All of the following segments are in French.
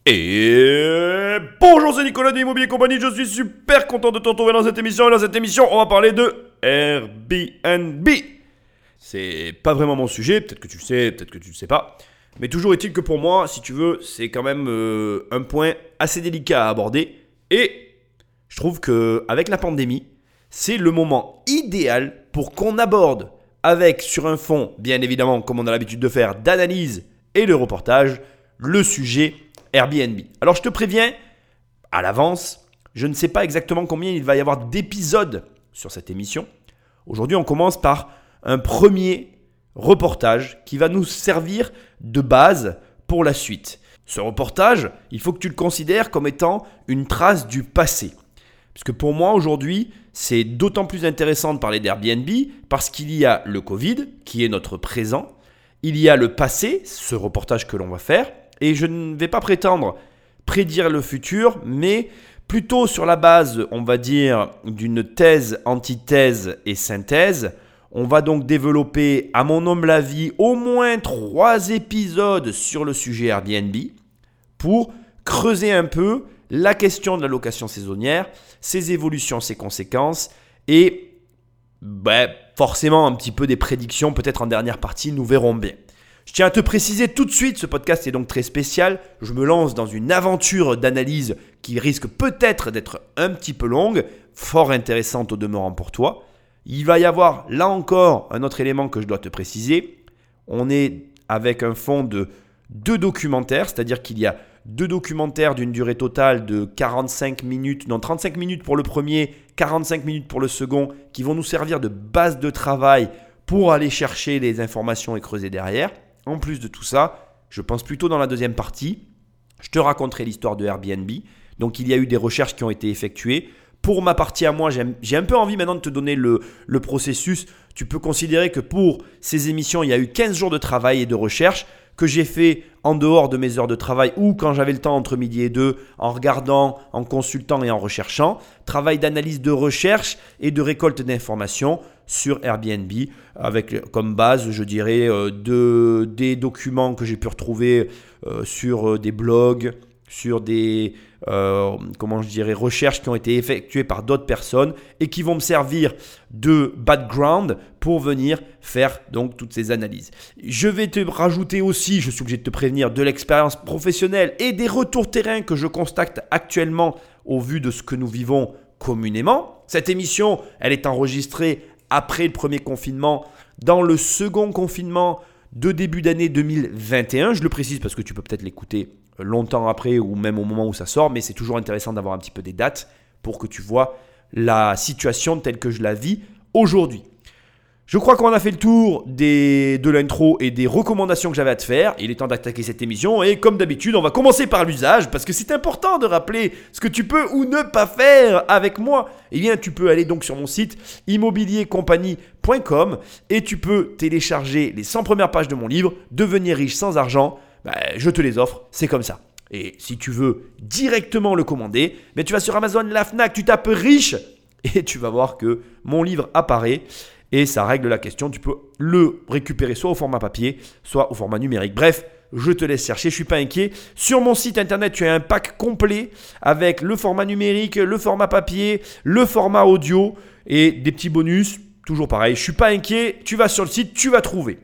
Et bonjour, c'est Nicolas de Immobilier Compagnie, je suis super content de te retrouver dans cette émission. Et dans cette émission, on va parler de Airbnb. C'est pas vraiment mon sujet, peut-être que tu le sais, peut-être que tu le sais pas. Mais toujours est-il que pour moi, si tu veux, c'est quand même un point assez délicat à aborder. Et je trouve qu'avec la pandémie, c'est le moment idéal pour qu'on aborde avec, sur un fond, bien évidemment, comme on a l'habitude de faire, d'analyse et de reportage, le sujet Airbnb. Alors je te préviens, à l'avance, je ne sais pas exactement combien il va y avoir d'épisodes sur cette émission. Aujourd'hui, on commence par un premier reportage qui va nous servir de base pour la suite. Ce reportage, il faut que tu le considères comme étant une trace du passé. Parce que pour moi, aujourd'hui, c'est d'autant plus intéressant de parler d'Airbnb parce qu'il y a le Covid, qui est notre présent. Il y a le passé, ce reportage que l'on va faire. Et je ne vais pas prétendre prédire le futur, mais plutôt sur la base, on va dire, d'une thèse, antithèse et synthèse. On va donc développer, à mon humble avis, au moins 3 épisodes sur le sujet Airbnb pour creuser un peu la question de la location saisonnière, ses évolutions, ses conséquences et forcément un petit peu des prédictions, peut-être en dernière partie, nous verrons bien. Je tiens à te préciser tout de suite, ce podcast est donc très spécial. Je me lance dans une aventure d'analyse qui risque peut-être d'être un petit peu longue, fort intéressante au demeurant pour toi. Il va y avoir là encore un autre élément que je dois te préciser. On est avec un fond de 2 documentaires, c'est-à-dire qu'il y a 2 documentaires d'une durée totale de 35 minutes pour le premier, 45 minutes pour le second, qui vont nous servir de base de travail pour aller chercher les informations et creuser derrière. En plus de tout ça, je pense plutôt dans la deuxième partie, je te raconterai l'histoire de Airbnb. Donc il y a eu des recherches qui ont été effectuées. Pour ma partie à moi, j'ai un peu envie maintenant de te donner le processus. Tu peux considérer que pour ces émissions, il y a eu 15 jours de travail et de recherche que j'ai fait en dehors de mes heures de travail ou quand j'avais le temps entre midi et 2, en regardant, en consultant et en recherchant. Travail d'analyse de recherche et de récolte d'informations sur Airbnb avec comme base, je dirais, des documents que j'ai pu retrouver sur des blogs, sur des recherches qui ont été effectuées par d'autres personnes et qui vont me servir de background pour venir faire donc toutes ces analyses. Je vais te rajouter aussi, je suis obligé de te prévenir, de l'expérience professionnelle et des retours terrain que je constate actuellement au vu de ce que nous vivons communément. Cette émission, elle est enregistrée après le premier confinement, dans le second confinement de début d'année 2021. Je le précise parce que tu peux peut-être l'écouter longtemps après ou même au moment où ça sort, mais c'est toujours intéressant d'avoir un petit peu des dates pour que tu vois la situation telle que je la vis aujourd'hui. Je crois qu'on a fait le tour de l'intro et des recommandations que j'avais à te faire. Il est temps d'attaquer cette émission et comme d'habitude, on va commencer par l'usage parce que c'est important de rappeler ce que tu peux ou ne pas faire avec moi. Eh bien, tu peux aller donc sur mon site immobiliercompagnie.com et tu peux télécharger les 100 premières pages de mon livre « Devenir riche sans argent ». Je te les offre, c'est comme ça. Et si tu veux directement le commander, tu vas sur Amazon, la Fnac, tu tapes riche et tu vas voir que mon livre apparaît. Et ça règle la question, tu peux le récupérer soit au format papier, soit au format numérique. Bref, je te laisse chercher, je ne suis pas inquiet. Sur mon site internet, tu as un pack complet avec le format numérique, le format papier, le format audio et des petits bonus. Toujours pareil, je ne suis pas inquiet, tu vas sur le site, tu vas trouver.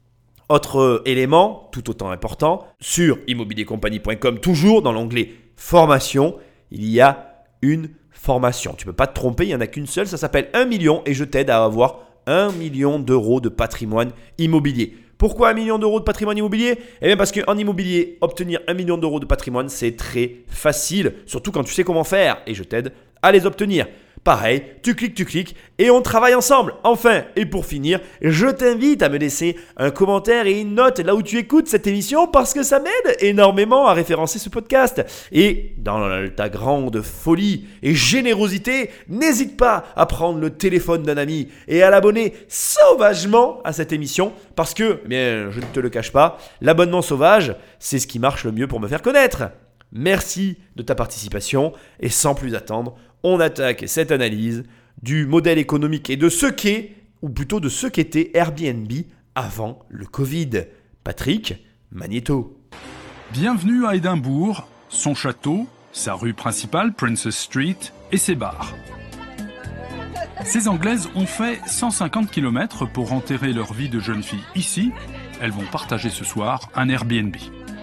Autre élément, tout autant important, sur immobiliercompagnie.com, toujours dans l'onglet formation, il y a une formation. Tu ne peux pas te tromper, il n'y en a qu'une seule, ça s'appelle 1 million et je t'aide à avoir 1 million d'euros de patrimoine immobilier. Pourquoi 1 million d'euros de patrimoine immobilier ? Eh bien parce qu'en immobilier, obtenir 1 million d'euros de patrimoine, c'est très facile, surtout quand tu sais comment faire et je t'aide à les obtenir. Pareil, tu cliques et on travaille ensemble. Enfin, et pour finir, je t'invite à me laisser un commentaire et une note là où tu écoutes cette émission parce que ça m'aide énormément à référencer ce podcast. Et dans ta grande folie et générosité, n'hésite pas à prendre le téléphone d'un ami et à l'abonner sauvagement à cette émission parce que, je ne te le cache pas, l'abonnement sauvage, c'est ce qui marche le mieux pour me faire connaître. Merci de ta participation et sans plus attendre, on attaque cette analyse du modèle économique et de ce qu'est, ou plutôt de ce qu'était Airbnb avant le Covid. Patrick Magnéto. Bienvenue à Édimbourg, son château, sa rue principale, Princess Street, et ses bars. Ces Anglaises ont fait 150 km pour enterrer leur vie de jeune fille ici. Elles vont partager ce soir un Airbnb.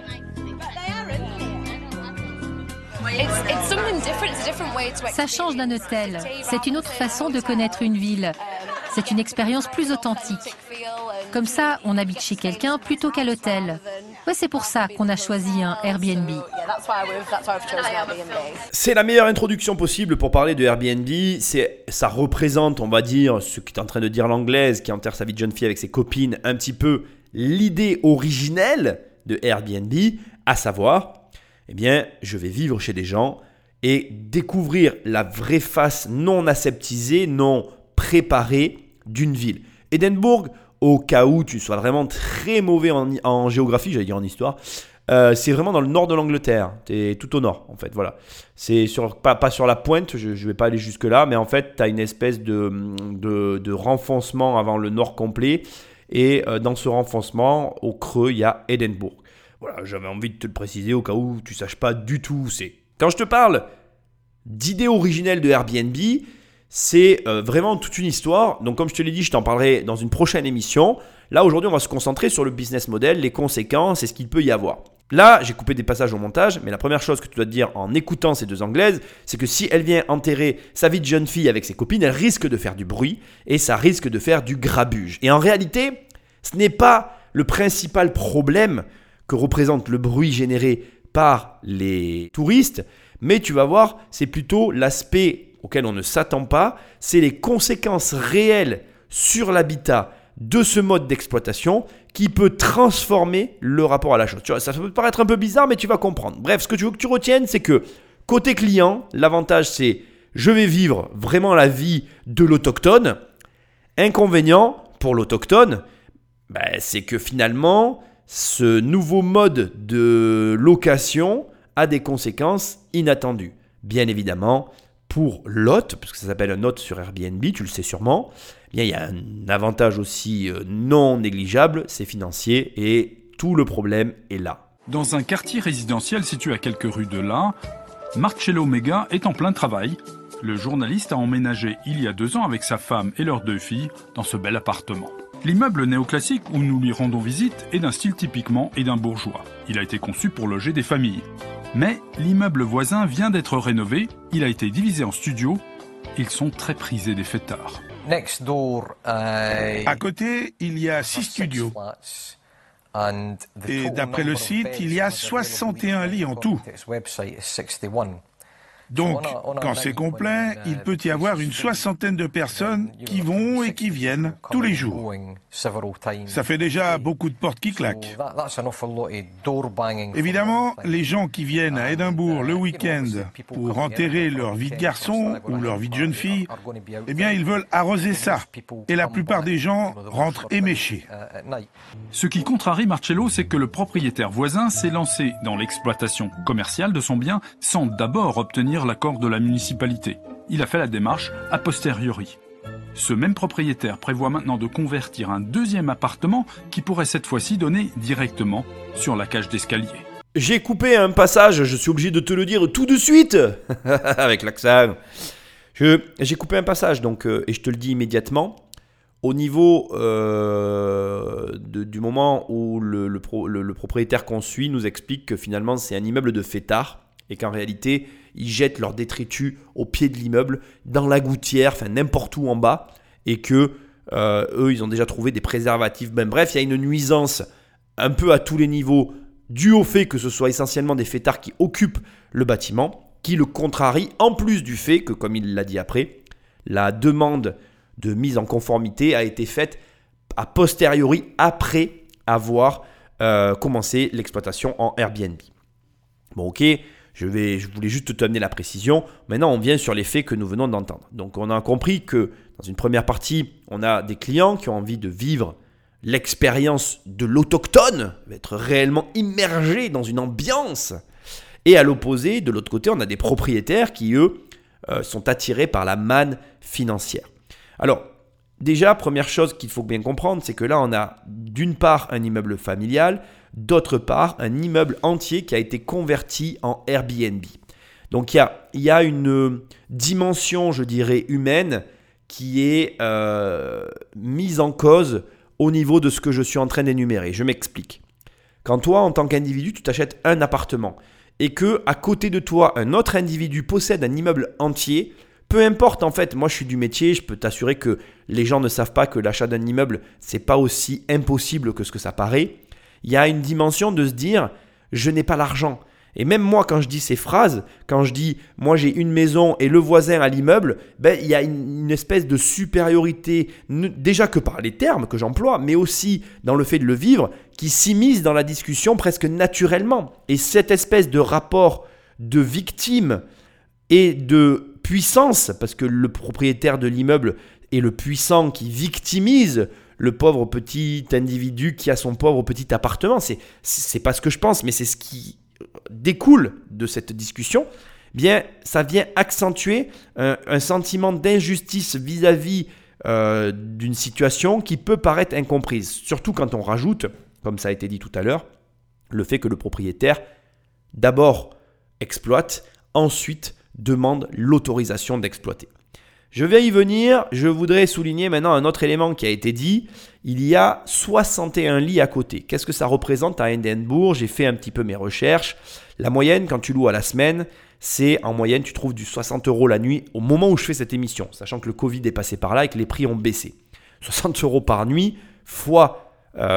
Ça change d'un hôtel. C'est une autre façon de connaître une ville. C'est une expérience plus authentique. Comme ça, on habite chez quelqu'un plutôt qu'à l'hôtel. Ouais, c'est pour ça qu'on a choisi un Airbnb. C'est la meilleure introduction possible pour parler de Airbnb. Ça représente, on va dire, ce qui est en train de dire l'anglaise, qui enterre sa vie de jeune fille avec ses copines, un petit peu l'idée originelle de Airbnb, à savoir, eh bien, je vais vivre chez des gens et découvrir la vraie face non aseptisée, non préparée d'une ville. Édimbourg, au cas où tu sois vraiment très mauvais en géographie, j'allais dire en histoire, c'est vraiment dans le nord de l'Angleterre. C'est tout au nord, en fait. Voilà. C'est pas sur la pointe, je ne vais pas aller jusque-là, mais en fait, tu as une espèce de renfoncement avant le nord complet. Et dans ce renfoncement, au creux, il y a Édimbourg. Voilà, j'avais envie de te le préciser au cas où tu ne saches pas du tout où c'est. Quand je te parle d'idée originelle de Airbnb, c'est vraiment toute une histoire. Donc comme je te l'ai dit, je t'en parlerai dans une prochaine émission. Là, aujourd'hui, on va se concentrer sur le business model, les conséquences et ce qu'il peut y avoir. Là, j'ai coupé des passages au montage, mais la première chose que tu dois te dire en écoutant ces deux Anglaises, c'est que si elle vient enterrer sa vie de jeune fille avec ses copines, elle risque de faire du bruit et ça risque de faire du grabuge. Et en réalité, ce n'est pas le principal problème que représente le bruit généré par les touristes, mais tu vas voir, c'est plutôt l'aspect auquel on ne s'attend pas, c'est les conséquences réelles sur l'habitat de ce mode d'exploitation qui peut transformer le rapport à la chose. Tu vois, ça peut paraître un peu bizarre, mais tu vas comprendre. Bref, ce que je veux que tu retiennes, c'est que côté client, l'avantage c'est je vais vivre vraiment la vie de l'autochtone. Inconvénient pour l'autochtone, c'est que finalement, ce nouveau mode de location a des conséquences inattendues. Bien évidemment, pour l'hôte, parce que ça s'appelle un hôte sur Airbnb, tu le sais sûrement, il y a un avantage aussi non négligeable, c'est financier et tout le problème est là. Dans un quartier résidentiel situé à quelques rues de là, Marcello Mega est en plein travail. Le journaliste a emménagé il y a 2 ans avec sa femme et leurs 2 filles dans ce bel appartement. L'immeuble néoclassique où nous lui rendons visite est d'un style typiquement édimbourgeois. Il a été conçu pour loger des familles. Mais l'immeuble voisin vient d'être rénové, il a été divisé en studios. Ils sont très prisés des fêtards. À côté, il y a 6 studios. Et d'après le site, il y a 61 lits en tout. Donc, quand c'est complet, il peut y avoir une 60aine de personnes qui vont et qui viennent tous les jours. Ça fait déjà beaucoup de portes qui claquent. Évidemment, les gens qui viennent à Édimbourg le week-end pour enterrer leur vie de garçon ou leur vie de jeune fille, eh bien, ils veulent arroser ça. Et la plupart des gens rentrent éméchés. Ce qui contrarie Marcello, c'est que le propriétaire voisin s'est lancé dans l'exploitation commerciale de son bien sans d'abord obtenir l'accord de la municipalité. Il a fait la démarche a posteriori. Ce même propriétaire prévoit maintenant de convertir un 2e appartement qui pourrait cette fois-ci donner directement sur la cage d'escalier. J'ai coupé un passage, je suis obligé de te le dire tout de suite, avec l'accent. J'ai coupé un passage donc, et je te le dis immédiatement. Au niveau du moment où le propriétaire qu'on suit nous explique que finalement c'est un immeuble de fêtards et qu'en réalité ils jettent leurs détritus au pied de l'immeuble, dans la gouttière, enfin n'importe où en bas, et que eux ils ont déjà trouvé des préservatifs. Bref, il y a une nuisance un peu à tous les niveaux due au fait que ce soit essentiellement des fêtards qui occupent le bâtiment, qui le contrarie, en plus du fait que, comme il l'a dit après, la demande de mise en conformité a été faite a posteriori, après avoir commencé l'exploitation en Airbnb. Bon, ok, je voulais juste te amener la précision. Maintenant, on vient sur les faits que nous venons d'entendre. Donc, on a compris que dans une première partie, on a des clients qui ont envie de vivre l'expérience de l'autochtone, d'être réellement immergés dans une ambiance. Et à l'opposé, de l'autre côté, on a des propriétaires qui, eux, sont attirés par la manne financière. Alors, déjà, première chose qu'il faut bien comprendre, c'est que là, on a d'une part un immeuble familial, d'autre part, un immeuble entier qui a été converti en Airbnb. Donc il y a une dimension, je dirais, humaine qui est mise en cause au niveau de ce que je suis en train d'énumérer. Je m'explique. Quand toi, en tant qu'individu, tu t'achètes un appartement et que à côté de toi, un autre individu possède un immeuble entier, peu importe en fait, moi je suis du métier, je peux t'assurer que les gens ne savent pas que l'achat d'un immeuble, c'est pas aussi impossible que ce que ça paraît. Il y a une dimension de se dire, je n'ai pas l'argent. Et même moi, quand je dis ces phrases, quand je dis « moi j'ai une maison et le voisin a l'immeuble », il y a une espèce de supériorité, déjà que par les termes que j'emploie, mais aussi dans le fait de le vivre, qui s'immisce dans la discussion presque naturellement. Et cette espèce de rapport de victime et de puissance, parce que le propriétaire de l'immeuble est le puissant qui victimise le pauvre petit individu qui a son pauvre petit appartement. C'est pas ce que je pense, mais c'est ce qui découle de cette discussion. Bien, ça vient accentuer un sentiment d'injustice vis-à-vis d'une situation qui peut paraître incomprise. Surtout quand on rajoute, comme ça a été dit tout à l'heure, le fait que le propriétaire d'abord exploite, ensuite demande l'autorisation d'exploiter. Je vais y venir, je voudrais souligner maintenant un autre élément qui a été dit. Il y a 61 lits à côté. Qu'est-ce que ça représente à Édimbourg? J'ai fait un petit peu mes recherches. La moyenne, quand tu loues à la semaine, c'est en moyenne, tu trouves du 60 € la nuit au moment où je fais cette émission, sachant que le Covid est passé par là et que les prix ont baissé. 60 € par nuit fois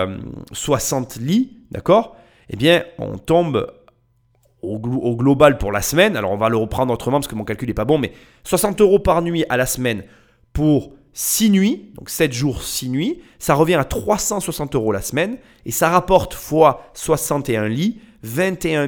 60 lits, d'accord? Eh bien, on tombe au global pour la semaine, alors on va le reprendre autrement parce que mon calcul n'est pas bon, mais 60 € par nuit à la semaine pour 6 nuits, donc 7 jours, 6 nuits, ça revient à 360 € la semaine et ça rapporte fois 61 lits, 21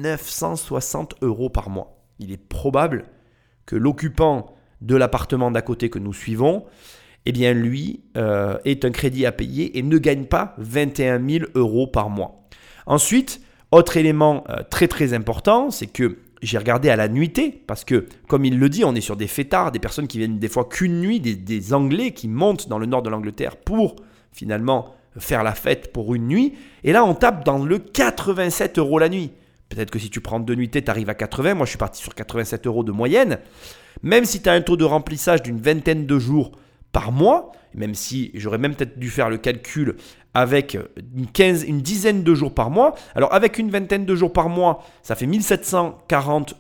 960 € par mois. Il est probable que l'occupant de l'appartement d'à côté que nous suivons, eh bien lui ait un crédit à payer et ne gagne pas 21 000 € par mois. Ensuite, autre élément très très important, c'est que j'ai regardé à la nuitée, parce que comme il le dit, on est sur des fêtards, des personnes qui viennent des fois qu'une nuit, des Anglais qui montent dans le nord de l'Angleterre pour finalement faire la fête pour une nuit. Et là, on tape dans le 87 € la nuit. Peut-être que si tu prends 2 nuitées, tu arrives à 80. Moi, je suis parti sur 87 € de moyenne. Même si tu as un taux de remplissage d'une vingtaine de jours par mois, même si j'aurais même peut-être dû faire le calcul avec une dizaine de jours par mois. Alors avec une vingtaine de jours par mois, ça fait 1740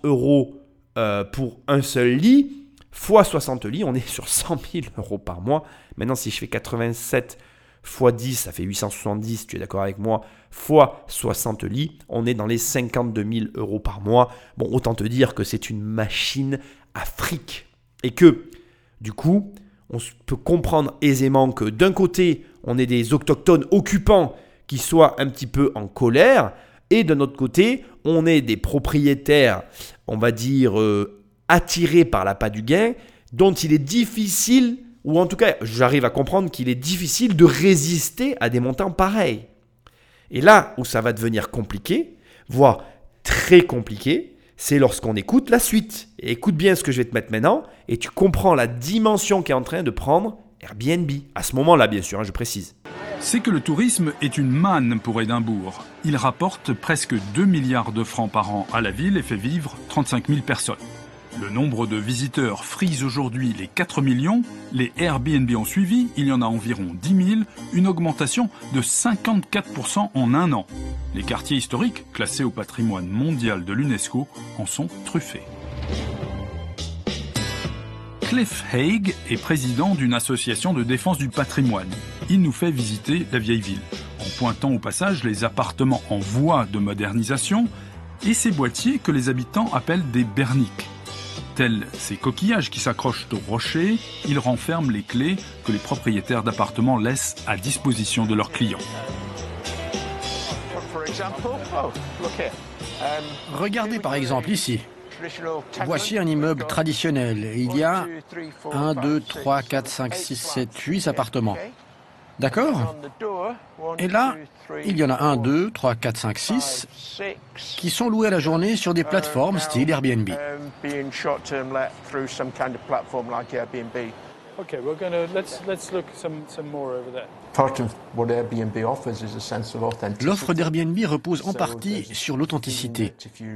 € pour un seul lit, fois 60 lits, on est sur 100 000 € par mois. Maintenant, si je fais 87 fois 10, ça fait 870, tu es d'accord avec moi, fois 60 lits, on est dans les 52 000 € par mois. Bon, autant te dire que c'est une machine à fric. Et que, du coup, on peut comprendre aisément que d'un côté, on est des autochtones occupants qui soient un petit peu en colère, et d'un autre côté, on est des propriétaires, on va dire, attirés par l'appât du gain, dont il est difficile, ou en tout cas, j'arrive à comprendre qu'il est difficile de résister à des montants pareils. Et là où ça va devenir compliqué, voire très compliqué, c'est lorsqu'on écoute la suite. Et écoute bien ce que je vais te mettre maintenant et tu comprends la dimension qu'est en train de prendre Airbnb. À ce moment-là, bien sûr, je précise. C'est que le tourisme est une manne pour Édimbourg. Il rapporte presque 2 milliards de francs par an à la ville et fait vivre 35 000 personnes. Le nombre de visiteurs frise aujourd'hui les 4 millions. Les Airbnb ont suivi, il y en a environ 10 000, une augmentation de 54% en un an. Les quartiers historiques, classés au patrimoine mondial de l'UNESCO, en sont truffés. Cliff Haig est président d'une association de défense du patrimoine. Il nous fait visiter la vieille ville, en pointant au passage les appartements en voie de modernisation et ces boîtiers que les habitants appellent des berniques. Tels ces coquillages qui s'accrochent aux rochers, ils renferment les clés que les propriétaires d'appartements laissent à disposition de leurs clients. Regardez par exemple ici. Voici un immeuble traditionnel. Il y a 1, 2, 3, 4, 5, 6, 7, 8 appartements. D'accord? Et là, il y en a 1, 2, 3, 4, 5, 6 qui sont loués à la journée sur des plateformes style Airbnb. L'offre d'Airbnb repose en partie sur l'authenticité.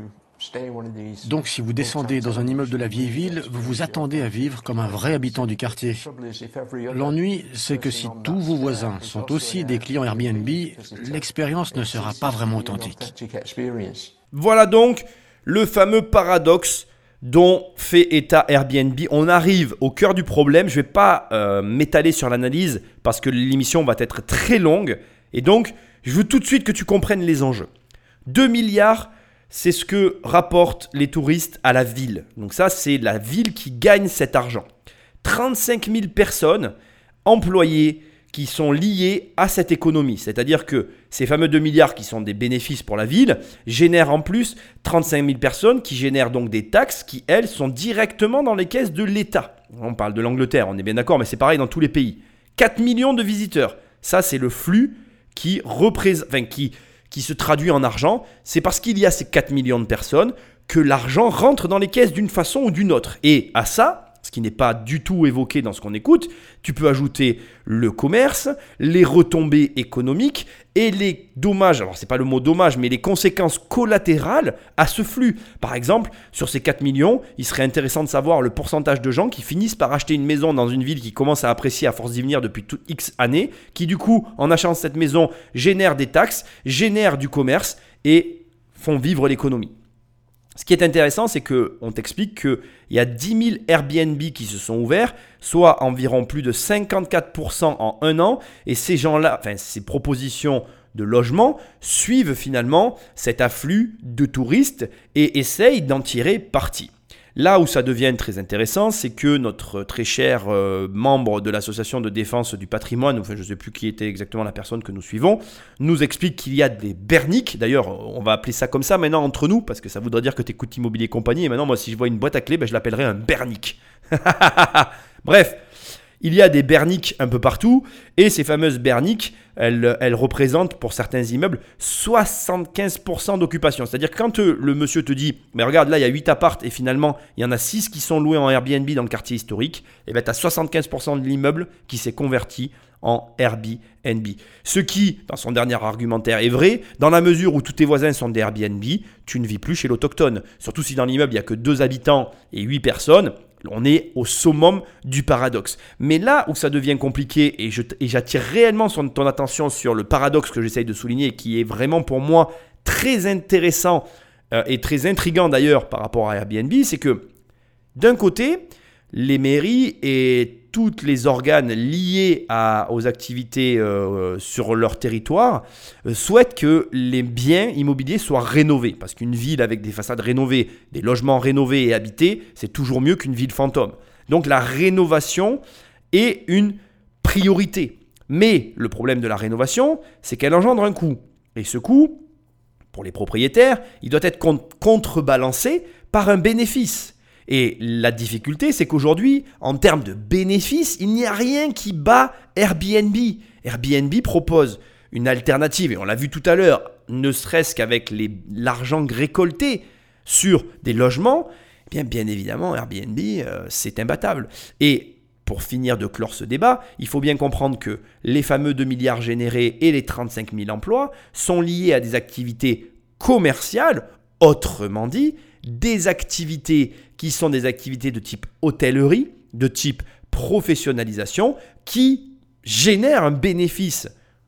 Donc si vous descendez dans un immeuble de la vieille ville, vous vous attendez à vivre comme un vrai habitant du quartier. L'ennui, c'est que si tous vos voisins sont aussi des clients Airbnb, l'expérience ne sera pas vraiment authentique. Voilà donc le fameux paradoxe dont fait état Airbnb. On arrive au cœur du problème. Je ne vais pas m'étaler sur l'analyse parce que l'émission va être très longue. Et donc, je veux tout de suite que tu comprennes les enjeux. 2 milliards, c'est ce que rapportent les touristes à la ville. Donc ça, c'est la ville qui gagne cet argent. 35 000 personnes employées qui sont liées à cette économie. C'est-à-dire que ces fameux 2 milliards qui sont des bénéfices pour la ville génèrent en plus 35 000 personnes qui génèrent donc des taxes qui, elles, sont directement dans les caisses de l'État. On parle de l'Angleterre, on est bien d'accord, mais c'est pareil dans tous les pays. 4 millions de visiteurs. Ça, c'est le flux qui se traduit en argent. C'est parce qu'il y a ces 4 millions de personnes que l'argent rentre dans les caisses d'une façon ou d'une autre. Et à ça, ce qui n'est pas du tout évoqué dans ce qu'on écoute, tu peux ajouter le commerce, les retombées économiques et les dommages, alors c'est pas le mot dommage, mais les conséquences collatérales à ce flux. Par exemple, sur ces 4 millions, il serait intéressant de savoir le pourcentage de gens qui finissent par acheter une maison dans une ville qui commence à apprécier à force d'y venir depuis X années, qui du coup, en achetant cette maison, génèrent des taxes, génèrent du commerce et font vivre l'économie. Ce qui est intéressant, c'est qu'on t'explique qu'il y a 10 000 Airbnb qui se sont ouverts, soit environ plus de 54% en un an. Et ces gens-là, ces propositions de logement suivent finalement cet afflux de touristes et essayent d'en tirer parti. Là où ça devient très intéressant, c'est que notre très cher membre de l'association de défense du patrimoine, je ne sais plus qui était exactement la personne que nous suivons, nous explique qu'il y a des berniques. D'ailleurs, on va appeler ça comme ça maintenant entre nous, parce que ça voudrait dire que tu écoutes Immobilier Compagnie. Et maintenant, moi, si je vois une boîte à clés, je l'appellerai un bernique. Bref, il y a des berniques un peu partout, et ces fameuses berniques, elles représentent pour certains immeubles 75% d'occupation. C'est-à-dire que quand le monsieur te dit « mais regarde, là il y a 8 appartes et finalement il y en a 6 qui sont loués en Airbnb dans le quartier historique », et bien tu as 75% de l'immeuble qui s'est converti en Airbnb. Ce qui, dans son dernier argumentaire, est vrai, dans la mesure où tous tes voisins sont des Airbnb, tu ne vis plus chez l'autochtone. Surtout si dans l'immeuble il n'y a que 2 habitants et 8 personnes, on est au summum du paradoxe. Mais là où ça devient compliqué, et j'attire réellement ton attention sur le paradoxe que j'essaye de souligner, qui est vraiment pour moi très intéressant et très intriguant d'ailleurs par rapport à Airbnb, c'est que d'un côté, les mairies et tous les organes liés aux activités sur leur territoire souhaitent que les biens immobiliers soient rénovés. Parce qu'une ville avec des façades rénovées, des logements rénovés et habités, c'est toujours mieux qu'une ville fantôme. Donc la rénovation est une priorité. Mais le problème de la rénovation, c'est qu'elle engendre un coût. Et ce coût, pour les propriétaires, il doit être contrebalancé par un bénéfice. Et la difficulté, c'est qu'aujourd'hui, en termes de bénéfices, il n'y a rien qui bat Airbnb. Airbnb propose une alternative, et on l'a vu tout à l'heure, ne serait-ce qu'avec l'argent récolté sur des logements, bien évidemment, Airbnb, c'est imbattable. Et pour finir de clore ce débat, il faut bien comprendre que les fameux 2 milliards générés et les 35 000 emplois sont liés à des activités commerciales, autrement dit, des activités qui sont des activités de type hôtellerie, de type professionnalisation, qui génèrent un bénéfice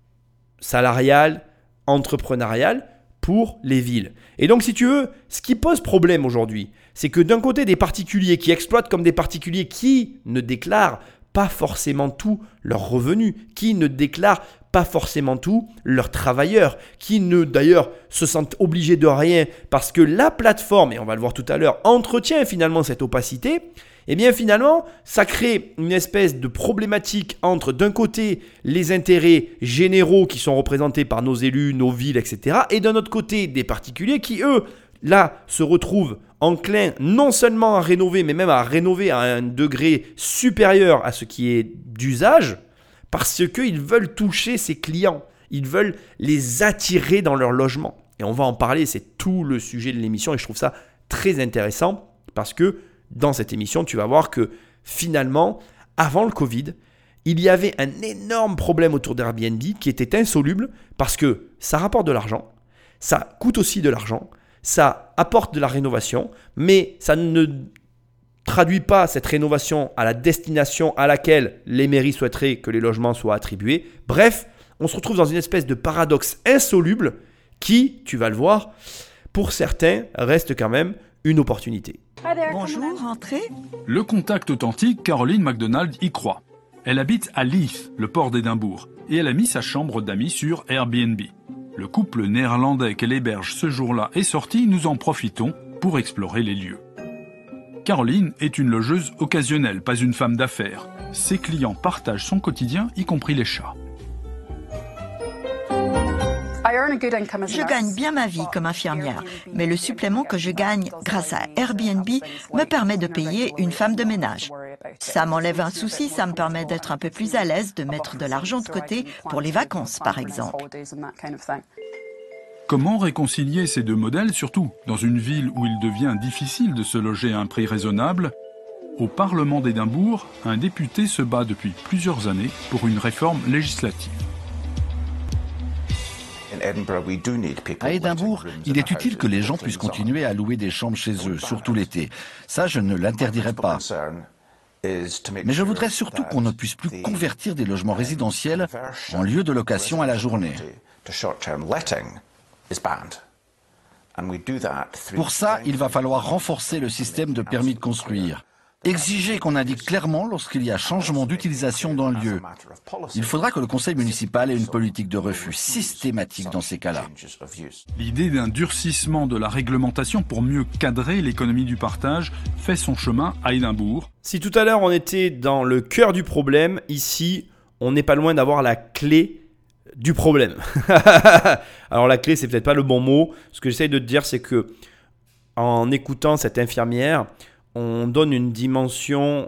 salarial, entrepreneurial pour les villes. Et donc, si tu veux, ce qui pose problème aujourd'hui, c'est que d'un côté, des particuliers qui exploitent comme des particuliers qui ne déclarent pas forcément tous leurs revenus, qui ne déclarent pas forcément tous leurs travailleurs, qui ne d'ailleurs se sentent obligés de rien parce que la plateforme, et on va le voir tout à l'heure, entretient finalement cette opacité. Et bien finalement, ça crée une espèce de problématique entre d'un côté les intérêts généraux qui sont représentés par nos élus, nos villes, etc. et d'un autre côté des particuliers qui eux, là, se retrouvent enclins non seulement à rénover, mais même à rénover à un degré supérieur à ce qui est d'usage, parce qu'ils veulent toucher ces clients, ils veulent les attirer dans leur logement. Et on va en parler, c'est tout le sujet de l'émission et je trouve ça très intéressant parce que dans cette émission, tu vas voir que finalement, avant le Covid, il y avait un énorme problème autour d'Airbnb qui était insoluble parce que ça rapporte de l'argent, ça coûte aussi de l'argent, ça apporte de la rénovation, mais ça ne traduit pas cette rénovation à la destination à laquelle les mairies souhaiteraient que les logements soient attribués. Bref, on se retrouve dans une espèce de paradoxe insoluble qui, tu vas le voir, pour certains, reste quand même une opportunité. Bonjour, entrez. Le contact authentique, Caroline McDonald y croit. Elle habite à Leith, le port d'Édimbourg, et elle a mis sa chambre d'amis sur Airbnb. Le couple néerlandais qu'elle héberge ce jour-là est sorti, nous en profitons pour explorer les lieux. Caroline est une logeuse occasionnelle, pas une femme d'affaires. Ses clients partagent son quotidien, y compris les chats. Je gagne bien ma vie comme infirmière, mais le supplément que je gagne grâce à Airbnb me permet de payer une femme de ménage. Ça m'enlève un souci, ça me permet d'être un peu plus à l'aise, de mettre de l'argent de côté pour les vacances, par exemple. Comment réconcilier ces deux modèles, surtout dans une ville où il devient difficile de se loger à un prix raisonnable? Au Parlement d'Édimbourg, un député se bat depuis plusieurs années pour une réforme législative. À Édimbourg, il est utile que les gens puissent continuer à louer des chambres chez eux, surtout l'été. Ça, je ne l'interdirai pas. Mais je voudrais surtout qu'on ne puisse plus convertir des logements résidentiels en lieux de location à la journée. Pour ça, il va falloir renforcer le système de permis de construire. Exiger qu'on indique clairement lorsqu'il y a changement d'utilisation d'un lieu. Il faudra que le conseil municipal ait une politique de refus systématique dans ces cas-là. L'idée d'un durcissement de la réglementation pour mieux cadrer l'économie du partage fait son chemin à Édimbourg. Si tout à l'heure on était dans le cœur du problème, ici on n'est pas loin d'avoir la clé du problème. Alors la clé, c'est peut-être pas le bon mot. Ce que j'essaye de te dire, c'est que en écoutant cette infirmière, on donne une dimension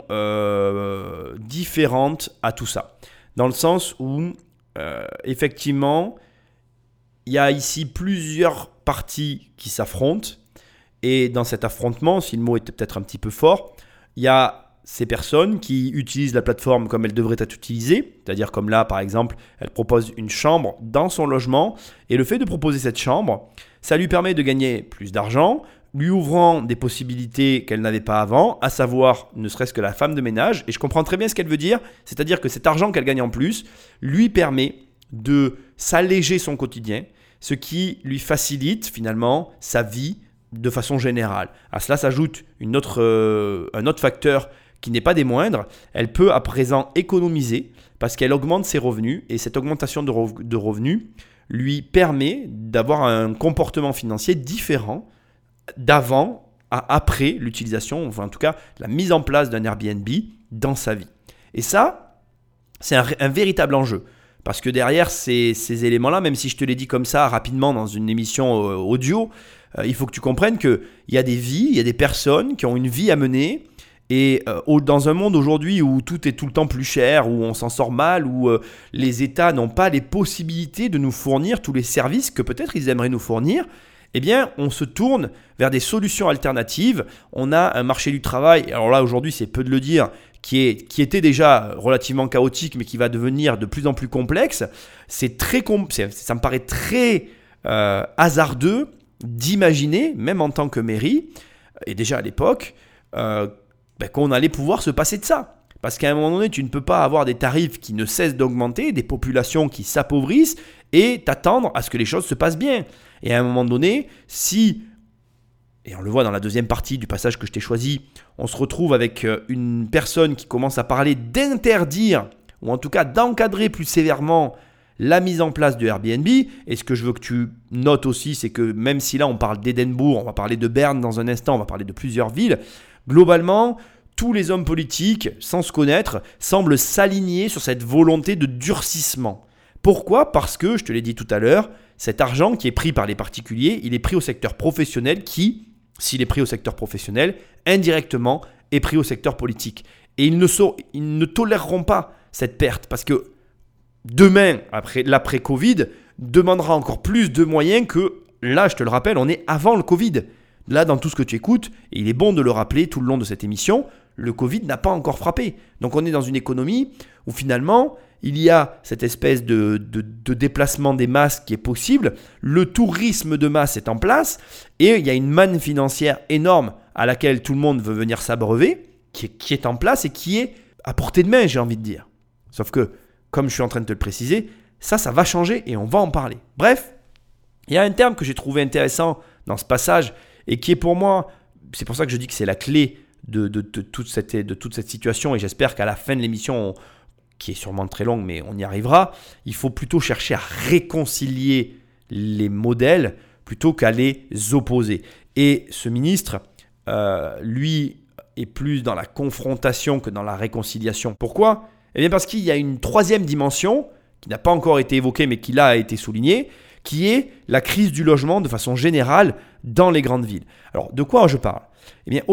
différente à tout ça. Dans le sens où, effectivement, il y a ici plusieurs parties qui s'affrontent. Et dans cet affrontement, si le mot était peut-être un petit peu fort, il y a ces personnes qui utilisent la plateforme comme elle devrait être utilisée. C'est-à-dire comme là, par exemple, elle propose une chambre dans son logement. Et le fait de proposer cette chambre, ça lui permet de gagner plus d'argent, lui ouvrant des possibilités qu'elle n'avait pas avant, à savoir ne serait-ce que la femme de ménage. Et je comprends très bien ce qu'elle veut dire, c'est-à-dire que cet argent qu'elle gagne en plus lui permet de s'alléger son quotidien, ce qui lui facilite finalement sa vie de façon générale. À cela s'ajoute un autre facteur qui n'est pas des moindres. Elle peut à présent économiser parce qu'elle augmente ses revenus, et cette augmentation de revenus lui permet d'avoir un comportement financier différent d'avant à après l'utilisation, enfin en tout cas la mise en place d'un Airbnb dans sa vie. Et ça, c'est un véritable enjeu. Parce que derrière ces éléments-là, même si je te l'ai dit comme ça rapidement dans une émission audio, il faut que tu comprennes qu'il y a des vies, il y a des personnes qui ont une vie à mener. Et dans un monde aujourd'hui où tout est tout le temps plus cher, où on s'en sort mal, où les États n'ont pas les possibilités de nous fournir tous les services que peut-être ils aimeraient nous fournir, eh bien, on se tourne vers des solutions alternatives. On a un marché du travail, alors là aujourd'hui c'est peu de le dire, qui était déjà relativement chaotique, mais qui va devenir de plus en plus complexe. Ça me paraît très hasardeux d'imaginer, même en tant que mairie, et déjà à l'époque, qu'on allait pouvoir se passer de ça. Parce qu'à un moment donné, tu ne peux pas avoir des tarifs qui ne cessent d'augmenter, des populations qui s'appauvrissent, et t'attendre à ce que les choses se passent bien. Et à un moment donné, et on le voit dans la deuxième partie du passage que je t'ai choisi, on se retrouve avec une personne qui commence à parler d'interdire, ou en tout cas d'encadrer plus sévèrement la mise en place de Airbnb. Et ce que je veux que tu notes aussi, c'est que même si là on parle d'Édimbourg, on va parler de Berne dans un instant, on va parler de plusieurs villes, globalement, tous les hommes politiques, sans se connaître, semblent s'aligner sur cette volonté de durcissement. Pourquoi ? Parce que, je te l'ai dit tout à l'heure, cet argent qui est pris par les particuliers, il est pris au secteur professionnel qui, s'il est pris au secteur professionnel, indirectement est pris au secteur politique. Et ils ne toléreront pas cette perte parce que demain, l'après-Covid, demandera encore plus de moyens que, là, je te le rappelle, on est avant le Covid. Là, dans tout ce que tu écoutes, et il est bon de le rappeler tout le long de cette émission, le Covid n'a pas encore frappé. Donc on est dans une économie où finalement, il y a cette espèce de déplacement des masses qui est possible. Le tourisme de masse est en place et il y a une manne financière énorme à laquelle tout le monde veut venir s'abreuver, qui est en place et qui est à portée de main, j'ai envie de dire. Sauf que, comme je suis en train de te le préciser, ça va changer et on va en parler. Bref, il y a un terme que j'ai trouvé intéressant dans ce passage et qui est pour moi, c'est pour ça que je dis que c'est la clé de toute cette situation et j'espère qu'à la fin de l'émission, qui est sûrement très longue, mais on y arrivera, il faut plutôt chercher à réconcilier les modèles plutôt qu'à les opposer. Et ce ministre, lui, est plus dans la confrontation que dans la réconciliation. Pourquoi ? Eh bien parce qu'il y a une troisième dimension qui n'a pas encore été évoquée, mais qui là a été soulignée, qui est la crise du logement de façon générale dans les grandes villes. Alors, de quoi je parle ? Eh bien,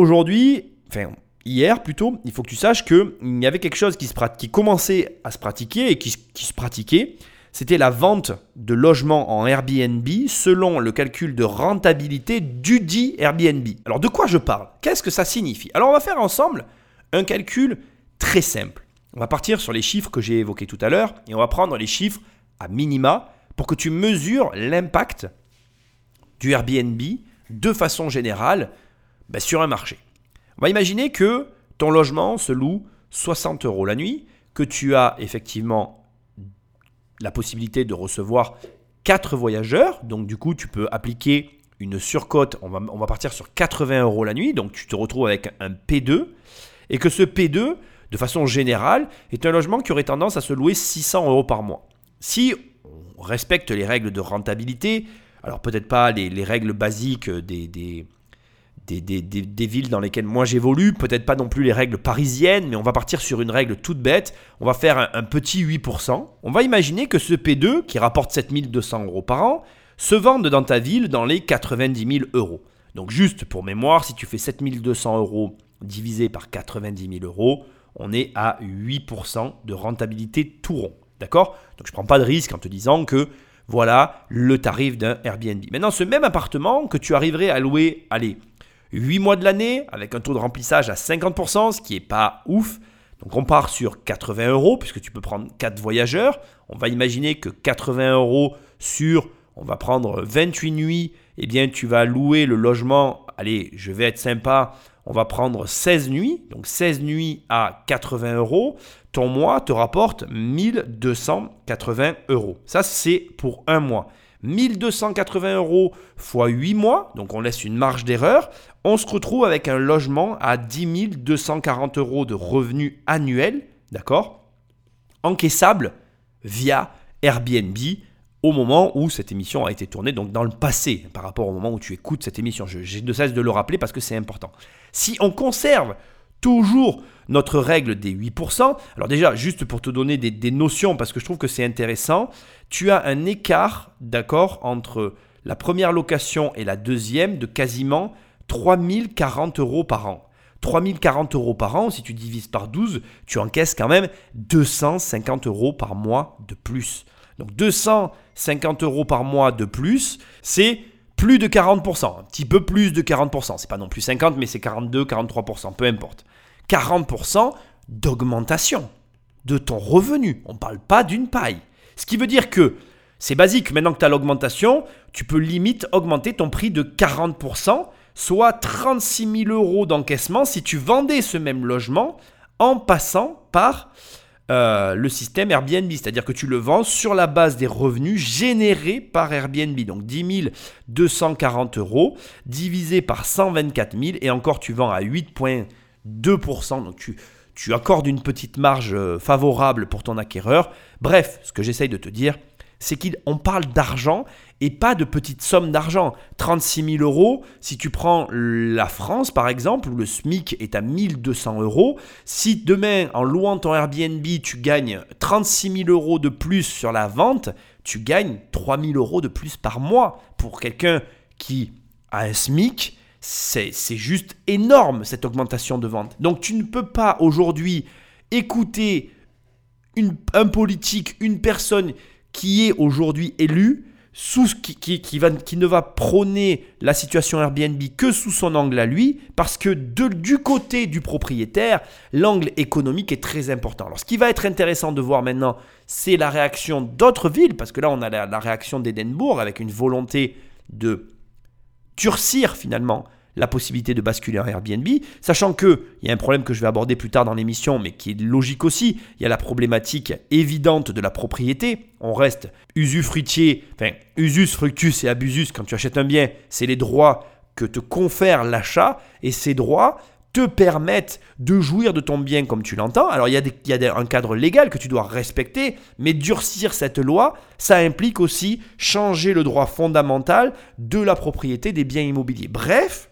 hier plutôt, il faut que tu saches qu'il y avait quelque chose qui commençait à se pratiquer et qui se pratiquait. C'était la vente de logements en Airbnb selon le calcul de rentabilité du dit Airbnb. Alors, de quoi je parle ? Qu'est-ce que ça signifie ? Alors, on va faire ensemble un calcul très simple. On va partir sur les chiffres que j'ai évoqués tout à l'heure et on va prendre les chiffres à minima pour que tu mesures l'impact du Airbnb de façon générale sur un marché. On va imaginer que ton logement se loue 60 € la nuit, que tu as effectivement la possibilité de recevoir 4 voyageurs. Donc du coup, tu peux appliquer une surcote. On va partir sur 80 € la nuit. Donc tu te retrouves avec un P2. Et que ce P2, de façon générale, est un logement qui aurait tendance à se louer 600 € par mois. Si on respecte les règles de rentabilité, alors peut-être pas les règles basiques des villes dans lesquelles moi j'évolue, peut-être pas non plus les règles parisiennes, mais on va partir sur une règle toute bête, on va faire un petit 8%. On va imaginer que ce P2, qui rapporte 7200 € par an, se vende dans ta ville dans les 90 000 €. Donc juste pour mémoire, si tu fais 7200 € divisé par 90 000 €, on est à 8% de rentabilité tout rond. D'accord ? Donc je ne prends pas de risque en te disant que voilà le tarif d'un Airbnb. Maintenant, ce même appartement que tu arriverais à louer, 8 mois de l'année, avec un taux de remplissage à 50%, ce qui n'est pas ouf. Donc on part sur 80 €, puisque tu peux prendre 4 voyageurs. On va imaginer que 80 € sur, on va prendre 28 nuits, eh bien tu vas louer le logement, je vais être sympa, on va prendre 16 nuits, donc 16 nuits à 80 €. Ton mois te rapporte 1280 €. Ça, c'est pour un mois. 1280 € fois 8 mois, donc on laisse une marge d'erreur. On se retrouve avec un logement à 10 240 € de revenus annuels, d'accord, encaissable via Airbnb au moment où cette émission a été tournée, donc dans le passé, par rapport au moment où tu écoutes cette émission. J'ai de cesse de le rappeler parce que c'est important. Si on conserve toujours notre règle des 8%, alors déjà, juste pour te donner des notions, parce que je trouve que c'est intéressant, tu as un écart, d'accord, entre la première location et la deuxième de quasiment 3040 € par an. 3040 € par an, si tu divises par 12, tu encaisses quand même 250 € par mois de plus. Donc 250 € par mois de plus, c'est plus de 40%, un petit peu plus de 40%. C'est pas non plus 50, mais c'est 42, 43%, peu importe. 40% d'augmentation de ton revenu. On ne parle pas d'une paille. Ce qui veut dire que c'est basique. Maintenant que tu as l'augmentation, tu peux limite augmenter ton prix de 40%, soit 36 000 € d'encaissement si tu vendais ce même logement en passant par le système Airbnb. C'est-à-dire que tu le vends sur la base des revenus générés par Airbnb. Donc 10 240 € divisé par 124 000 et encore tu vends à 8,2%. Donc tu accordes une petite marge favorable pour ton acquéreur. Bref, ce que j'essaye de te dire, c'est qu'on parle d'argent et pas de petites sommes d'argent. 36 000 €, si tu prends la France par exemple, où le SMIC est à 1 200 €, si demain en louant ton Airbnb, tu gagnes 36 000 € de plus sur la vente, tu gagnes 3 000 € de plus par mois. Pour quelqu'un qui a un SMIC, c'est juste énorme cette augmentation de vente. Donc tu ne peux pas aujourd'hui écouter un politique, une personne qui est aujourd'hui élu, qui ne va prôner la situation Airbnb que sous son angle à lui, parce que du côté du propriétaire, l'angle économique est très important. Alors ce qui va être intéressant de voir maintenant, c'est la réaction d'autres villes, parce que là on a la réaction d'Édimbourg avec une volonté de durcir finalement la possibilité de basculer en Airbnb, sachant qu'il y a un problème que je vais aborder plus tard dans l'émission, mais qui est logique aussi. Il y a la problématique évidente de la propriété. On reste usufruitier, usus, fructus et abusus quand tu achètes un bien. C'est les droits que te confère l'achat, et ces droits te permettent de jouir de ton bien comme tu l'entends. Alors il y a un cadre légal que tu dois respecter, mais durcir cette loi, ça implique aussi changer le droit fondamental de la propriété des biens immobiliers. Bref,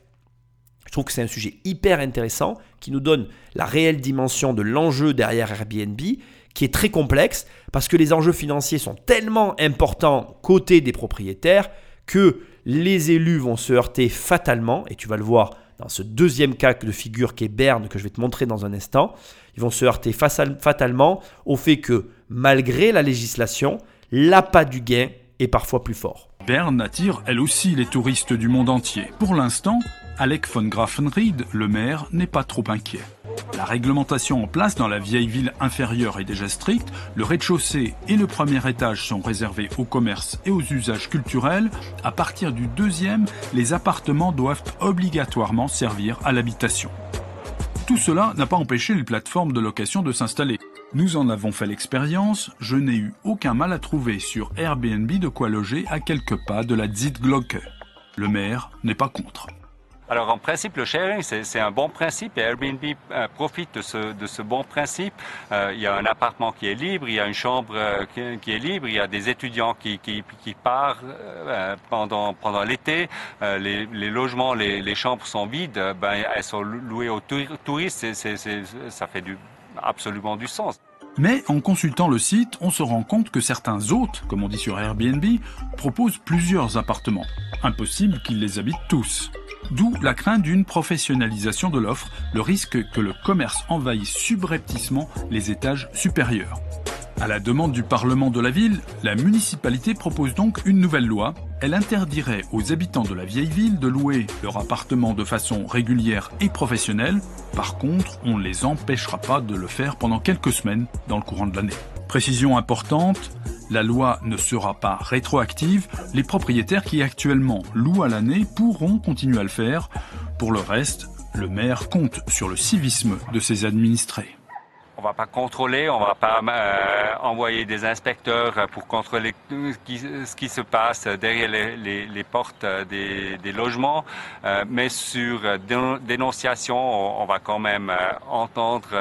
je trouve que c'est un sujet hyper intéressant qui nous donne la réelle dimension de l'enjeu derrière Airbnb, qui est très complexe parce que les enjeux financiers sont tellement importants côté des propriétaires que les élus vont se heurter fatalement, et tu vas le voir dans ce deuxième cas de figure qui est Berne, que je vais te montrer dans un instant. Ils vont se heurter fatalement au fait que malgré la législation, l'appât du gain est parfois plus fort. Berne attire elle aussi les touristes du monde entier. Pour l'instant, Alec von Grafenried, le maire, n'est pas trop inquiet. La réglementation en place dans la vieille ville inférieure est déjà stricte. Le rez-de-chaussée et le premier étage sont réservés au commerce et aux usages culturels. À partir du deuxième, les appartements doivent obligatoirement servir à l'habitation. Tout cela n'a pas empêché les plateformes de location de s'installer. Nous en avons fait l'expérience, je n'ai eu aucun mal à trouver sur Airbnb de quoi loger à quelques pas de la Zitglocke. Le maire n'est pas contre. Alors en principe, le sharing, c'est un bon principe et Airbnb profite de ce bon principe. Il y a un appartement qui est libre, il y a une chambre qui est libre, il y a des étudiants qui partent pendant l'été. Les logements, les chambres sont vides, elles sont louées aux touristes, ça fait absolument du sens. Mais en consultant le site, on se rend compte que certains hôtes, comme on dit sur Airbnb, proposent plusieurs appartements. Impossible qu'ils les habitent tous. D'où la crainte d'une professionnalisation de l'offre, le risque que le commerce envahisse subrepticement les étages supérieurs. À la demande du Parlement de la ville, la municipalité propose donc une nouvelle loi. Elle interdirait aux habitants de la vieille ville de louer leur appartement de façon régulière et professionnelle. Par contre, on ne les empêchera pas de le faire pendant quelques semaines dans le courant de l'année. Précision importante, la loi ne sera pas rétroactive. Les propriétaires qui actuellement louent à l'année pourront continuer à le faire. Pour le reste, le maire compte sur le civisme de ses administrés. On va pas contrôler, on va pas envoyer des inspecteurs pour contrôler ce qui se passe derrière les portes des logements, mais sur dénonciation, on va quand même entendre,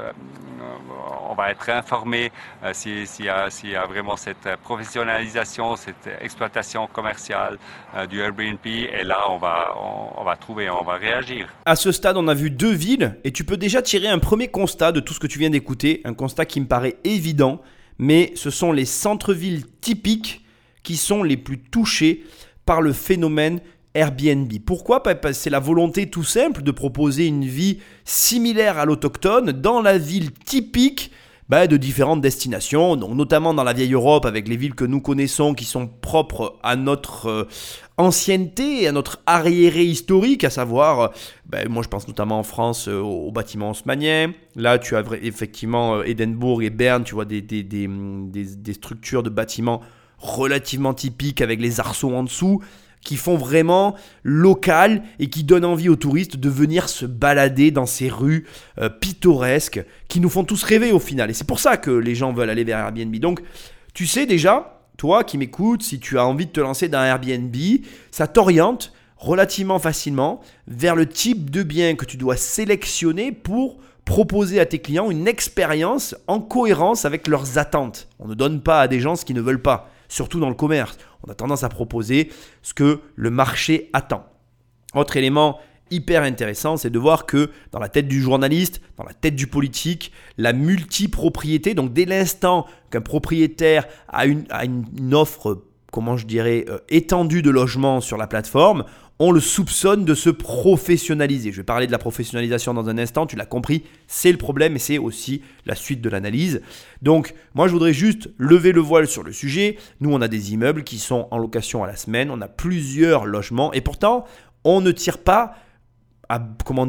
on va être informé s'il y a vraiment cette professionnalisation, cette exploitation commerciale du Airbnb, et là on va trouver, on va réagir. À ce stade, on a vu deux villes et tu peux déjà tirer un premier constat de tout ce que tu viens d'écouter, un constat qui me paraît évident, mais ce sont les centres-villes typiques qui sont les plus touchés par le phénomène Airbnb. Pourquoi ? Parce que c'est la volonté tout simple de proposer une vie similaire à l'autochtone dans la ville typique de différentes destinations, donc notamment dans la vieille Europe avec les villes que nous connaissons qui sont propres à notre ancienneté et à notre arriéré historique, à savoir, moi je pense notamment en France aux bâtiments haussmanniens. Là tu as effectivement Édimbourg et Berne, tu vois des structures de bâtiments relativement typiques avec les arceaux en dessous, qui font vraiment local et qui donnent envie aux touristes de venir se balader dans ces rues pittoresques qui nous font tous rêver au final. Et c'est pour ça que les gens veulent aller vers Airbnb. Donc, tu sais déjà, toi qui m'écoutes, si tu as envie de te lancer dans Airbnb, ça t'oriente relativement facilement vers le type de bien que tu dois sélectionner pour proposer à tes clients une expérience en cohérence avec leurs attentes. On ne donne pas à des gens ce qu'ils ne veulent pas. Surtout dans le commerce, on a tendance à proposer ce que le marché attend. Autre élément hyper intéressant, c'est de voir que dans la tête du journaliste, dans la tête du politique, la multipropriété, donc dès l'instant qu'un propriétaire a une offre, étendue de logement sur la plateforme, on le soupçonne de se professionnaliser. Je vais parler de la professionnalisation dans un instant, tu l'as compris, c'est le problème et c'est aussi la suite de l'analyse. Donc, moi je voudrais juste lever le voile sur le sujet. Nous, on a des immeubles qui sont en location à la semaine, on a plusieurs logements et pourtant, on ne tire pas à,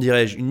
un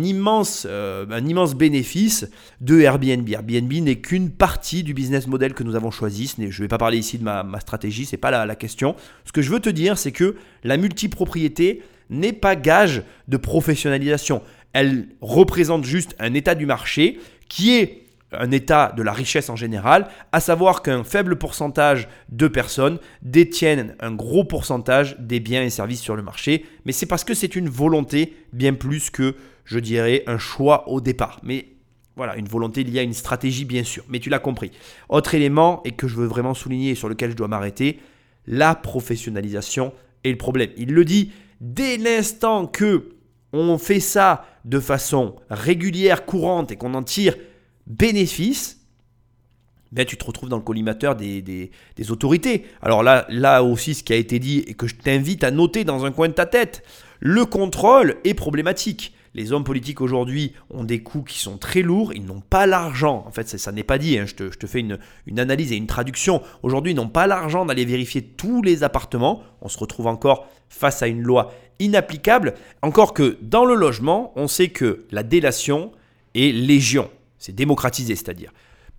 immense bénéfice de Airbnb. Airbnb n'est qu'une partie du business model que nous avons choisi. Je ne vais pas parler ici de ma stratégie, ce n'est pas la question. Ce que je veux te dire, c'est que la multipropriété n'est pas gage de professionnalisation. Elle représente juste un état du marché qui est un état de la richesse en général, à savoir qu'un faible pourcentage de personnes détiennent un gros pourcentage des biens et services sur le marché, mais c'est parce que c'est une volonté bien plus que, je dirais, un choix au départ. Mais voilà, une volonté liée à une stratégie bien sûr, mais tu l'as compris. Autre élément, et que je veux vraiment souligner et sur lequel je dois m'arrêter, la professionnalisation est le problème. Il le dit, dès l'instant que on fait ça de façon régulière, courante et qu'on en tire bénéfice, ben tu te retrouves dans le collimateur des autorités. Alors là aussi, ce qui a été dit et que je t'invite à noter dans un coin de ta tête, le contrôle est problématique. Les hommes politiques aujourd'hui ont des coûts qui sont très lourds, ils n'ont pas l'argent. En fait, ça n'est pas dit, hein. Je te fais une analyse et une traduction. Aujourd'hui, ils n'ont pas l'argent d'aller vérifier tous les appartements. On se retrouve encore face à une loi inapplicable. Encore que dans le logement, on sait que la délation est légion. C'est démocratisé, c'est-à-dire. Pourquoi ?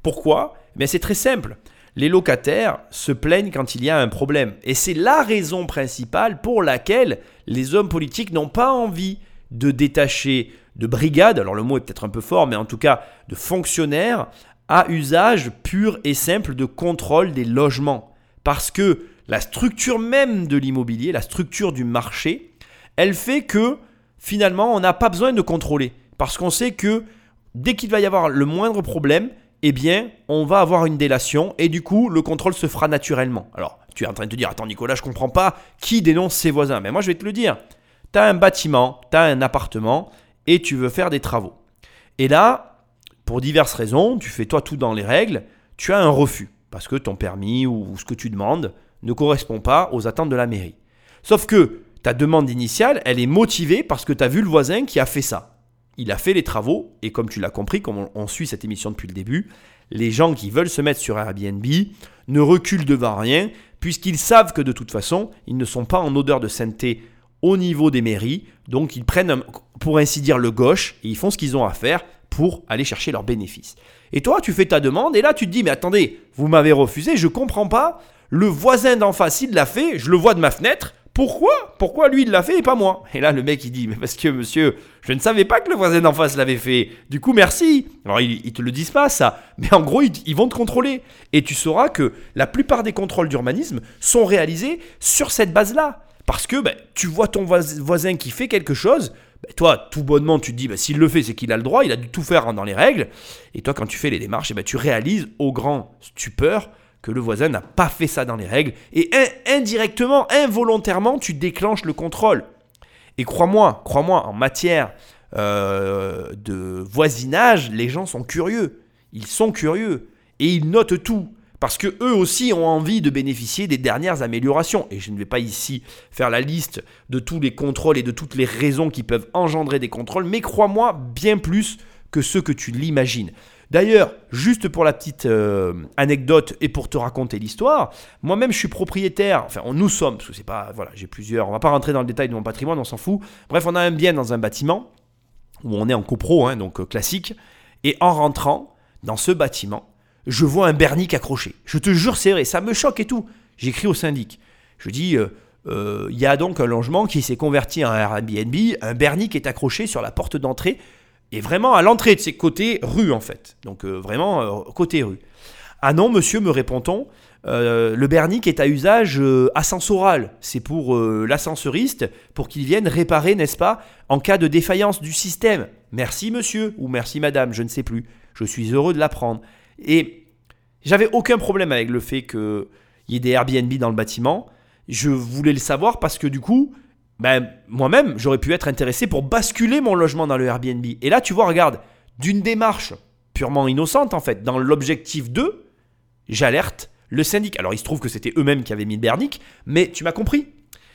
C'est très simple. Les locataires se plaignent quand il y a un problème. Et c'est la raison principale pour laquelle les hommes politiques n'ont pas envie de détacher de brigades, alors le mot est peut-être un peu fort, mais en tout cas de fonctionnaires à usage pur et simple de contrôle des logements. Parce que la structure même de l'immobilier, la structure du marché, elle fait que finalement on n'a pas besoin de contrôler. Parce qu'on sait que dès qu'il va y avoir le moindre problème, eh bien, on va avoir une délation et du coup, le contrôle se fera naturellement. Alors, tu es en train de te dire, attends Nicolas, je ne comprends pas qui dénonce ses voisins. Mais moi, je vais te le dire. Tu as un bâtiment, tu as un appartement et tu veux faire des travaux. Et là, pour diverses raisons, tu fais toi tout dans les règles, tu as un refus parce que ton permis ou ce que tu demandes ne correspond pas aux attentes de la mairie. Sauf que ta demande initiale, elle est motivée parce que tu as vu le voisin qui a fait ça. Il a fait les travaux et comme tu l'as compris, comme on suit cette émission depuis le début, les gens qui veulent se mettre sur Airbnb ne reculent devant rien puisqu'ils savent que de toute façon, ils ne sont pas en odeur de sainteté au niveau des mairies. Donc ils prennent, pour ainsi dire, le gauche et ils font ce qu'ils ont à faire pour aller chercher leurs bénéfices. Et toi, tu fais ta demande et là, tu te dis, mais attendez, vous m'avez refusé, je ne comprends pas. Le voisin d'en face, il l'a fait, je le vois de ma fenêtre. Pourquoi lui il l'a fait et pas moi ? Et là le mec il dit, mais parce que monsieur, je ne savais pas que le voisin d'en face l'avait fait. Du coup merci. Alors ils te le disent pas ça, mais en gros ils vont te contrôler. Et tu sauras que la plupart des contrôles d'urbanisme sont réalisés sur cette base-là. Parce que tu vois ton voisin qui fait quelque chose, toi tout bonnement tu te dis, s'il le fait c'est qu'il a le droit, il a dû tout faire dans les règles. Et toi quand tu fais les démarches, tu réalises au grand stupeur que le voisin n'a pas fait ça dans les règles et indirectement, involontairement, tu déclenches le contrôle. Et crois-moi, en matière de voisinage, les gens sont curieux. Ils sont curieux et ils notent tout parce que eux aussi ont envie de bénéficier des dernières améliorations. Et je ne vais pas ici faire la liste de tous les contrôles et de toutes les raisons qui peuvent engendrer des contrôles, mais crois-moi, bien plus que ce que tu l'imagines. D'ailleurs, juste pour la petite anecdote et pour te raconter l'histoire, moi-même je suis propriétaire, nous sommes, parce que c'est pas, voilà, j'ai plusieurs, on va pas rentrer dans le détail de mon patrimoine, on s'en fout. Bref, on a un bien dans un bâtiment où on est en copro, donc classique, et en rentrant dans ce bâtiment, je vois un bernic accroché. Je te jure, c'est vrai, ça me choque et tout. J'écris au syndic, je dis, il y a donc un logement qui s'est converti en Airbnb, un bernic est accroché sur la porte d'entrée. Et vraiment à l'entrée de ces côtés rue en fait. Donc vraiment côté rue. Ah non monsieur, me répond-on, le bernic est à usage ascensoral. C'est pour l'ascensoriste pour qu'il vienne réparer, n'est-ce pas, en cas de défaillance du système. Merci monsieur ou merci madame, je ne sais plus. Je suis heureux de l'apprendre. Et j'avais aucun problème avec le fait qu'il y ait des Airbnb dans le bâtiment. Je voulais le savoir parce que du coup... moi-même, j'aurais pu être intéressé pour basculer mon logement dans le Airbnb. Et là, tu vois, regarde, d'une démarche purement innocente, en fait, dans l'objectif 2, j'alerte le syndic. Alors, il se trouve que c'était eux-mêmes qui avaient mis le bernic, mais tu m'as compris.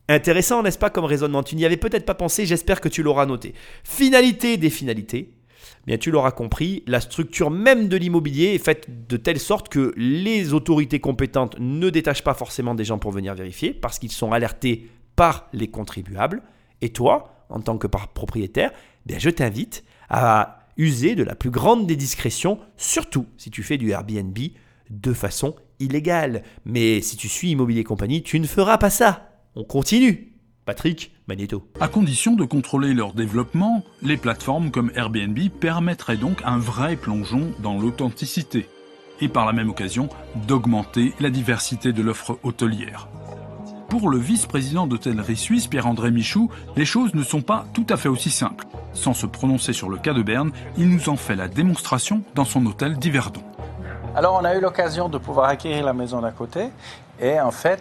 Intéressant, n'est-ce pas, comme raisonnement? Tu n'y avais peut-être pas pensé, j'espère que tu l'auras noté. Finalité des finalités, bien tu l'auras compris, la structure même de l'immobilier est faite de telle sorte que les autorités compétentes ne détachent pas forcément des gens pour venir vérifier parce qu'ils sont alertés par les contribuables. Et toi, en tant que propriétaire, bien je t'invite à user de la plus grande des discrétions, surtout si tu fais du Airbnb de façon illégale. Mais si tu suis Immobilier Compagnie, tu ne feras pas ça. On continue. Patrick Magnéto. À condition de contrôler leur développement, les plateformes comme Airbnb permettraient donc un vrai plongeon dans l'authenticité et par la même occasion d'augmenter la diversité de l'offre hôtelière. Pour le vice-président d'Hôtellerie Suisse, Pierre-André Michoud, les choses ne sont pas tout à fait aussi simples. Sans se prononcer sur le cas de Berne, il nous en fait la démonstration dans son hôtel d'Yverdon. Alors on a eu l'occasion de pouvoir acquérir la maison d'à côté et en fait,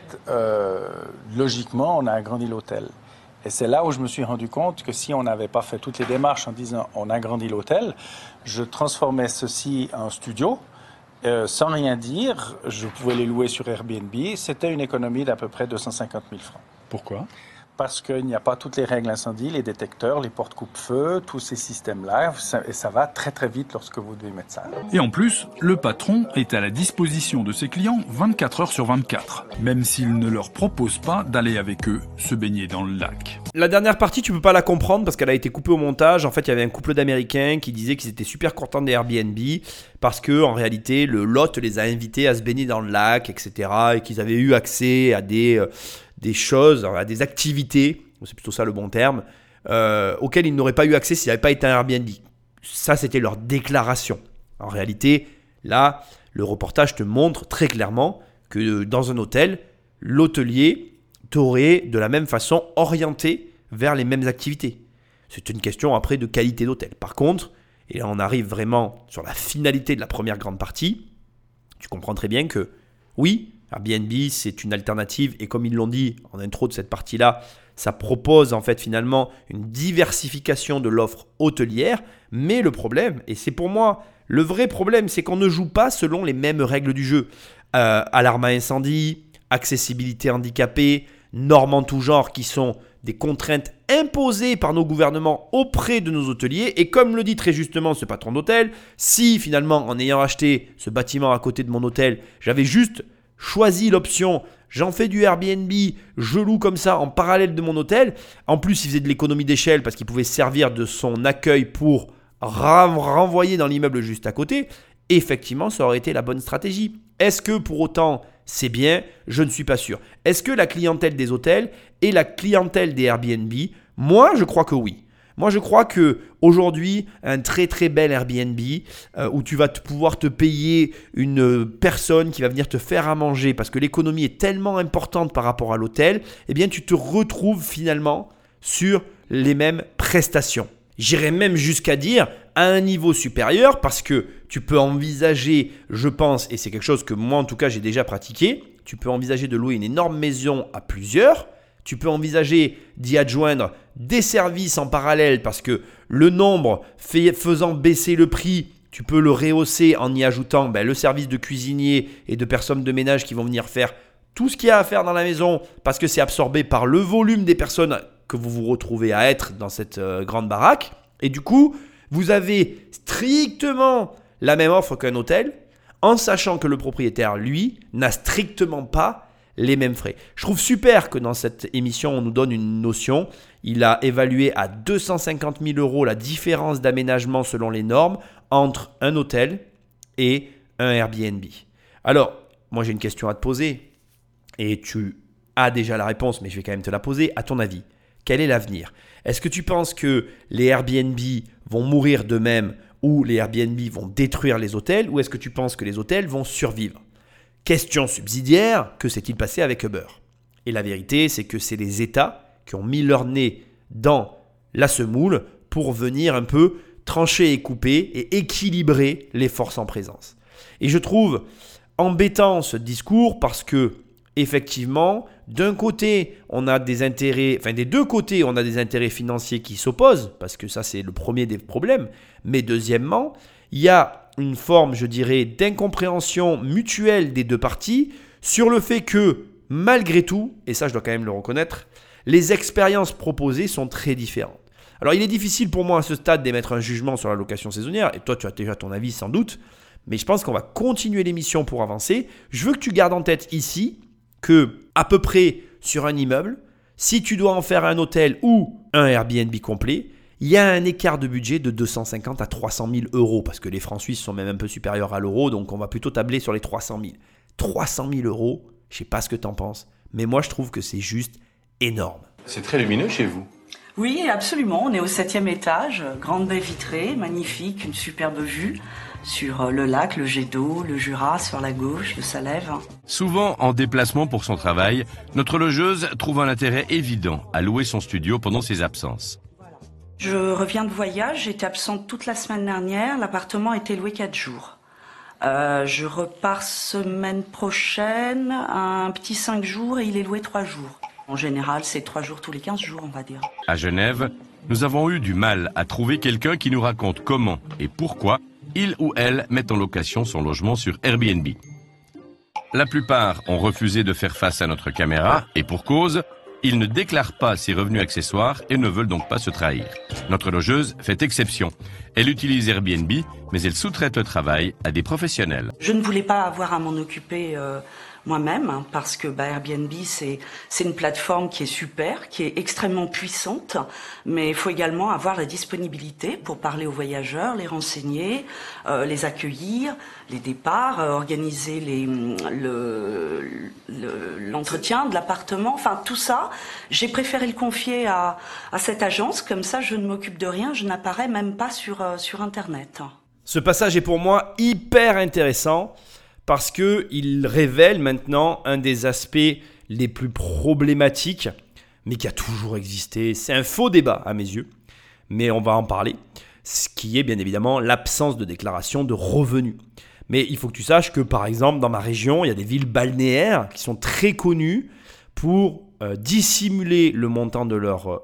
logiquement, on a agrandi l'hôtel. Et c'est là où je me suis rendu compte que si on n'avait pas fait toutes les démarches en disant on agrandit l'hôtel, je transformais ceci en studio. Sans rien dire, je pouvais les louer sur Airbnb. C'était une économie d'à peu près 250 000 francs. Pourquoi ? Parce qu'il n'y a pas toutes les règles incendies, les détecteurs, les portes coupe-feu, tous ces systèmes-là. Et ça va très très vite lorsque vous devez mettre ça. Et en plus, le patron est à la disposition de ses clients 24 heures sur 24, même s'il ne leur propose pas d'aller avec eux se baigner dans le lac. La dernière partie, tu peux pas la comprendre parce qu'elle a été coupée au montage. En fait, il y avait un couple d'Américains qui disaient qu'ils étaient super contents des Airbnb parce que en réalité, le lot les a invités à se baigner dans le lac, etc. et qu'ils avaient eu accès à des choses, à des activités, c'est plutôt ça le bon terme, auxquelles ils n'auraient pas eu accès s'il n'y avait pas été un Airbnb. Ça, c'était leur déclaration. En réalité, là, le reportage te montre très clairement que dans un hôtel, l'hôtelier t'aurait de la même façon orienté vers les mêmes activités. C'est une question après de qualité d'hôtel. Par contre, et là on arrive vraiment sur la finalité de la première grande partie, tu comprends très bien que oui, Airbnb, c'est une alternative et comme ils l'ont dit en intro de cette partie-là, ça propose en fait finalement une diversification de l'offre hôtelière. Mais le problème, et c'est pour moi le vrai problème, c'est qu'on ne joue pas selon les mêmes règles du jeu. Alarme à incendie, accessibilité handicapée, normes en tout genre qui sont des contraintes imposées par nos gouvernements auprès de nos hôteliers. Et comme le dit très justement ce patron d'hôtel, si finalement en ayant acheté ce bâtiment à côté de mon hôtel, j'avais juste choisi l'option, j'en fais du Airbnb, je loue comme ça en parallèle de mon hôtel. En plus, il faisait de l'économie d'échelle parce qu'il pouvait se servir de son accueil pour renvoyer dans l'immeuble juste à côté. Effectivement, ça aurait été la bonne stratégie. Est-ce que pour autant c'est bien? Je ne suis pas sûr. Est-ce que la clientèle des hôtels est la clientèle des Airbnb? Moi, je crois que oui. Moi, je crois qu'aujourd'hui, un très très bel Airbnb où tu vas pouvoir te payer une personne qui va venir te faire à manger parce que l'économie est tellement importante par rapport à l'hôtel, eh bien, tu te retrouves finalement sur les mêmes prestations. J'irais même jusqu'à dire à un niveau supérieur parce que tu peux envisager, je pense, et c'est quelque chose que moi en tout cas j'ai déjà pratiqué, tu peux envisager de louer une énorme maison à plusieurs. Tu peux envisager d'y adjoindre des services en parallèle parce que le nombre faisant baisser le prix, tu peux le rehausser en y ajoutant le service de cuisinier et de personnes de ménage qui vont venir faire tout ce qu'il y a à faire dans la maison parce que c'est absorbé par le volume des personnes que vous vous retrouvez à être dans cette grande baraque. Et du coup, vous avez strictement la même offre qu'un hôtel en sachant que le propriétaire, lui, n'a strictement pas les mêmes frais. Je trouve super que dans cette émission, on nous donne une notion. Il a évalué à 250 000 € la différence d'aménagement selon les normes entre un hôtel et un Airbnb. Alors, moi j'ai une question à te poser et tu as déjà la réponse, mais je vais quand même te la poser. À ton avis, quel est l'avenir? Est-ce que tu penses que les Airbnb vont mourir d'eux-mêmes ou les Airbnb vont détruire les hôtels ou est-ce que tu penses que les hôtels vont survivre? Question subsidiaire, que s'est-il passé avec Uber? Et la vérité, c'est que c'est les États qui ont mis leur nez dans la semoule pour venir un peu trancher et couper et équilibrer les forces en présence. Et je trouve embêtant ce discours parce que, effectivement, d'un côté, on a des intérêts, des deux côtés, on a des intérêts financiers qui s'opposent, parce que ça, c'est le premier des problèmes. Mais deuxièmement, il y a une forme, je dirais, d'incompréhension mutuelle des deux parties sur le fait que, malgré tout, et ça je dois quand même le reconnaître, les expériences proposées sont très différentes. Alors il est difficile pour moi à ce stade d'émettre un jugement sur la location saisonnière, et toi tu as déjà ton avis sans doute, mais je pense qu'on va continuer l'émission pour avancer. Je veux que tu gardes en tête ici que à peu près sur un immeuble, si tu dois en faire un hôtel ou un Airbnb complet, il y a un écart de budget de 250 à 300 000 euros, parce que les francs suisses sont même un peu supérieurs à l'euro, donc on va plutôt tabler sur les 300 000. 300 000 euros, je ne sais pas ce que tu en penses, mais moi je trouve que c'est juste énorme. C'est très lumineux chez vous. Oui, absolument. On est au 7e étage, grande baie vitrée, magnifique, une superbe vue sur le lac, le jet d'eau, le Jura, sur la gauche, le Salève. Souvent en déplacement pour son travail, notre logeuse trouve un intérêt évident à louer son studio pendant ses absences. Je reviens de voyage, j'étais absente toute la semaine dernière, l'appartement a été loué 4 jours. Je repars semaine prochaine, un petit 5 jours et il est loué 3 jours. En général, c'est 3 jours tous les 15 jours, on va dire. À Genève, nous avons eu du mal à trouver quelqu'un qui nous raconte comment et pourquoi il ou elle met en location son logement sur Airbnb. La plupart ont refusé de faire face à notre caméra et pour cause, ils ne déclarent pas ses revenus accessoires et ne veulent donc pas se trahir. Notre logeuse fait exception. Elle utilise Airbnb, mais elle sous-traite le travail à des professionnels. Je ne voulais pas avoir à m'en occuper moi-même, hein, parce que Airbnb, c'est une plateforme qui est super, qui est extrêmement puissante, mais il faut également avoir la disponibilité pour parler aux voyageurs, les renseigner, les accueillir, les départs, organiser l'entretien de l'appartement, enfin tout ça. J'ai préféré le confier à cette agence, comme ça je ne m'occupe de rien, je n'apparais même pas sur Internet. Ce passage est pour moi hyper intéressant, parce qu'il révèle maintenant un des aspects les plus problématiques, mais qui a toujours existé. C'est un faux débat à mes yeux, mais on va en parler, ce qui est bien évidemment l'absence de déclaration de revenus. Mais il faut que tu saches que par exemple dans ma région, il y a des villes balnéaires qui sont très connues pour dissimuler le montant de leur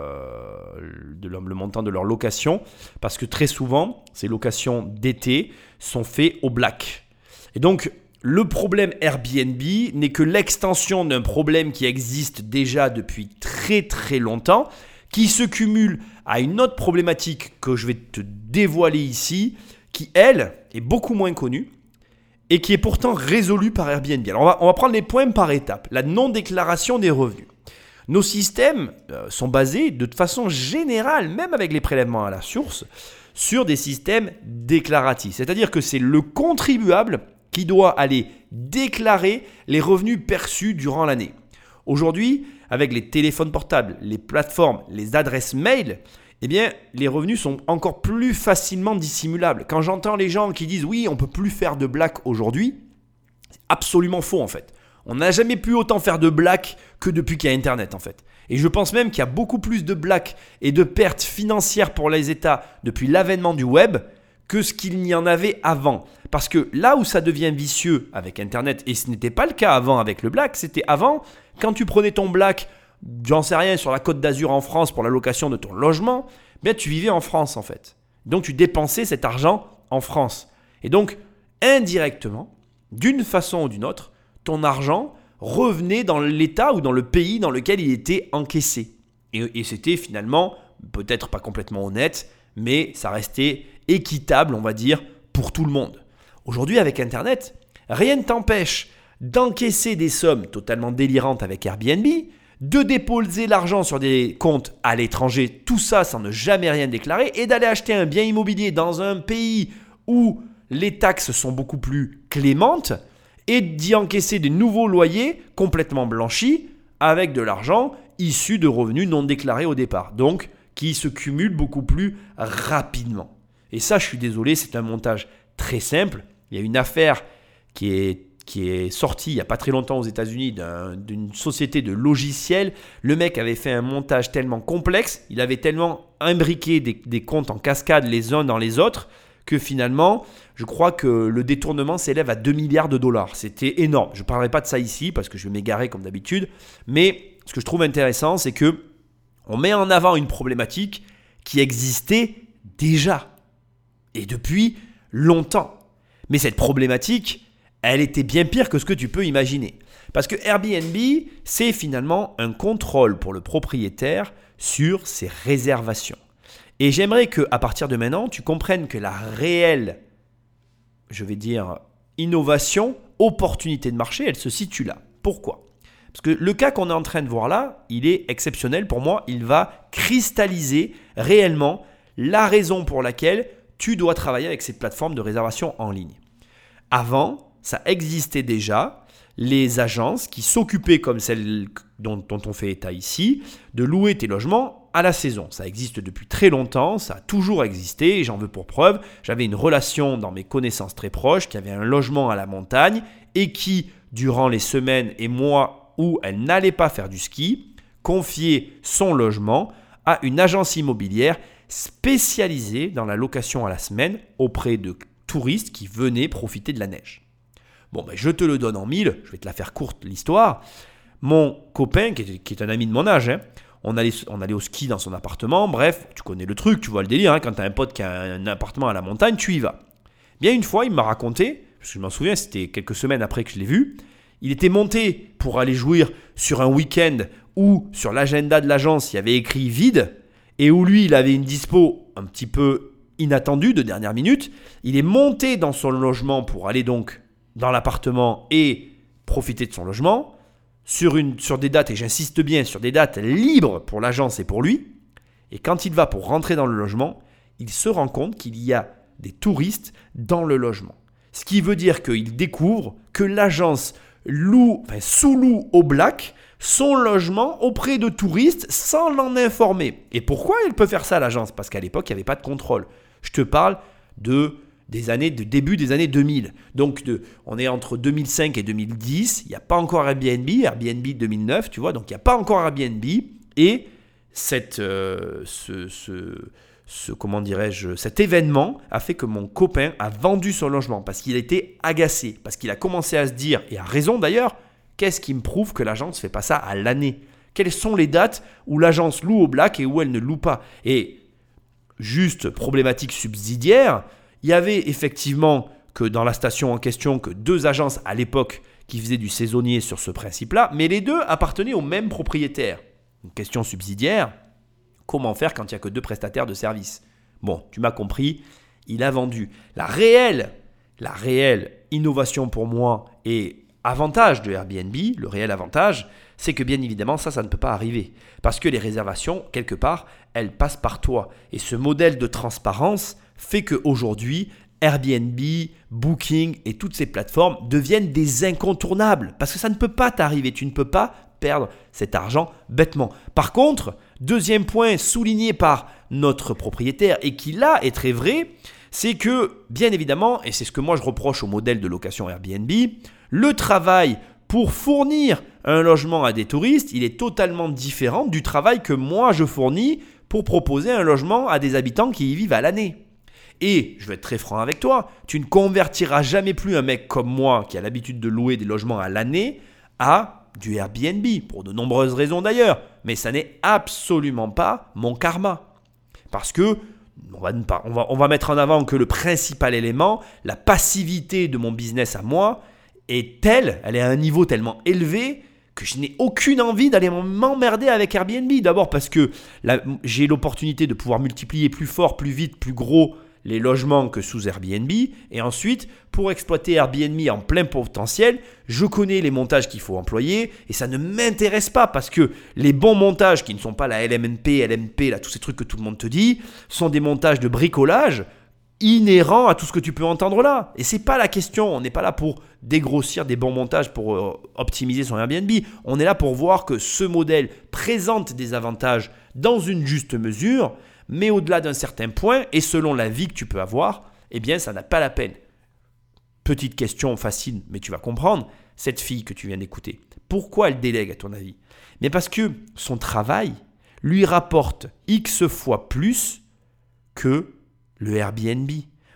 location, parce que très souvent, ces locations d'été sont faites au black. Et donc, le problème Airbnb n'est que l'extension d'un problème qui existe déjà depuis très très longtemps, qui se cumule à une autre problématique que je vais te dévoiler ici, qui elle est beaucoup moins connue et qui est pourtant résolue par Airbnb. Alors on va prendre les points par étapes. La non-déclaration des revenus. Nos systèmes sont basés de façon générale, même avec les prélèvements à la source, sur des systèmes déclaratifs. C'est-à-dire que c'est le contribuable qui doit aller déclarer les revenus perçus durant l'année. Aujourd'hui, avec les téléphones portables, les plateformes, les adresses mail, eh bien, les revenus sont encore plus facilement dissimulables. Quand j'entends les gens qui disent « oui, on ne peut plus faire de black aujourd'hui », c'est absolument faux en fait. On n'a jamais pu autant faire de black que depuis qu'il y a Internet en fait. Et je pense même qu'il y a beaucoup plus de black et de pertes financières pour les États depuis l'avènement du web que ce qu'il n'y en avait avant. Parce que là où ça devient vicieux avec Internet, et ce n'était pas le cas avant avec le black, c'était avant, quand tu prenais ton black, j'en sais rien, sur la Côte d'Azur en France pour la location de ton logement, bien tu vivais en France en fait. Donc tu dépensais cet argent en France. Et donc indirectement, d'une façon ou d'une autre, ton argent revenait dans l'État ou dans le pays dans lequel il était encaissé. Et c'était finalement, peut-être pas complètement honnête, mais ça restait équitable, on va dire, pour tout le monde. Aujourd'hui, avec Internet, rien ne t'empêche d'encaisser des sommes totalement délirantes avec Airbnb, de déposer l'argent sur des comptes à l'étranger, tout ça sans ne jamais rien déclarer, et d'aller acheter un bien immobilier dans un pays où les taxes sont beaucoup plus clémentes, et d'y encaisser des nouveaux loyers complètement blanchis avec de l'argent issu de revenus non déclarés au départ, donc qui se cumulent beaucoup plus rapidement. Et ça, je suis désolé, c'est un montage très simple. Il y a une affaire qui est sortie il n'y a pas très longtemps aux États-Unis d'une société de logiciels. Le mec avait fait un montage tellement complexe, il avait tellement imbriqué des comptes en cascade les uns dans les autres, que finalement, je crois que le détournement s'élève à 2 milliards de dollars. C'était énorme. Je ne parlerai pas de ça ici parce que je vais m'égarer comme d'habitude. Mais ce que je trouve intéressant, c'est qu'on met en avant une problématique qui existait déjà et depuis longtemps. Mais cette problématique, elle était bien pire que ce que tu peux imaginer. Parce que Airbnb, c'est finalement un contrôle pour le propriétaire sur ses réservations. Et j'aimerais qu'à partir de maintenant, tu comprennes que la réelle, je vais dire, innovation, opportunité de marché, elle se situe là. Pourquoi ? Parce que le cas qu'on est en train de voir là, il est exceptionnel pour moi. Il va cristalliser réellement la raison pour laquelle tu dois travailler avec ces plateformes de réservation en ligne. Avant, ça existait déjà, les agences qui s'occupaient, comme celle dont on fait état ici, de louer tes logements à la saison. Ça existe depuis très longtemps, ça a toujours existé et j'en veux pour preuve. J'avais une relation dans mes connaissances très proches qui avait un logement à la montagne et qui, durant les semaines et mois où elle n'allait pas faire du ski, confiait son logement à une agence immobilière spécialisée dans la location à la semaine auprès de touristes qui venaient profiter de la neige. Bon, ben, je te le donne en mille, je vais te la faire courte l'histoire. Mon copain, qui est un ami de mon âge, on allait au ski dans son appartement, bref, tu connais le truc, tu vois le délire, quand tu as un pote qui a un appartement à la montagne, tu y vas. Bien une fois, il m'a raconté, parce que je m'en souviens, c'était quelques semaines après que je l'ai vu, il était monté pour aller jouir sur un week-end où sur l'agenda de l'agence, il y avait écrit vide et où lui, il avait une dispo un petit peu inattendue de dernière minute. Il est monté dans son logement pour aller donc dans l'appartement et profiter de son logement sur des dates, et j'insiste bien, sur des dates libres pour l'agence et pour lui. Et quand il va pour rentrer dans le logement, il se rend compte qu'il y a des touristes dans le logement. Ce qui veut dire qu'il découvre que l'agence sous-loue au black son logement auprès de touristes sans l'en informer. Et pourquoi il peut faire ça, l'agence ? Parce qu'à l'époque, il n'y avait pas de contrôle. Je te parle de début des années 2000. Donc, on est entre 2005 et 2010. Il n'y a pas encore Airbnb 2009, tu vois. Donc, il n'y a pas encore Airbnb. Et cet événement a fait que mon copain a vendu son logement parce qu'il était agacé, parce qu'il a commencé à se dire, et à raison d'ailleurs, qu'est-ce qui me prouve que l'agence ne fait pas ça à l'année ? Quelles sont les dates où l'agence loue au black et où elle ne loue pas ? Et juste problématique subsidiaire, il y avait effectivement que dans la station en question que 2 agences à l'époque qui faisaient du saisonnier sur ce principe-là, mais les 2 appartenaient au même propriétaire. Une question subsidiaire, comment faire quand il n'y a que 2 prestataires de services ? Bon, tu m'as compris, il a vendu. La réelle innovation pour moi et avantage de Airbnb, le réel avantage, c'est que bien évidemment ça ne peut pas arriver. Parce que les réservations, quelque part, elles passent par toi. Et ce modèle de transparence fait qu'aujourd'hui, Airbnb, Booking et toutes ces plateformes deviennent des incontournables. Parce que ça ne peut pas t'arriver, tu ne peux pas perdre cet argent bêtement. Par contre, deuxième point souligné par notre propriétaire et qui là est très vrai, c'est que bien évidemment, et c'est ce que moi je reproche au modèle de location Airbnb, le travail pour fournir un logement à des touristes, il est totalement différent du travail que moi je fournis pour proposer un logement à des habitants qui y vivent à l'année. Et je vais être très franc avec toi, tu ne convertiras jamais plus un mec comme moi qui a l'habitude de louer des logements à l'année à du Airbnb, pour de nombreuses raisons d'ailleurs, mais ça n'est absolument pas mon karma. Parce que on va mettre en avant que le principal élément, la passivité de mon business à moi, est telle, elle est à un niveau tellement élevé que je n'ai aucune envie d'aller m'emmerder avec Airbnb. D'abord parce que j'ai l'opportunité de pouvoir multiplier plus fort, plus vite, plus gros les logements que sous Airbnb. Et ensuite, pour exploiter Airbnb en plein potentiel, je connais les montages qu'il faut employer et ça ne m'intéresse pas parce que les bons montages qui ne sont pas la LMNP, LMP, là, tous ces trucs que tout le monde te dit, sont des montages de bricolage inhérents à tout ce que tu peux entendre là. Et c'est pas la question, on n'est pas là pour dégrossir des bons montages pour optimiser son Airbnb. On est là pour voir que ce modèle présente des avantages dans une juste mesure, mais au-delà d'un certain point, et selon la vie que tu peux avoir, eh bien ça n'a pas la peine. Petite question facile, mais tu vas comprendre, cette fille que tu viens d'écouter, pourquoi elle délègue à ton avis ? Mais parce que son travail lui rapporte X fois plus que le Airbnb.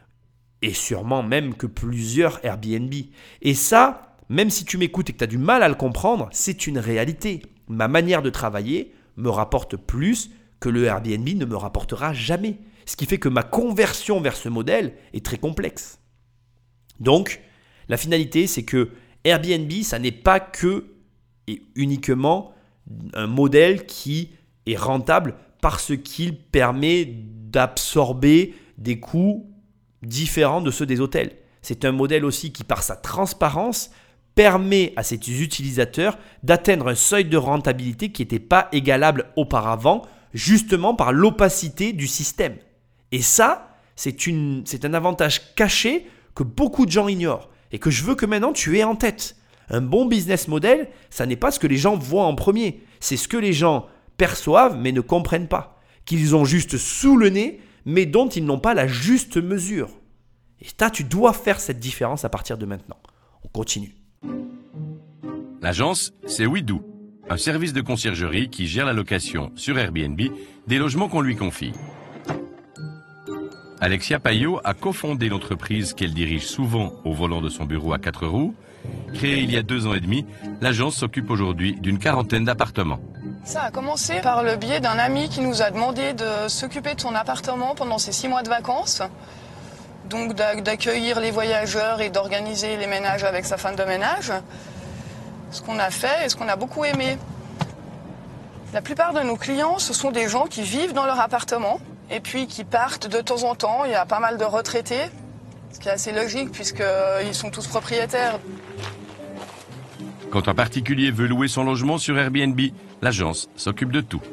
Et sûrement même que plusieurs Airbnb. Et ça, même si tu m'écoutes et que tu as du mal à le comprendre, c'est une réalité. Ma manière de travailler me rapporte plus que le Airbnb ne me rapportera jamais. Ce qui fait que ma conversion vers ce modèle est très complexe. Donc, la finalité, c'est que Airbnb, ça n'est pas que et uniquement un modèle qui est rentable parce qu'il permet d'absorber des coûts différents de ceux des hôtels. C'est un modèle aussi qui, par sa transparence, permet à ses utilisateurs d'atteindre un seuil de rentabilité qui n'était pas égalable auparavant, justement par l'opacité du système. Et ça, c'est un avantage caché que beaucoup de gens ignorent et que je veux que maintenant tu aies en tête. Un bon business model, ça n'est pas ce que les gens voient en premier, c'est ce que les gens perçoivent mais ne comprennent pas, qu'ils ont juste sous le nez mais dont ils n'ont pas la juste mesure. Et ça, tu dois faire cette différence à partir de maintenant. On continue. L'agence, c'est WeDo, un service de conciergerie qui gère la location sur Airbnb des logements qu'on lui confie. Alexia Payot a cofondé l'entreprise qu'elle dirige souvent au volant de son bureau à 4 roues. Créée il y a 2 ans et demi, l'agence s'occupe aujourd'hui d'une 40aine d'appartements. Ça a commencé par le biais d'un ami qui nous a demandé de s'occuper de son appartement pendant ses 6 mois de vacances. Donc d'accueillir les voyageurs et d'organiser les ménages avec sa femme de ménage. Ce qu'on a fait et ce qu'on a beaucoup aimé. La plupart de nos clients, ce sont des gens qui vivent dans leur appartement et puis qui partent de temps en temps. Il y a pas mal de retraités, ce qui est assez logique puisqu'ils sont tous propriétaires. Quand un particulier veut louer son logement sur Airbnb, l'agence s'occupe de tout.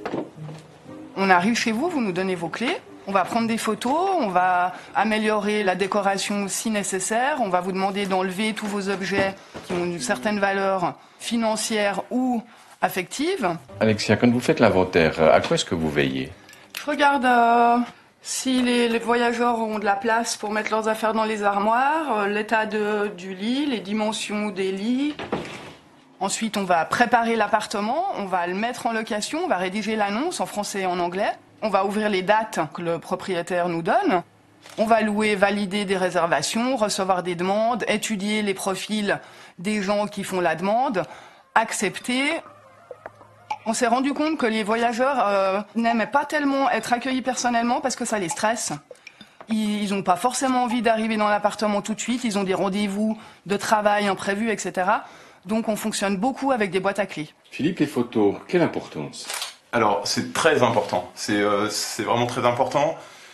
On arrive chez vous, vous nous donnez vos clés. On va prendre des photos, on va améliorer la décoration si nécessaire. On va vous demander d'enlever tous vos objets qui ont une certaine valeur financière ou affective. Alexia, quand vous faites l'inventaire, à quoi est-ce que vous veillez? Je regarde si les voyageurs ont de la place pour mettre leurs affaires dans les armoires, l'état du lit, les dimensions des lits. Ensuite, on va préparer l'appartement, on va le mettre en location, on va rédiger l'annonce en français et en anglais. On va ouvrir les dates que le propriétaire nous donne. On va louer, valider des réservations, recevoir des demandes, étudier les profils des gens qui font la demande, accepter. On s'est rendu compte que les voyageurs n'aimaient pas tellement être accueillis personnellement parce que ça les stresse. Ils n'ont pas forcément envie d'arriver dans l'appartement tout de suite, ils ont des rendez-vous de travail imprévus, etc. Donc on fonctionne beaucoup avec des boîtes à clés. Philippe, les photos, quelle importance? Alors c'est très important, c'est vraiment très important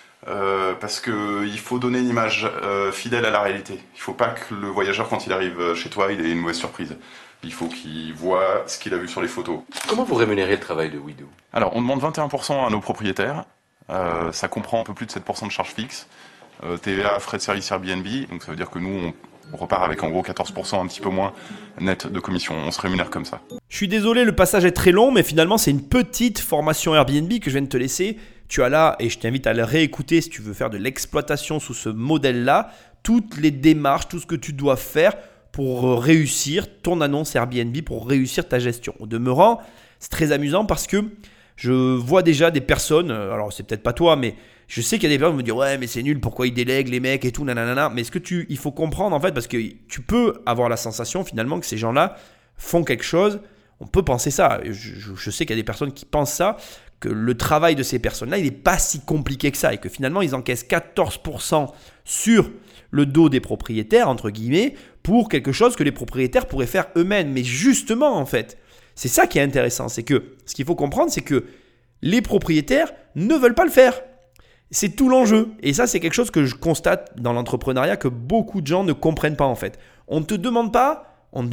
parce qu'il faut donner une image fidèle à la réalité. Il ne faut pas que le voyageur, quand il arrive chez toi, il ait une mauvaise surprise. Il faut qu'il voit ce qu'il a vu sur les photos. Comment vous rémunérez le travail de WeDo? Alors on demande 21% à nos propriétaires, ça comprend un peu plus de 7% de charges fixes, TVA, frais de service Airbnb, donc ça veut dire que nous on repart avec en gros 14%, un petit peu moins net de commission. On se rémunère comme ça. Je suis désolé, le passage est très long, mais finalement, c'est une petite formation Airbnb que je viens de te laisser. Tu as là, et je t'invite à le réécouter si tu veux faire de l'exploitation sous ce modèle-là, toutes les démarches, tout ce que tu dois faire pour réussir ton annonce Airbnb, pour réussir ta gestion. Au demeurant, c'est très amusant parce que je vois déjà des personnes, alors c'est peut-être pas toi, mais je sais qu'il y a des personnes qui me disent ouais mais c'est nul, pourquoi ils délèguent les mecs et tout, nanana. Mais il faut comprendre en fait, parce que tu peux avoir la sensation finalement que ces gens-là font quelque chose, on peut penser ça, je sais qu'il y a des personnes qui pensent ça, que le travail de ces personnes-là il n'est pas si compliqué que ça et que finalement ils encaissent 14% sur le dos des propriétaires entre guillemets pour quelque chose que les propriétaires pourraient faire eux-mêmes. Mais justement en fait, c'est ça qui est intéressant, c'est que ce qu'il faut comprendre c'est que les propriétaires ne veulent pas le faire. C'est tout l'enjeu. Et ça, c'est quelque chose que je constate dans l'entrepreneuriat que beaucoup de gens ne comprennent pas en fait. On ne te demande pas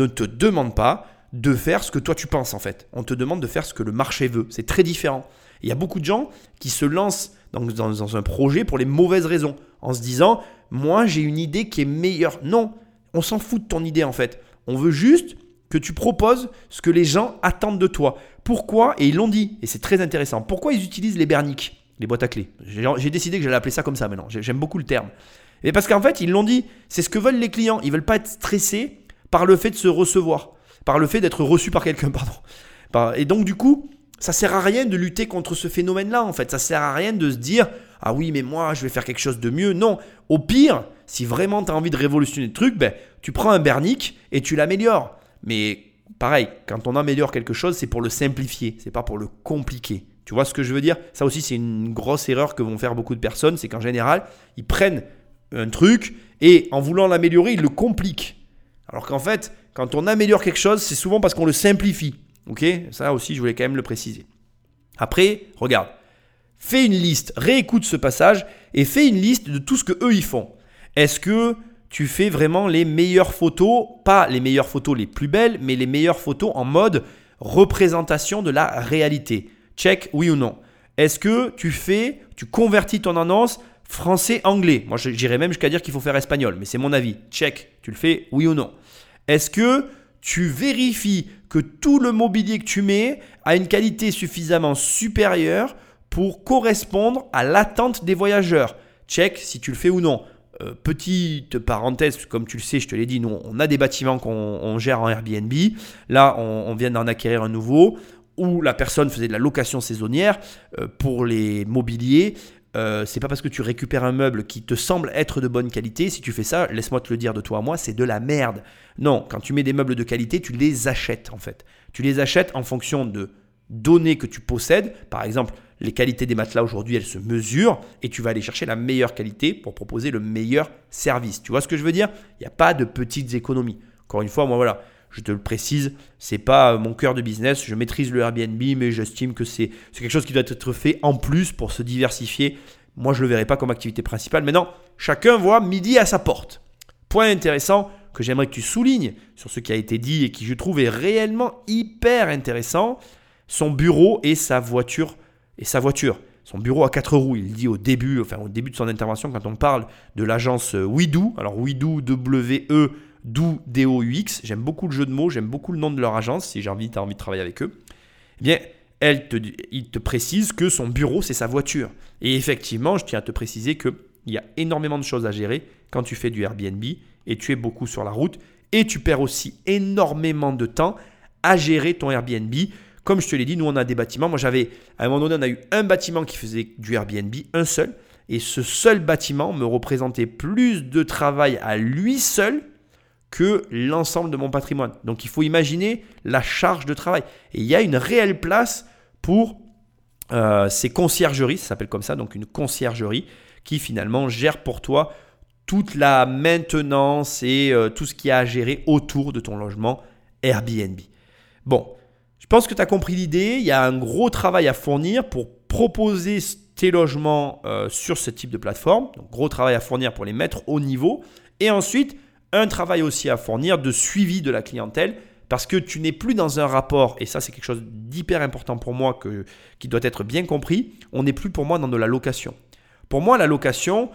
de faire ce que toi tu penses en fait. On te demande de faire ce que le marché veut. C'est très différent. Il y a beaucoup de gens qui se lancent dans un projet pour les mauvaises raisons. En se disant, moi j'ai une idée qui est meilleure. Non, on s'en fout de ton idée en fait. On veut juste que tu proposes ce que les gens attendent de toi. Pourquoi? Et ils l'ont dit, et c'est très intéressant. Pourquoi ils utilisent les berniques? Les boîtes à clés. J'ai décidé que j'allais appeler ça comme ça maintenant. J'aime beaucoup le terme. Et parce qu'en fait, ils l'ont dit, c'est ce que veulent les clients. Ils ne veulent pas être stressés par le fait de se recevoir, par le fait d'être reçu par quelqu'un, pardon. Et donc du coup, ça ne sert à rien de lutter contre ce phénomène-là en fait. Ça ne sert à rien de se dire « Ah oui, mais moi, je vais faire quelque chose de mieux. » Non, au pire, si vraiment tu as envie de révolutionner le truc, tu prends un bernique et tu l'améliores. Mais pareil, quand on améliore quelque chose, c'est pour le simplifier, c'est pas pour le compliquer. Tu vois ce que je veux dire? Ça aussi, c'est une grosse erreur que vont faire beaucoup de personnes. C'est qu'en général, ils prennent un truc et en voulant l'améliorer, ils le compliquent. Alors qu'en fait, quand on améliore quelque chose, c'est souvent parce qu'on le simplifie. Ok ? Ça aussi, je voulais quand même le préciser. Après, regarde. Fais une liste, réécoute ce passage et fais une liste de tout ce que eux ils font. Est-ce que tu fais vraiment les meilleures photos, pas les meilleures photos les plus belles, mais les meilleures photos en mode représentation de la réalité? Check, oui ou non. Est-ce que tu convertis ton annonce français-anglais? Moi, j'irais même jusqu'à dire qu'il faut faire espagnol, mais c'est mon avis. Check, tu le fais, oui ou non. Est-ce que tu vérifies que tout le mobilier que tu mets a une qualité suffisamment supérieure pour correspondre à l'attente des voyageurs? Check si tu le fais ou non. Petite parenthèse, comme tu le sais, je te l'ai dit, nous on a des bâtiments qu'on gère en Airbnb. Là, on vient d'en acquérir un nouveau où la personne faisait de la location saisonnière pour les mobiliers. C'est pas parce que tu récupères un meuble qui te semble être de bonne qualité, si tu fais ça, laisse-moi te le dire de toi à moi, c'est de la merde. Non, quand tu mets des meubles de qualité, tu les achètes en fait. Tu les achètes en fonction de données que tu possèdes. Par exemple, les qualités des matelas aujourd'hui, elles se mesurent et tu vas aller chercher la meilleure qualité pour proposer le meilleur service. Tu vois ce que je veux dire? Il n'y a pas de petites économies. Encore une fois, moi voilà, je te le précise, c'est pas mon cœur de business. Je maîtrise le Airbnb, mais j'estime que c'est quelque chose qui doit être fait en plus pour se diversifier. Moi, je ne le verrai pas comme activité principale. Maintenant, chacun voit midi à sa porte. Point intéressant que j'aimerais que tu soulignes sur ce qui a été dit et qui, je trouve, est réellement hyper intéressant. Son bureau et sa voiture. Son bureau à 4 roues, il dit au début de son intervention, quand on parle de l'agence WeDo. Alors WeDo, W-E-Do, D-O-U-X. J'aime beaucoup le jeu de mots, j'aime beaucoup le nom de leur agence, si tu as envie de travailler avec eux. Eh bien, il te précise que son bureau, c'est sa voiture. Et effectivement, je tiens à te préciser qu'il y a énormément de choses à gérer quand tu fais du Airbnb et tu es beaucoup sur la route. Et tu perds aussi énormément de temps à gérer ton Airbnb. Comme je te l'ai dit, nous on a des bâtiments. Moi à un moment donné, on a eu un bâtiment qui faisait du Airbnb, un seul. Et ce seul bâtiment me représentait plus de travail à lui seul que l'ensemble de mon patrimoine. Donc il faut imaginer la charge de travail. Et il y a une réelle place pour ces conciergeries, ça s'appelle comme ça, donc une conciergerie qui finalement gère pour toi toute la maintenance et tout ce qu'il y a à gérer autour de ton logement Airbnb. Bon. Je pense que tu as compris l'idée. Il y a un gros travail à fournir pour proposer tes logements sur ce type de plateforme. Donc, gros travail à fournir pour les mettre au niveau. Et ensuite, un travail aussi à fournir de suivi de la clientèle parce que tu n'es plus dans un rapport, et ça c'est quelque chose d'hyper important pour moi qui doit être bien compris, on n'est plus pour moi dans de la location. Pour moi, la location,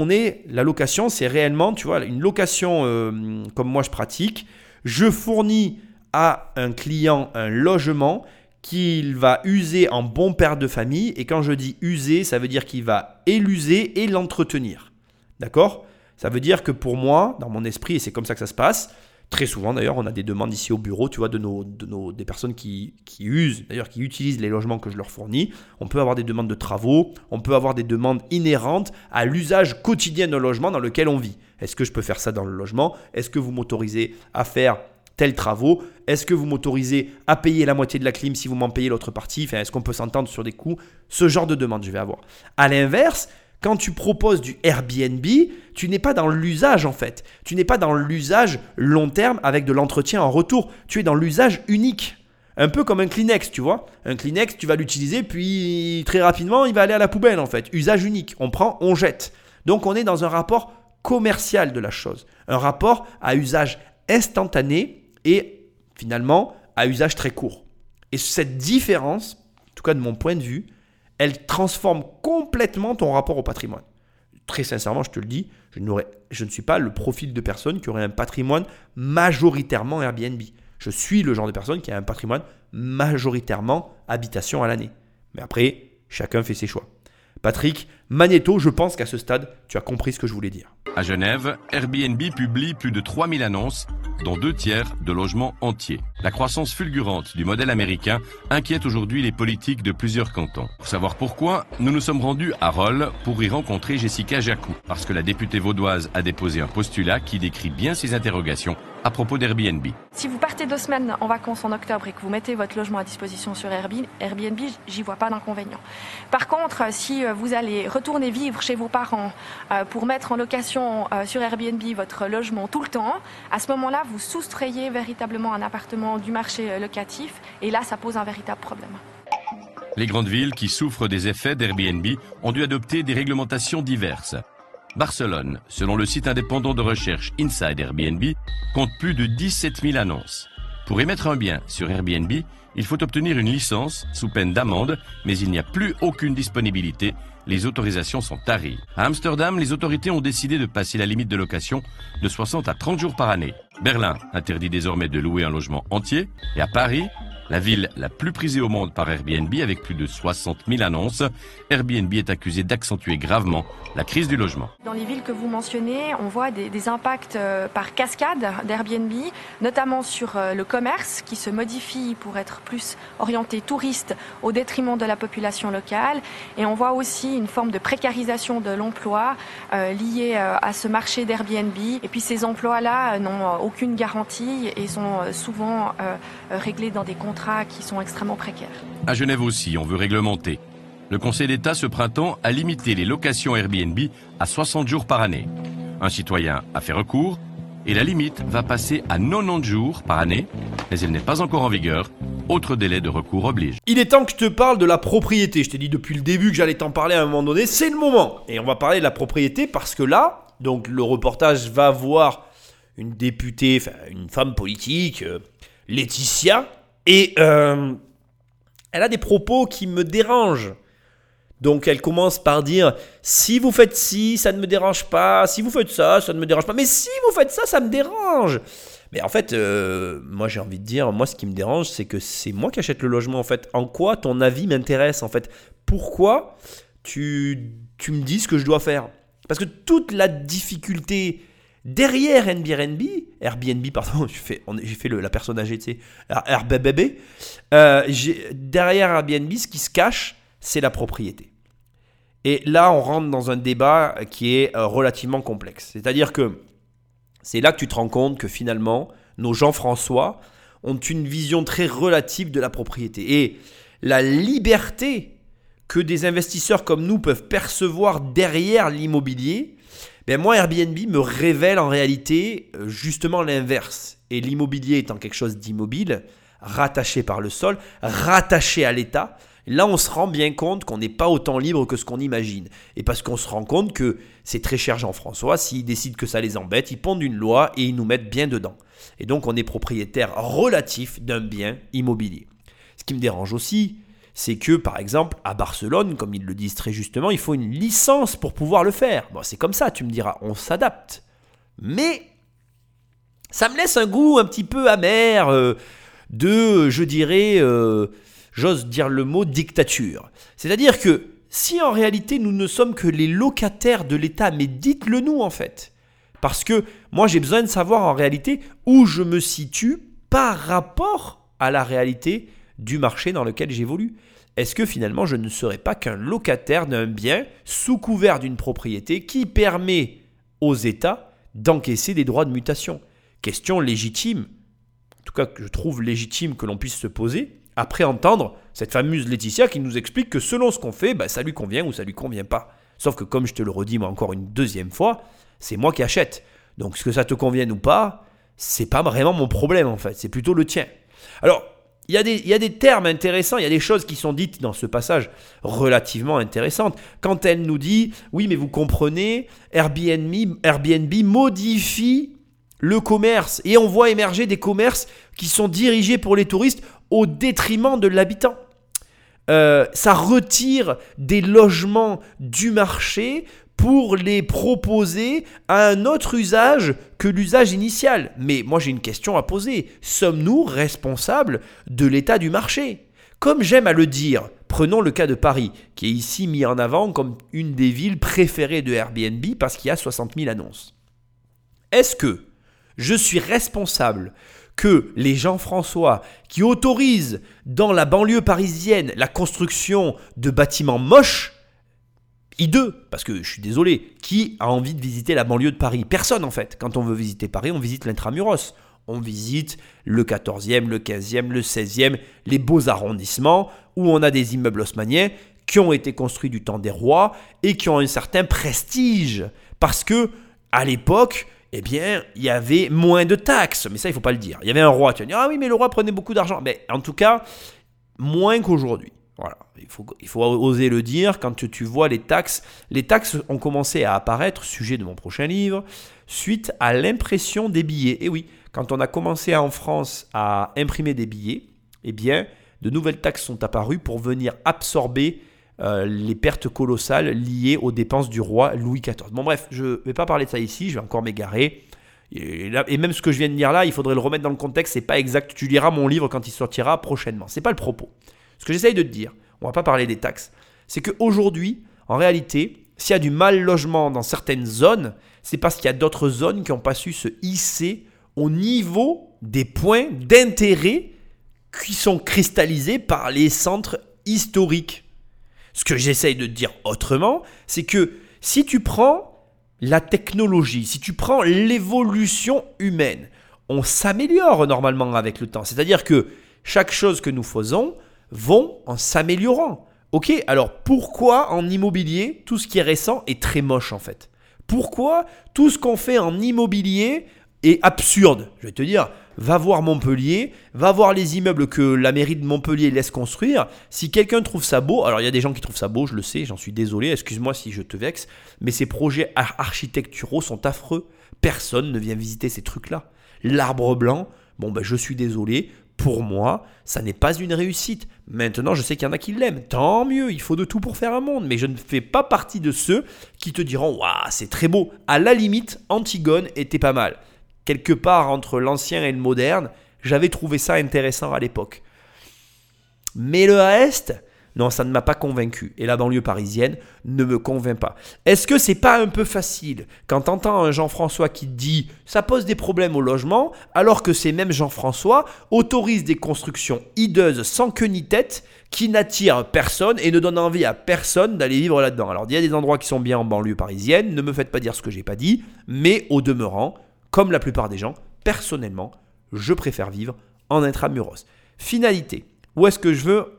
c'est réellement, tu vois, une location comme moi je pratique. Je fournis à un client un logement qu'il va user en bon père de famille. Et quand je dis user, ça veut dire qu'il va et l'user et l'entretenir. D'accord ? Ça veut dire que pour moi, dans mon esprit, et c'est comme ça que ça se passe, très souvent d'ailleurs, on a des demandes ici au bureau, tu vois, des personnes qui usent, d'ailleurs qui utilisent les logements que je leur fournis. On peut avoir des demandes de travaux, on peut avoir des demandes inhérentes à l'usage quotidien d'un logement dans lequel on vit. Est-ce que je peux faire ça dans le logement ? Est-ce que vous m'autorisez à faire tels travaux? Est-ce que vous m'autorisez à payer la moitié de la clim si vous m'en payez l'autre partie? Est-ce qu'on peut s'entendre sur des coûts? Ce genre de demande, je vais avoir. À l'inverse, quand tu proposes du Airbnb, tu n'es pas dans l'usage en fait. Tu n'es pas dans l'usage long terme avec de l'entretien en retour. Tu es dans l'usage unique. Un peu comme un Kleenex, tu vois. Un Kleenex, tu vas l'utiliser, puis très rapidement, il va aller à la poubelle en fait. Usage unique. On prend, on jette. Donc, on est dans un rapport commercial de la chose. Un rapport à usage instantané et finalement à usage très court. Et cette différence, en tout cas de mon point de vue, elle transforme complètement ton rapport au patrimoine. Très sincèrement, je te le dis, je ne suis pas le profil de personne qui aurait un patrimoine majoritairement Airbnb. Je suis le genre de personne qui a un patrimoine majoritairement habitation à l'année. Mais après, chacun fait ses choix. Patrick, Magnéto, je pense qu'à ce stade, tu as compris ce que je voulais dire. À Genève, Airbnb publie plus de 3000 annonces, dont 2/3 de logements entiers. La croissance fulgurante du modèle américain inquiète aujourd'hui les politiques de plusieurs cantons. Pour savoir pourquoi, nous nous sommes rendus à Rolle pour y rencontrer Jessica Jacou, parce que la députée vaudoise a déposé un postulat qui décrit bien ces interrogations à propos d'Airbnb. Si vous partez 2 semaines en vacances en octobre et que vous mettez votre logement à disposition sur Airbnb, j'y vois pas d'inconvénient. Par contre, si vous allez retourner vivre chez vos parents pour mettre en location sur Airbnb votre logement tout le temps, à ce moment-là, vous soustrayez véritablement un appartement du marché locatif et là, ça pose un véritable problème. Les grandes villes qui souffrent des effets d'Airbnb ont dû adopter des réglementations diverses. Barcelone, selon le site indépendant de recherche Inside Airbnb, compte plus de 17 000 annonces. Pour émettre un bien sur Airbnb, il faut obtenir une licence sous peine d'amende, mais il n'y a plus aucune disponibilité. Les autorisations sont taries. À Amsterdam, les autorités ont décidé de passer la limite de location de 60 à 30 jours par année. Berlin interdit désormais de louer un logement entier. Et à Paris, la ville la plus prisée au monde par Airbnb avec plus de 60 000 annonces, Airbnb est accusé d'accentuer gravement la crise du logement. Dans les villes que vous mentionnez, on voit des impacts par cascade d'Airbnb, notamment sur le commerce qui se modifie pour être plus orienté touriste au détriment de la population locale. Et on voit aussi une forme de précarisation de l'emploi liée à ce marché d'Airbnb. Et puis ces emplois-là n'ont aucune garantie et sont souvent réglés dans des contrats qui sont extrêmement précaires. À Genève aussi, on veut réglementer. Le Conseil d'État ce printemps a limité les locations Airbnb à 60 jours par année. Un citoyen a fait recours et la limite va passer à 90 jours par année, mais elle n'est pas encore en vigueur. Autre délai de recours oblige. Il est temps que je te parle de la propriété. Je t'ai dit depuis le début que j'allais t'en parler à un moment donné. C'est le moment. Et on va parler de la propriété parce que là, donc le reportage va voir une députée, enfin une femme politique, Laetitia, et elle a des propos qui me dérangent. Donc elle commence par dire « Si vous faites ci, ça ne me dérange pas. Si vous faites ça, ça ne me dérange pas. Mais si vous faites ça, ça me dérange. » Mais en fait, moi j'ai envie de dire, moi ce qui me dérange, c'est que c'est moi qui achète le logement en fait. En quoi ton avis m'intéresse en fait? Pourquoi tu me dis ce que je dois faire? Parce que toute la difficulté derrière Airbnb, pardon, j'ai fait la personne âgée, tu sais, Airbnb, derrière Airbnb, ce qui se cache, c'est la propriété. Et là, on rentre dans un débat qui est relativement complexe. C'est-à-dire que c'est là que tu te rends compte que finalement, nos Jean-François ont une vision très relative de la propriété. Et la liberté que des investisseurs comme nous peuvent percevoir derrière l'immobilier, ben moi, Airbnb me révèle en réalité justement l'inverse. Et l'immobilier étant quelque chose d'immobile, rattaché par le sol, rattaché à l'État, là, on se rend bien compte qu'on n'est pas autant libre que ce qu'on imagine. Et parce qu'on se rend compte que c'est très cher Jean-François, s'ils décident que ça les embête, ils pondent une loi et ils nous mettent bien dedans. Et donc, on est propriétaire relatif d'un bien immobilier. Ce qui me dérange aussi, c'est que, par exemple, à Barcelone, comme ils le disent très justement, il faut une licence pour pouvoir le faire. Bon, c'est comme ça, tu me diras, on s'adapte. Mais ça me laisse un goût un petit peu amer de, je dirais... j'ose dire le mot dictature. C'est-à-dire que si en réalité nous ne sommes que les locataires de l'État, mais dites-le nous en fait. Parce que moi j'ai besoin de savoir en réalité où je me situe par rapport à la réalité du marché dans lequel j'évolue. Est-ce que finalement je ne serais pas qu'un locataire d'un bien sous couvert d'une propriété qui permet aux États d'encaisser des droits de mutation? Question légitime, en tout cas que je trouve légitime que l'on puisse se poser. Après entendre cette fameuse Laetitia qui nous explique que selon ce qu'on fait, ça lui convient ou ça lui convient pas. Sauf que comme je te le redis moi encore une deuxième fois, c'est moi qui achète. Donc ce que ça te convienne ou pas, c'est pas vraiment mon problème en fait, c'est plutôt le tien. Alors, il y a des termes intéressants, il y a des choses qui sont dites dans ce passage relativement intéressantes. Quand elle nous dit, oui mais vous comprenez, Airbnb modifie le commerce et on voit émerger des commerces qui sont dirigés pour les touristes au détriment de l'habitant. Ça retire des logements du marché pour les proposer à un autre usage que l'usage initial. Mais moi j'ai une question à poser. Sommes-nous responsables de l'état du marché ? Comme j'aime à le dire, prenons le cas de Paris, qui est ici mis en avant comme une des villes préférées de Airbnb parce qu'il y a 60 000 annonces. Est-ce que je suis responsable que les Jean-François qui autorisent dans la banlieue parisienne la construction de bâtiments moches, hideux, parce que je suis désolé, qui a envie de visiter la banlieue de Paris? Personne en fait. Quand on veut visiter Paris, on visite l'intramuros. On visite le 14e, le 15e, le 16e, les beaux arrondissements où on a des immeubles haussmanniens qui ont été construits du temps des rois et qui ont un certain prestige. Parce que à l'époque, eh bien, il y avait moins de taxes. Mais ça, il ne faut pas le dire. Il y avait un roi. Tu vas dire, ah oui, mais le roi prenait beaucoup d'argent. Mais en tout cas, moins qu'aujourd'hui. Voilà. Il faut oser le dire quand tu vois les taxes. Les taxes ont commencé à apparaître, sujet de mon prochain livre, suite à l'impression des billets. Et oui, quand on a commencé en France à imprimer des billets, eh bien, de nouvelles taxes sont apparues pour venir absorber les pertes colossales liées aux dépenses du roi Louis XIV. Bon bref, je ne vais pas parler de ça ici, je vais encore m'égarer. Et même ce que je viens de dire là, il faudrait le remettre dans le contexte, c'est pas exact. Tu liras mon livre quand il sortira prochainement. C'est pas le propos. Ce que j'essaye de te dire, on va pas parler des taxes, c'est qu'aujourd'hui, en réalité, s'il y a du mal logement dans certaines zones, c'est parce qu'il y a d'autres zones qui n'ont pas su se hisser au niveau des points d'intérêt qui sont cristallisés par les centres historiques. Ce que j'essaye de dire autrement, c'est que si tu prends la technologie, si tu prends l'évolution humaine, on s'améliore normalement avec le temps. C'est-à-dire que chaque chose que nous faisons vont en s'améliorant. Ok, alors pourquoi en immobilier, tout ce qui est récent est très moche en fait ? Pourquoi tout ce qu'on fait en immobilier est absurde ? Je vais te dire, va voir Montpellier, va voir les immeubles que la mairie de Montpellier laisse construire. Si quelqu'un trouve ça beau, alors il y a des gens qui trouvent ça beau, je le sais, j'en suis désolé, excuse-moi si je te vexe, mais ces projets architecturaux sont affreux. Personne ne vient visiter ces trucs-là. L'arbre blanc, je suis désolé, pour moi, ça n'est pas une réussite. Maintenant, je sais qu'il y en a qui l'aiment. Tant mieux, il faut de tout pour faire un monde. Mais je ne fais pas partie de ceux qui te diront « Waouh, c'est très beau ». À la limite, Antigone était pas mal. Quelque part entre l'ancien et le moderne, j'avais trouvé ça intéressant à l'époque. Mais le reste, non, ça ne m'a pas convaincu. Et la banlieue parisienne ne me convainc pas. Est-ce que c'est pas un peu facile quand tu entends un Jean-François qui te dit « ça pose des problèmes au logement » alors que ces mêmes Jean-François autorisent des constructions hideuses sans queue ni tête qui n'attirent personne et ne donnent envie à personne d'aller vivre là-dedans. Alors il y a des endroits qui sont bien en banlieue parisienne, ne me faites pas dire ce que j'ai pas dit, mais au demeurant, comme la plupart des gens, personnellement, je préfère vivre en intramuros. Finalité, où est-ce que je veux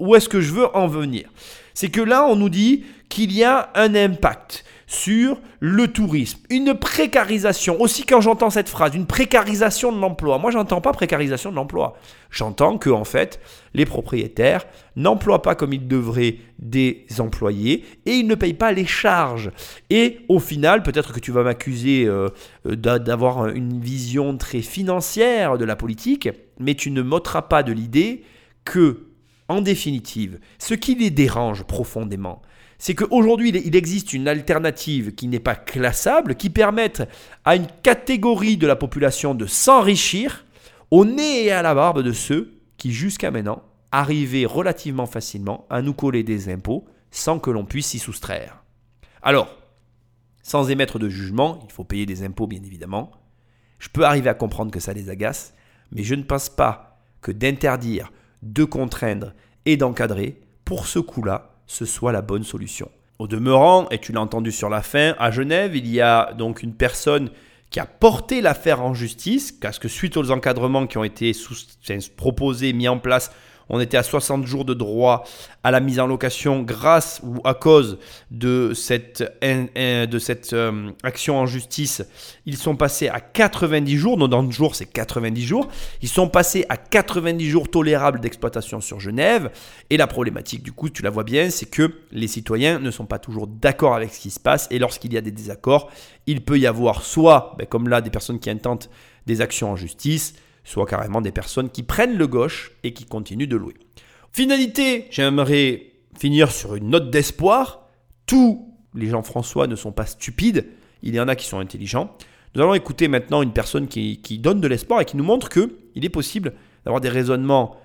en venir ? C'est que là, on nous dit qu'il y a un impact sur le tourisme, une précarisation. Aussi, quand j'entends cette phrase, une précarisation de l'emploi. Moi, j'entends pas précarisation de l'emploi. J'entends que, en fait, les propriétaires n'emploient pas comme ils devraient des employés et ils ne payent pas les charges. Et au final, peut-être que tu vas m'accuser d'avoir une vision très financière de la politique, mais tu ne m'ôteras pas de l'idée que, en définitive, ce qui les dérange profondément, c'est qu'aujourd'hui, il existe une alternative qui n'est pas classable, qui permette à une catégorie de la population de s'enrichir au nez et à la barbe de ceux qui, jusqu'à maintenant, arrivaient relativement facilement à nous coller des impôts sans que l'on puisse s'y soustraire. Alors, sans émettre de jugement, il faut payer des impôts bien évidemment. Je peux arriver à comprendre que ça les agace, mais je ne pense pas que d'interdire, de contraindre et d'encadrer, pour ce coup-là, ce soit la bonne solution. Au demeurant, et tu l'as entendu sur la fin, à Genève, il y a donc une personne qui a porté l'affaire en justice, parce que suite aux encadrements qui ont été proposés, mis en place, on était à 60 jours de droit à la mise en location grâce ou à cause de cette action en justice. Ils sont passés à 90 jours, 90 jours c'est 90 jours. Ils sont passés à 90 jours tolérables d'exploitation sur Genève. Et la problématique du coup, tu la vois bien, c'est que les citoyens ne sont pas toujours d'accord avec ce qui se passe. Et lorsqu'il y a des désaccords, il peut y avoir soit, comme là, des personnes qui intentent des actions en justice, soit carrément des personnes qui prennent le gauche et qui continuent de louer. Finalité, j'aimerais finir sur une note d'espoir. Tous les Jean-François ne sont pas stupides, il y en a qui sont intelligents. Nous allons écouter maintenant une personne qui donne de l'espoir et qui nous montre qu'il est possible d'avoir des raisonnements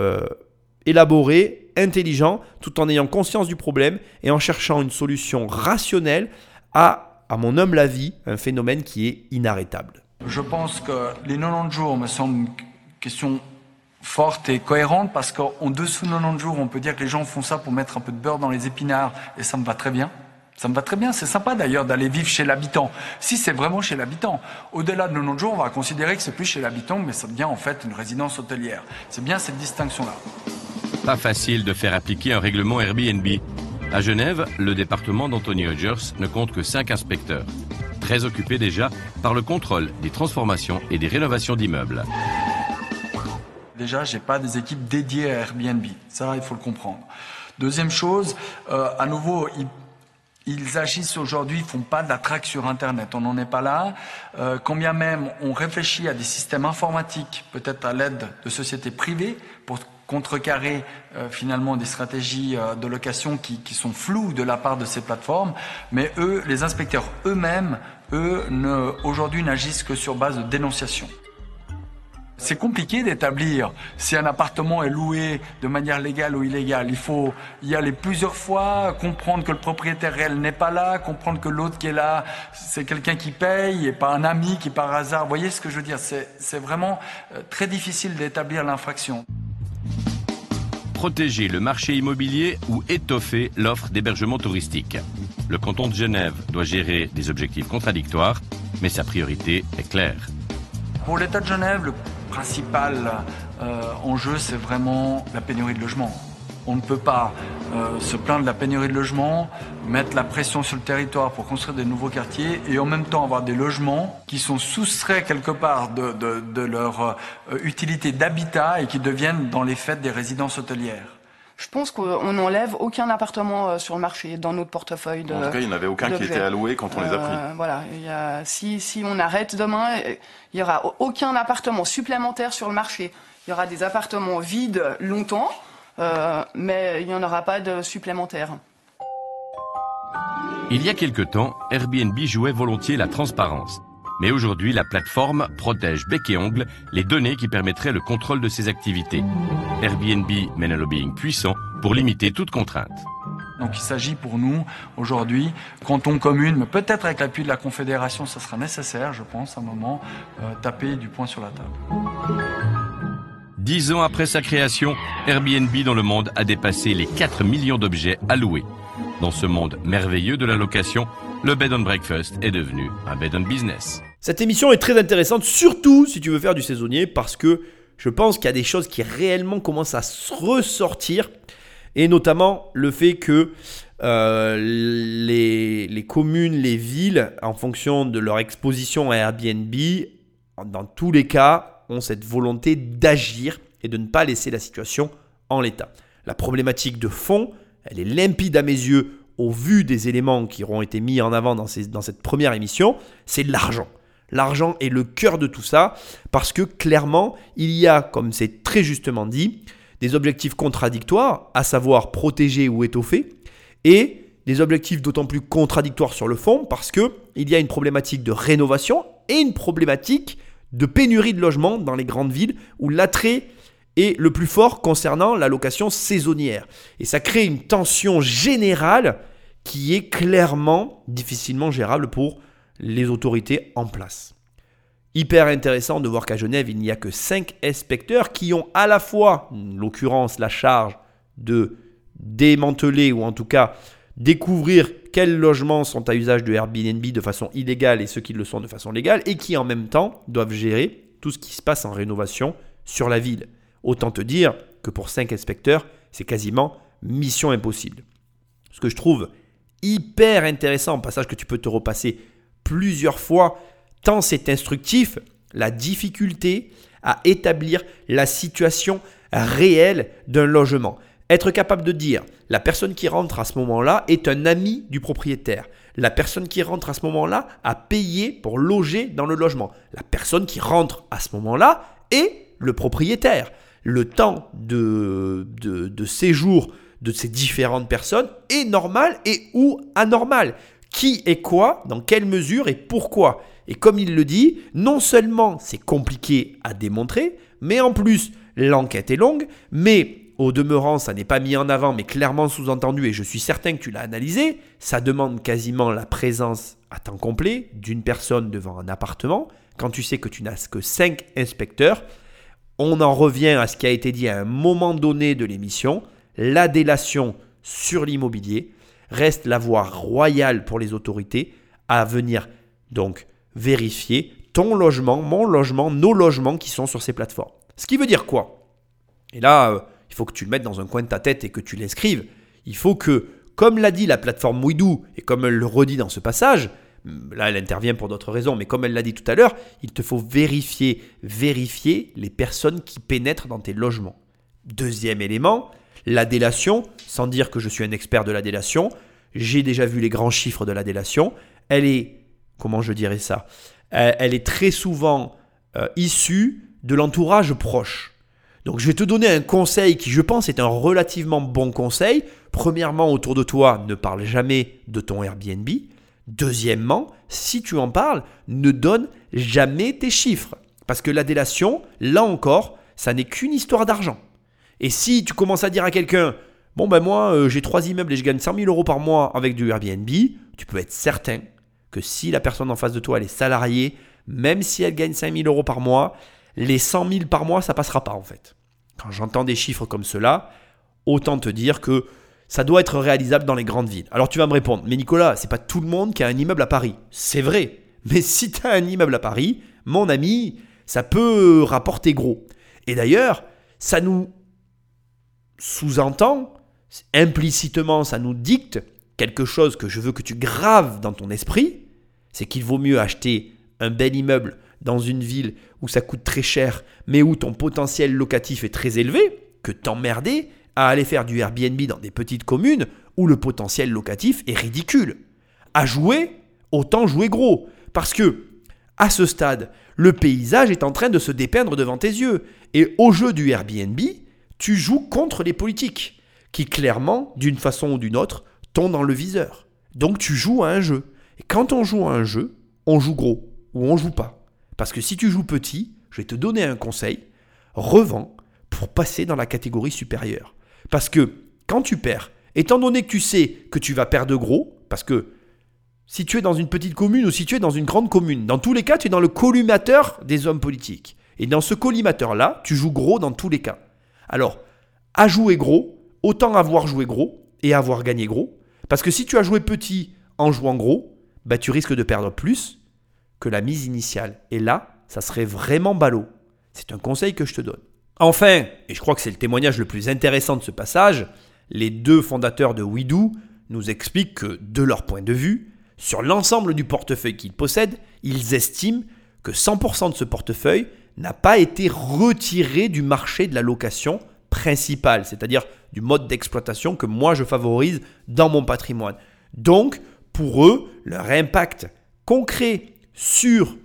élaborés, intelligents, tout en ayant conscience du problème et en cherchant une solution rationnelle à mon humble avis, un phénomène qui est inarrêtable. Je pense que les 90 jours me semblent une question forte et cohérente parce qu'en dessous de 90 jours, on peut dire que les gens font ça pour mettre un peu de beurre dans les épinards et ça me va très bien. Ça me va très bien, c'est sympa d'ailleurs d'aller vivre chez l'habitant. Si c'est vraiment chez l'habitant. Au-delà de 90 jours, on va considérer que c'est plus chez l'habitant, mais ça devient en fait une résidence hôtelière. C'est bien cette distinction-là. Pas facile de faire appliquer un règlement Airbnb. À Genève, le département d'Anthony Hodgers ne compte que 5 inspecteurs, très occupés déjà par le contrôle des transformations et des rénovations d'immeubles. Déjà, j'ai pas des équipes dédiées à Airbnb. Ça, il faut le comprendre. Deuxième chose, à nouveau, ils agissent aujourd'hui, ils font pas de la traque sur Internet. On n'en est pas là. Quand bien même on réfléchit à des systèmes informatiques, peut-être à l'aide de sociétés privées, pour contrecarrer finalement des stratégies de location qui sont floues de la part de ces plateformes. Mais eux, les inspecteurs eux-mêmes, aujourd'hui n'agissent que sur base de dénonciation. C'est compliqué d'établir si un appartement est loué de manière légale ou illégale. Il faut y aller plusieurs fois, comprendre que le propriétaire réel n'est pas là, comprendre que l'autre qui est là, c'est quelqu'un qui paye et pas un ami qui par hasard. Vous voyez ce que je veux dire? C'est vraiment très difficile d'établir l'infraction. Protéger le marché immobilier ou étoffer l'offre d'hébergement touristique. Le canton de Genève doit gérer des objectifs contradictoires, mais sa priorité est claire. Pour l'État de Genève, le principal enjeu, c'est vraiment la pénurie de logements. On ne peut pas se plaindre de la pénurie de logements, mettre la pression sur le territoire pour construire des nouveaux quartiers et en même temps avoir des logements qui sont soustraits quelque part de leur utilité d'habitat et qui deviennent dans les faits des résidences hôtelières. Je pense qu'on n'enlève aucun appartement sur le marché dans notre portefeuille. En tout cas, il n'y en avait aucun qui était alloué quand on les a pris. Voilà, si on arrête demain, il n'y aura aucun appartement supplémentaire sur le marché. Il y aura des appartements vides longtemps, mais il n'y en aura pas de supplémentaires. Il y a quelque temps, Airbnb jouait volontiers la transparence. Mais aujourd'hui, la plateforme protège bec et ongle les données qui permettraient le contrôle de ses activités. Airbnb mène un lobbying puissant pour limiter toute contrainte. Donc il s'agit pour nous, aujourd'hui, canton commune, mais peut-être avec l'appui de la Confédération, ça sera nécessaire, je pense, à un moment, taper du poing sur la table. 10 ans après sa création, Airbnb dans le monde a dépassé les 4 millions d'objets alloués. Dans ce monde merveilleux de la location, le bed and breakfast est devenu un bed and business. Cette émission est très intéressante, surtout si tu veux faire du saisonnier, parce que je pense qu'il y a des choses qui réellement commencent à se ressortir, et notamment le fait que les communes, les villes, en fonction de leur exposition à Airbnb, dans tous les cas, ont cette volonté d'agir et de ne pas laisser la situation en l'état. La problématique de fond, elle est limpide à mes yeux au vu des éléments qui auront été mis en avant dans cette première émission, c'est l'argent. L'argent est le cœur de tout ça parce que clairement, il y a, comme c'est très justement dit, des objectifs contradictoires, à savoir protéger ou étoffer, et des objectifs d'autant plus contradictoires sur le fond parce qu'il y a une problématique de rénovation et une problématique de pénurie de logements dans les grandes villes où l'attrait est le plus fort concernant la location saisonnière. Et ça crée une tension générale qui est clairement difficilement gérable pour les autorités en place. Hyper intéressant de voir qu'à Genève, il n'y a que 5 inspecteurs qui ont à la fois, en l'occurrence, la charge de démanteler ou en tout cas découvrir quels logements sont à usage de Airbnb de façon illégale et ceux qui le sont de façon légale et qui en même temps doivent gérer tout ce qui se passe en rénovation sur la ville. Autant te dire que pour 5 inspecteurs, c'est quasiment mission impossible. Ce que je trouve hyper intéressant, un passage que tu peux te repasser plusieurs fois, tant c'est instructif, la difficulté à établir la situation réelle d'un logement. Être capable de dire, la personne qui rentre à ce moment-là est un ami du propriétaire. La personne qui rentre à ce moment-là a payé pour loger dans le logement. La personne qui rentre à ce moment-là est le propriétaire. Le temps de séjour de ces différentes personnes est normal et ou anormal. Qui est quoi, dans quelle mesure et pourquoi. Et comme il le dit, non seulement c'est compliqué à démontrer, mais en plus l'enquête est longue, mais au demeurant ça n'est pas mis en avant, mais clairement sous-entendu, et je suis certain que tu l'as analysé, ça demande quasiment la présence à temps complet d'une personne devant un appartement, quand tu sais que tu n'as que 5 inspecteurs. On en revient à ce qui a été dit à un moment donné de l'émission, la délation sur l'immobilier reste la voie royale pour les autorités à venir donc vérifier ton logement, mon logement, nos logements qui sont sur ces plateformes. Ce qui veut dire quoi? Et là, il faut que tu le mettes dans un coin de ta tête et que tu l'inscrives. Il faut que, comme l'a dit la plateforme Wido et comme elle le redit dans ce passage, là elle intervient pour d'autres raisons, mais comme elle l'a dit tout à l'heure, il te faut vérifier les personnes qui pénètrent dans tes logements. Deuxième élément, la délation, sans dire que je suis un expert de la délation, j'ai déjà vu les grands chiffres de la délation, elle est, comment je dirais ça, elle est très souvent issue de l'entourage proche. Donc je vais te donner un conseil qui je pense est un relativement bon conseil. Premièrement, autour de toi, ne parle jamais de ton Airbnb. Deuxièmement, si tu en parles, ne donne jamais tes chiffres. Parce que la délation, là encore, ça n'est qu'une histoire d'argent. Et si tu commences à dire à quelqu'un, bon ben moi j'ai 3 immeubles et je gagne 100 000 euros par mois avec du Airbnb, tu peux être certain que si la personne en face de toi elle est salariée, même si elle gagne 5 000 euros par mois, les 100 000 par mois, ça passera pas en fait. Quand j'entends des chiffres comme cela, autant te dire que ça doit être réalisable dans les grandes villes. Alors tu vas me répondre, mais Nicolas, c'est pas tout le monde qui a un immeuble à Paris. C'est vrai, mais si tu as un immeuble à Paris, mon ami, ça peut rapporter gros. Et d'ailleurs, ça nous sous-entend, implicitement, ça nous dicte quelque chose que je veux que tu graves dans ton esprit, c'est qu'il vaut mieux acheter un bel immeuble dans une ville où ça coûte très cher, mais où ton potentiel locatif est très élevé, que t'emmerder à aller faire du Airbnb dans des petites communes où le potentiel locatif est ridicule. À jouer, autant jouer gros. Parce que, à ce stade, le paysage est en train de se dépeindre devant tes yeux. Et au jeu du Airbnb, tu joues contre les politiques, qui clairement, d'une façon ou d'une autre, t'ont dans le viseur. Donc tu joues à un jeu. Et quand on joue à un jeu, on joue gros ou on joue pas. Parce que si tu joues petit, je vais te donner un conseil, revends pour passer dans la catégorie supérieure. Parce que quand tu perds, étant donné que tu sais que tu vas perdre gros, parce que si tu es dans une petite commune ou si tu es dans une grande commune, dans tous les cas, tu es dans le collimateur des hommes politiques. Et dans ce collimateur-là, tu joues gros dans tous les cas. Alors, à jouer gros, autant avoir joué gros et avoir gagné gros. Parce que si tu as joué petit en jouant gros, bah, tu risques de perdre plus que la mise initiale. Et là, ça serait vraiment ballot. C'est un conseil que je te donne. Enfin, et je crois que c'est le témoignage le plus intéressant de ce passage, les deux fondateurs de Wido nous expliquent que, de leur point de vue, sur l'ensemble du portefeuille qu'ils possèdent, ils estiment que 100% de ce portefeuille n'a pas été retiré du marché de la location principale, c'est-à-dire du mode d'exploitation que moi je favorise dans mon patrimoine. Donc, pour eux, leur impact concret sur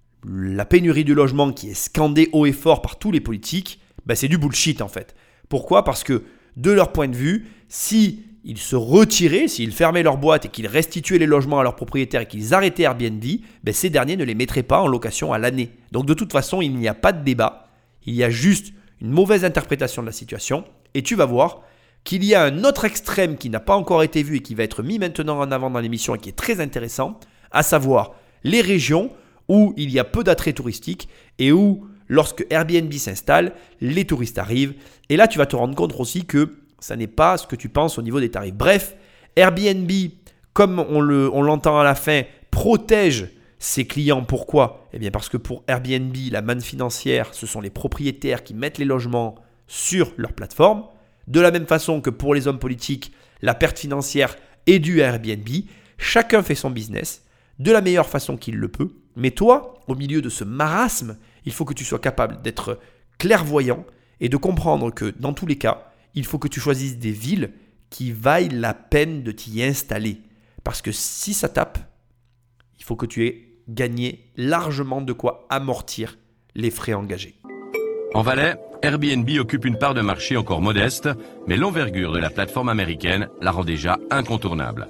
la pénurie du logement qui est scandée haut et fort par tous les politiques, bah c'est du bullshit en fait. Pourquoi ? Parce que de leur point de vue, s'ils se retiraient, s'ils fermaient leur boîte et qu'ils restituaient les logements à leurs propriétaires et qu'ils arrêtaient Airbnb, bah ces derniers ne les mettraient pas en location à l'année. Donc de toute façon, il n'y a pas de débat, il y a juste une mauvaise interprétation de la situation et tu vas voir qu'il y a un autre extrême qui n'a pas encore été vu et qui va être mis maintenant en avant dans l'émission et qui est très intéressant, à savoir les régions où il y a peu d'attrait touristique et où, lorsque Airbnb s'installe, les touristes arrivent. Et là, tu vas te rendre compte aussi que ça n'est pas ce que tu penses au niveau des tarifs. Bref, Airbnb, comme on l'entend à la fin, protège ses clients. Pourquoi ? Eh bien parce que pour Airbnb, la manne financière, ce sont les propriétaires qui mettent les logements sur leur plateforme. De la même façon que pour les hommes politiques, la perte financière est due à Airbnb. Chacun fait son business de la meilleure façon qu'il le peut. Mais toi, au milieu de ce marasme, il faut que tu sois capable d'être clairvoyant et de comprendre que dans tous les cas, il faut que tu choisisses des villes qui vaillent la peine de t'y installer. Parce que si ça tape, il faut que tu aies gagné largement de quoi amortir les frais engagés. En Valais, Airbnb occupe une part de marché encore modeste, mais l'envergure de la plateforme américaine la rend déjà incontournable.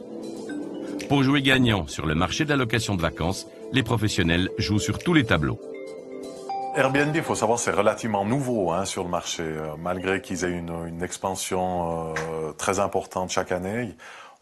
Pour jouer gagnant sur le marché de la location de vacances, les professionnels jouent sur tous les tableaux. Airbnb, il faut savoir, c'est relativement nouveau sur le marché. Malgré qu'ils aient une expansion très importante chaque année,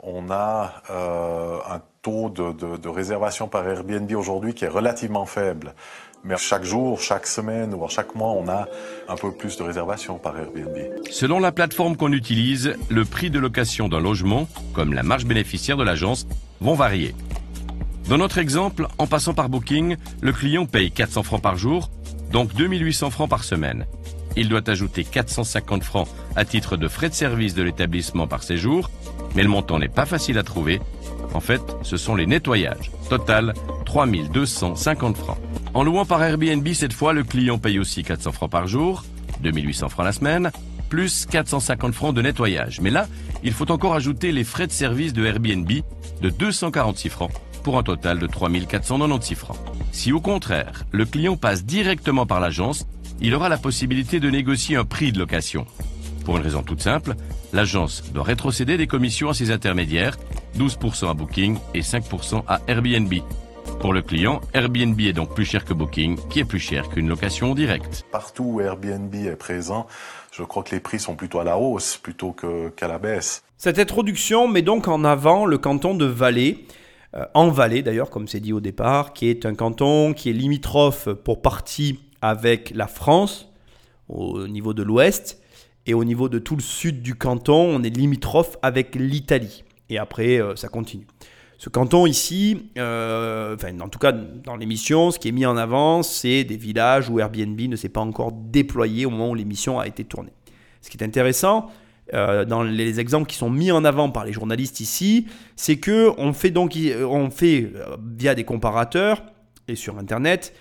On a un taux de réservation par Airbnb aujourd'hui qui est relativement faible. Mais chaque jour, chaque semaine ou chaque mois, on a un peu plus de réservations par Airbnb. Selon la plateforme qu'on utilise, le prix de location d'un logement, comme la marge bénéficiaire de l'agence, vont varier. Dans notre exemple, en passant par Booking, le client paye 400 francs par jour, donc 2800 francs par semaine. Il doit ajouter 450 francs à titre de frais de service de l'établissement par séjour, mais le montant n'est pas facile à trouver. En fait, ce sont les nettoyages. Total, 3250 francs. En louant par Airbnb, cette fois, le client paye aussi 400 francs par jour, 2800 francs la semaine, plus 450 francs de nettoyage. Mais là, il faut encore ajouter les frais de service de Airbnb de 246 francs pour un total de 3496 francs. Si au contraire, le client passe directement par l'agence, il aura la possibilité de négocier un prix de location. Pour une raison toute simple, l'agence doit rétrocéder des commissions à ses intermédiaires, 12% à Booking et 5% à Airbnb. Pour le client, Airbnb est donc plus cher que Booking, qui est plus cher qu'une location directe. Partout où Airbnb est présent, je crois que les prix sont plutôt à la hausse plutôt qu'à la baisse. Cette introduction met donc en avant le canton de Valais, en Valais d'ailleurs, comme c'est dit au départ, qui est un canton qui est limitrophe pour partie avec la France, au niveau de l'ouest, et au niveau de tout le sud du canton, on est limitrophe avec l'Italie. Et après, ça continue. Ce canton ici, en tout cas dans l'émission, ce qui est mis en avant, c'est des villages où Airbnb ne s'est pas encore déployé au moment où l'émission a été tournée. Ce qui est intéressant, dans les exemples qui sont mis en avant par les journalistes ici, c'est qu'on fait via des comparateurs et sur Internet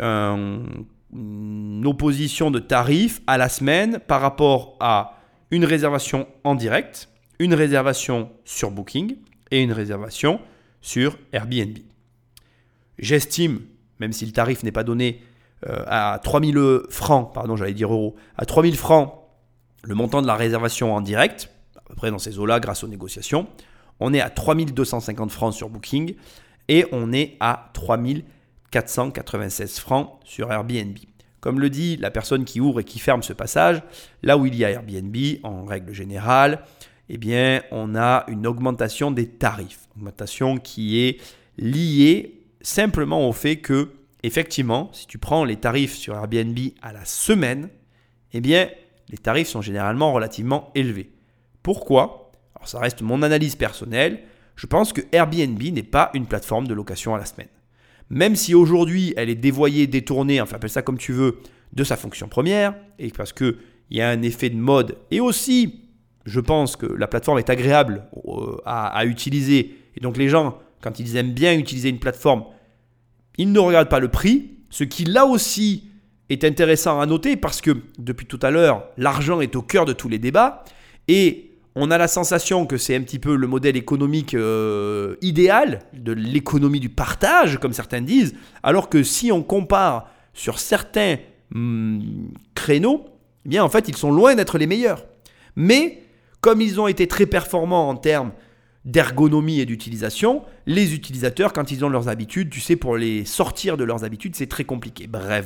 une opposition de tarifs à la semaine par rapport à une réservation en direct, une réservation sur Booking et une réservation sur Airbnb. J'estime, même si le tarif n'est pas donné à 3000 francs, à 3000 francs, le montant de la réservation en direct, à peu près dans ces eaux-là grâce aux négociations, on est à 3250 francs sur Booking et on est à 3496 francs sur Airbnb. Comme le dit la personne qui ouvre et qui ferme ce passage, là où il y a Airbnb, en règle générale, eh bien, on a une augmentation des tarifs. Augmentation qui est liée simplement au fait que, effectivement, si tu prends les tarifs sur Airbnb à la semaine, eh bien, les tarifs sont généralement relativement élevés. Pourquoi ? Alors, ça reste mon analyse personnelle. Je pense que Airbnb n'est pas une plateforme de location à la semaine. Même si aujourd'hui, elle est dévoyée, détournée, enfin, appelle ça comme tu veux, de sa fonction première, et parce qu'il y a un effet de mode, et aussi, je pense que la plateforme est agréable à utiliser. Et donc les gens, quand ils aiment bien utiliser une plateforme, ils ne regardent pas le prix. Ce qui là aussi est intéressant à noter parce que depuis tout à l'heure, l'argent est au cœur de tous les débats. Et on a la sensation que c'est un petit peu le modèle économique idéal, de l'économie du partage, comme certains disent. Alors que si on compare sur certains créneaux, eh bien en fait ils sont loin d'être les meilleurs. Mais comme ils ont été très performants en termes d'ergonomie et d'utilisation, les utilisateurs, quand ils ont leurs habitudes, tu sais, pour les sortir de leurs habitudes, c'est très compliqué. Bref.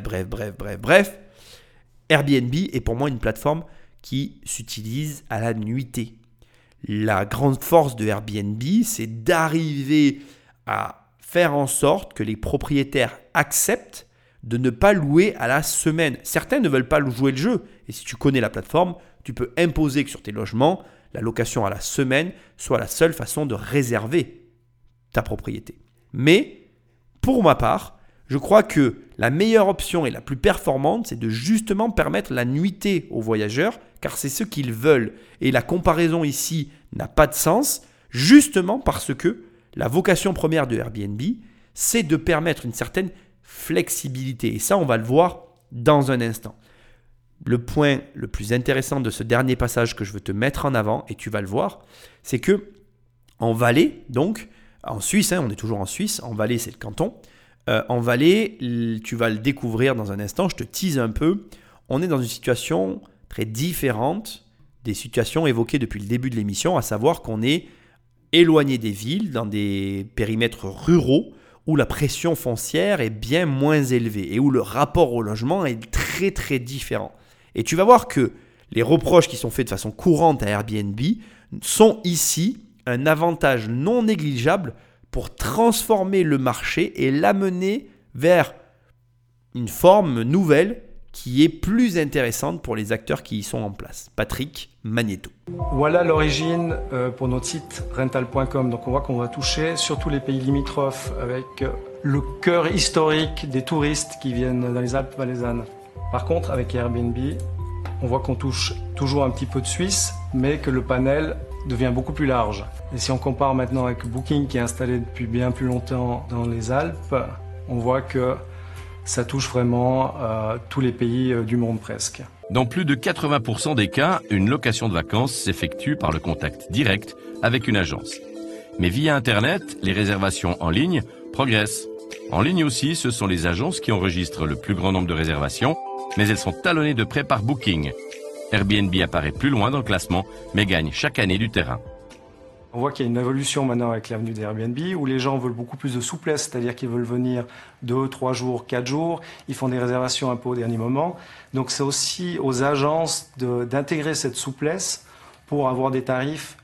Airbnb est pour moi une plateforme qui s'utilise à la nuitée. La grande force de Airbnb, c'est d'arriver à faire en sorte que les propriétaires acceptent de ne pas louer à la semaine. Certains ne veulent pas jouer le jeu. Et si tu connais la plateforme, tu peux imposer que sur tes logements, la location à la semaine soit la seule façon de réserver ta propriété. Mais, pour ma part, je crois que la meilleure option et la plus performante, c'est de justement permettre la nuitée aux voyageurs, car c'est ce qu'ils veulent. Et la comparaison ici n'a pas de sens, justement parce que la vocation première de Airbnb, c'est de permettre une certaine flexibilité. Et ça, on va le voir dans un instant. Le point le plus intéressant de ce dernier passage que je veux te mettre en avant, et tu vas le voir, c'est que en Valais, donc en Suisse, on est toujours en Suisse, en Valais c'est le canton, en Valais, tu vas le découvrir dans un instant, je te tease un peu, on est dans une situation très différente des situations évoquées depuis le début de l'émission, à savoir qu'on est éloigné des villes, dans des périmètres ruraux, où la pression foncière est bien moins élevée et où le rapport au logement est très très différent. Et tu vas voir que les reproches qui sont faits de façon courante à Airbnb sont ici un avantage non négligeable pour transformer le marché et l'amener vers une forme nouvelle qui est plus intéressante pour les acteurs qui y sont en place. Patrick Magnéto. Voilà l'origine pour notre site rental.com. Donc on voit qu'on va toucher surtout les pays limitrophes avec le cœur historique des touristes qui viennent dans les Alpes valaisannes. Par contre, avec Airbnb, on voit qu'on touche toujours un petit peu de Suisse, mais que le panel devient beaucoup plus large. Et si on compare maintenant avec Booking qui est installé depuis bien plus longtemps dans les Alpes, on voit que ça touche vraiment tous les pays du monde presque. Dans plus de 80% des cas, une location de vacances s'effectue par le contact direct avec une agence. Mais via Internet, les réservations en ligne progressent. En ligne aussi, ce sont les agences qui enregistrent le plus grand nombre de réservations, mais elles sont talonnées de près par Booking. Airbnb apparaît plus loin dans le classement, mais gagne chaque année du terrain. On voit qu'il y a une évolution maintenant avec l'avenue d'Airbnb où les gens veulent beaucoup plus de souplesse, c'est-à-dire qu'ils veulent venir 2, 3 jours, 4 jours, ils font des réservations un peu au dernier moment. Donc c'est aussi aux agences d'intégrer cette souplesse pour avoir des tarifs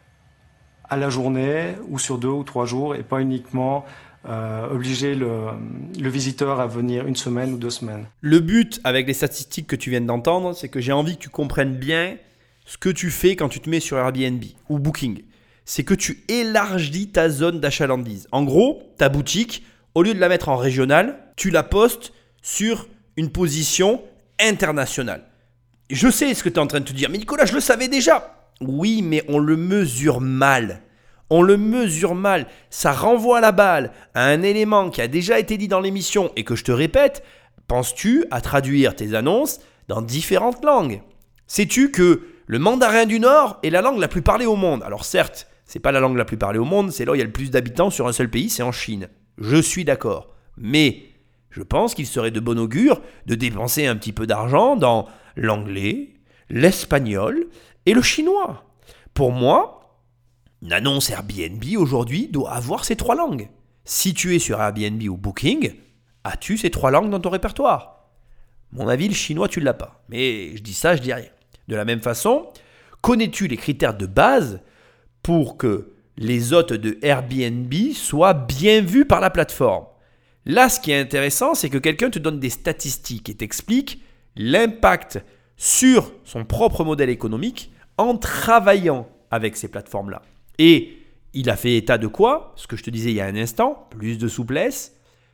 à la journée ou sur 2 ou 3 jours et pas uniquement obliger le visiteur à venir 1 semaine ou 2 semaines. Le but avec les statistiques que tu viens d'entendre, c'est que j'ai envie que tu comprennes bien ce que tu fais quand tu te mets sur Airbnb ou Booking. C'est que tu élargis ta zone d'achalandise. En gros, ta boutique, au lieu de la mettre en régional, tu la postes sur une position internationale. Je sais ce que tu es en train de te dire, mais Nicolas, je le savais déjà. Oui, mais on le mesure mal. On le mesure mal. Ça renvoie la balle à un élément qui a déjà été dit dans l'émission et que je te répète. Penses-tu à traduire tes annonces dans différentes langues ? Sais-tu que le mandarin du Nord est la langue la plus parlée au monde ? Alors certes, c'est pas la langue la plus parlée au monde, c'est là où il y a le plus d'habitants sur un seul pays, c'est en Chine. Je suis d'accord. Mais je pense qu'il serait de bon augure de dépenser un petit peu d'argent dans l'anglais, l'espagnol et le chinois. Pour moi, une annonce Airbnb aujourd'hui doit avoir ces 3 langues. Si tu es sur Airbnb ou Booking, as-tu ces 3 langues dans ton répertoire ? Mon avis, le chinois, tu ne l'as pas. Mais je dis ça, je dis rien. De la même façon, connais-tu les critères de base pour que les hôtes de Airbnb soient bien vus par la plateforme ? Là, ce qui est intéressant, c'est que quelqu'un te donne des statistiques et t'explique l'impact sur son propre modèle économique en travaillant avec ces plateformes-là. Et il a fait état de quoi ? Ce que je te disais il y a un instant, plus de souplesse,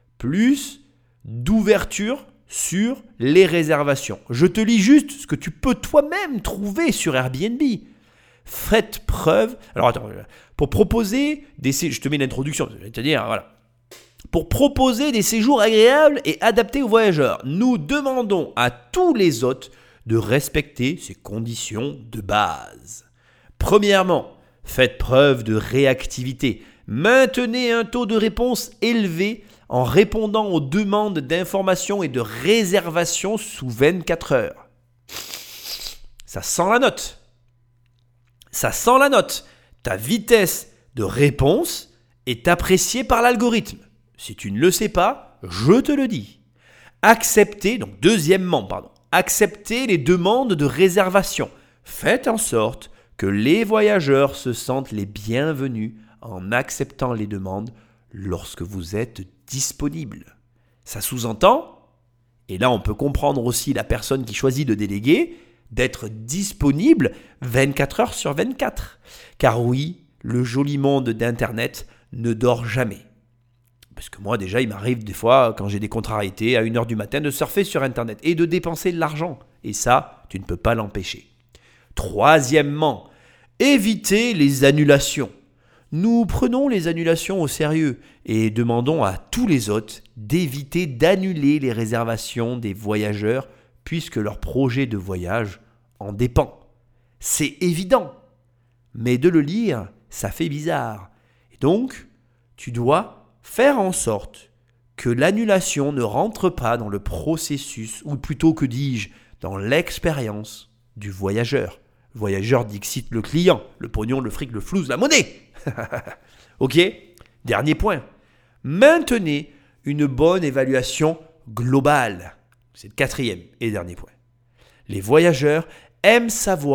plus d'ouverture sur les réservations. Je te lis juste ce que tu peux toi-même trouver sur Airbnb. Faites preuve. Alors attends, pour proposer des séjours, je te mets l'introduction, c'est-à-dire voilà. Pour proposer des séjours agréables et adaptés aux voyageurs, nous demandons à tous les hôtes de respecter ces conditions de base. Premièrement, faites preuve de réactivité. Maintenez un taux de réponse élevé en répondant aux demandes d'information et de réservation sous 24 heures. Ça sent la note. Ça sent la note. Ta vitesse de réponse est appréciée par l'algorithme. Si tu ne le sais pas, je te le dis. Acceptez les demandes de réservation. Faites en sorte que les voyageurs se sentent les bienvenus en acceptant les demandes lorsque vous êtes disponible. Ça sous-entend, et là on peut comprendre aussi la personne qui choisit de déléguer, d'être disponible 24 heures sur 24. Car oui, le joli monde d'Internet ne dort jamais. Parce que moi déjà, il m'arrive des fois, quand j'ai des contrariétés, à 1h du matin, de surfer sur Internet et de dépenser de l'argent. Et ça, tu ne peux pas l'empêcher. Troisièmement, évitez les annulations. Nous prenons les annulations au sérieux et demandons à tous les hôtes d'éviter d'annuler les réservations des voyageurs puisque leur projet de voyage en dépend. C'est évident, mais de le lire, ça fait bizarre. Et donc, tu dois faire en sorte que l'annulation ne rentre pas dans le processus, ou plutôt que dis-je, dans l'expérience du voyageur. Le voyageur dixit le client, le pognon, le fric, le flouze, la monnaie. Ok ? Dernier point. Maintenez une bonne évaluation globale. C'est le 4e et dernier point. Les voyageurs aiment savoir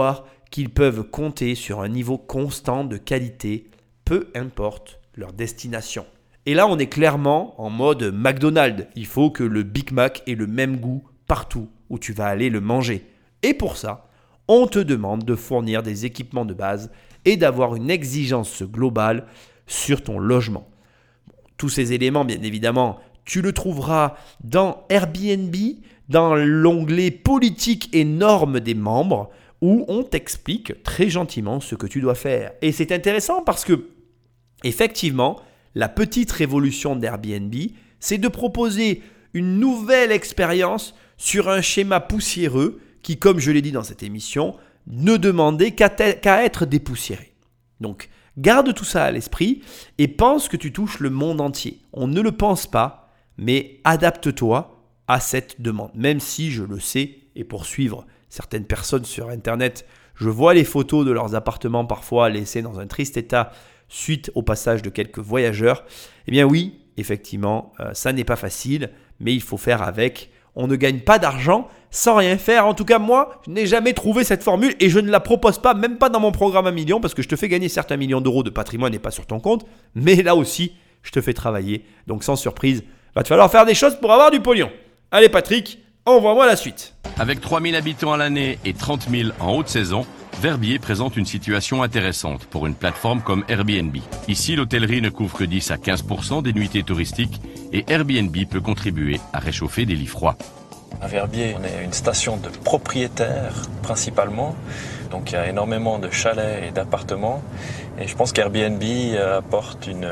qu'ils peuvent compter sur un niveau constant de qualité, peu importe leur destination. Et là, on est clairement en mode McDonald's. Il faut que le Big Mac ait le même goût partout où tu vas aller le manger. Et pour ça, on te demande de fournir des équipements de base et d'avoir une exigence globale sur ton logement. Tous ces éléments, bien évidemment, tu le trouveras dans Airbnb, dans l'onglet politique et normes des membres, où on t'explique très gentiment ce que tu dois faire. Et c'est intéressant parce que, effectivement, la petite révolution d'Airbnb, c'est de proposer une nouvelle expérience sur un schéma poussiéreux qui, comme je l'ai dit dans cette émission, ne demandait qu'à être dépoussiéré. Donc, garde tout ça à l'esprit et pense que tu touches le monde entier. On ne le pense pas, mais adapte-toi à cette demande. Même si je le sais, et pour suivre certaines personnes sur Internet, je vois les photos de leurs appartements parfois laissés dans un triste état suite au passage de quelques voyageurs. Eh bien oui, effectivement, ça n'est pas facile, mais il faut faire avec. On ne gagne pas d'argent sans rien faire. En tout cas, moi, je n'ai jamais trouvé cette formule et je ne la propose pas, même pas dans mon programme 1 million, parce que je te fais gagner certes 1 million d'euros de patrimoine et pas sur ton compte, mais là aussi, je te fais travailler. Donc sans surprise, va te falloir faire des choses pour avoir du pognon. Allez Patrick, envoie-moi la suite. Avec 3000 habitants à l'année et 30 000 en haute saison, Verbier présente une situation intéressante pour une plateforme comme Airbnb. Ici, l'hôtellerie ne couvre que 10 à 15% des nuitées touristiques et Airbnb peut contribuer à réchauffer des lits froids. À Verbier, on est une station de propriétaires principalement, donc il y a énormément de chalets et d'appartements. Et je pense qu'Airbnb apporte une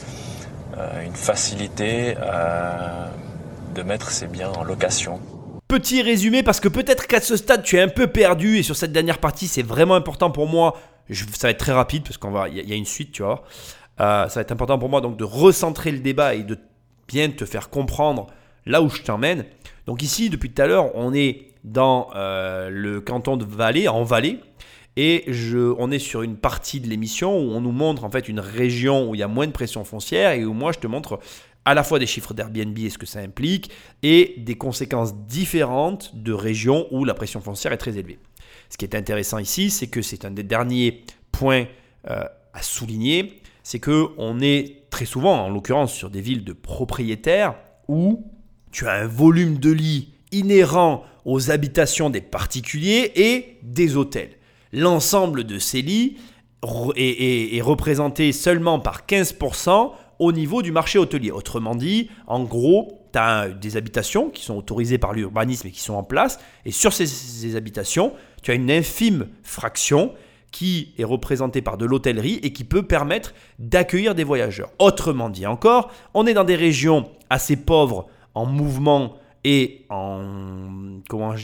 facilité de mettre ses biens en location. Petit résumé, parce que peut-être qu'à ce stade tu es un peu perdu et sur cette dernière partie c'est vraiment important pour moi, ça va être très rapide parce qu'il y a une suite, tu vois. Ça va être important pour moi donc de recentrer le débat et de bien te faire comprendre là où je t'emmène. Donc ici, depuis tout à l'heure, on est dans le canton de Valais, en Valais, et on est sur une partie de l'émission où on nous montre en fait une région où il y a moins de pression foncière et où moi je te montre à la fois des chiffres d'Airbnb et ce que ça implique et des conséquences différentes de régions où la pression foncière est très élevée. Ce qui est intéressant ici, c'est que c'est un des derniers points à souligner, c'est qu'on est très souvent, en l'occurrence sur des villes de propriétaires, où tu as un volume de lits inhérent aux habitations des particuliers et des hôtels. L'ensemble de ces lits est représenté seulement par 15% au niveau du marché hôtelier. Autrement dit, en gros, tu as des habitations qui sont autorisées par l'urbanisme et qui sont en place. Et sur ces habitations, tu as une infime fraction qui est représentée par de l'hôtellerie et qui peut permettre d'accueillir des voyageurs. Autrement dit encore, on est dans des régions assez pauvres en mouvement et en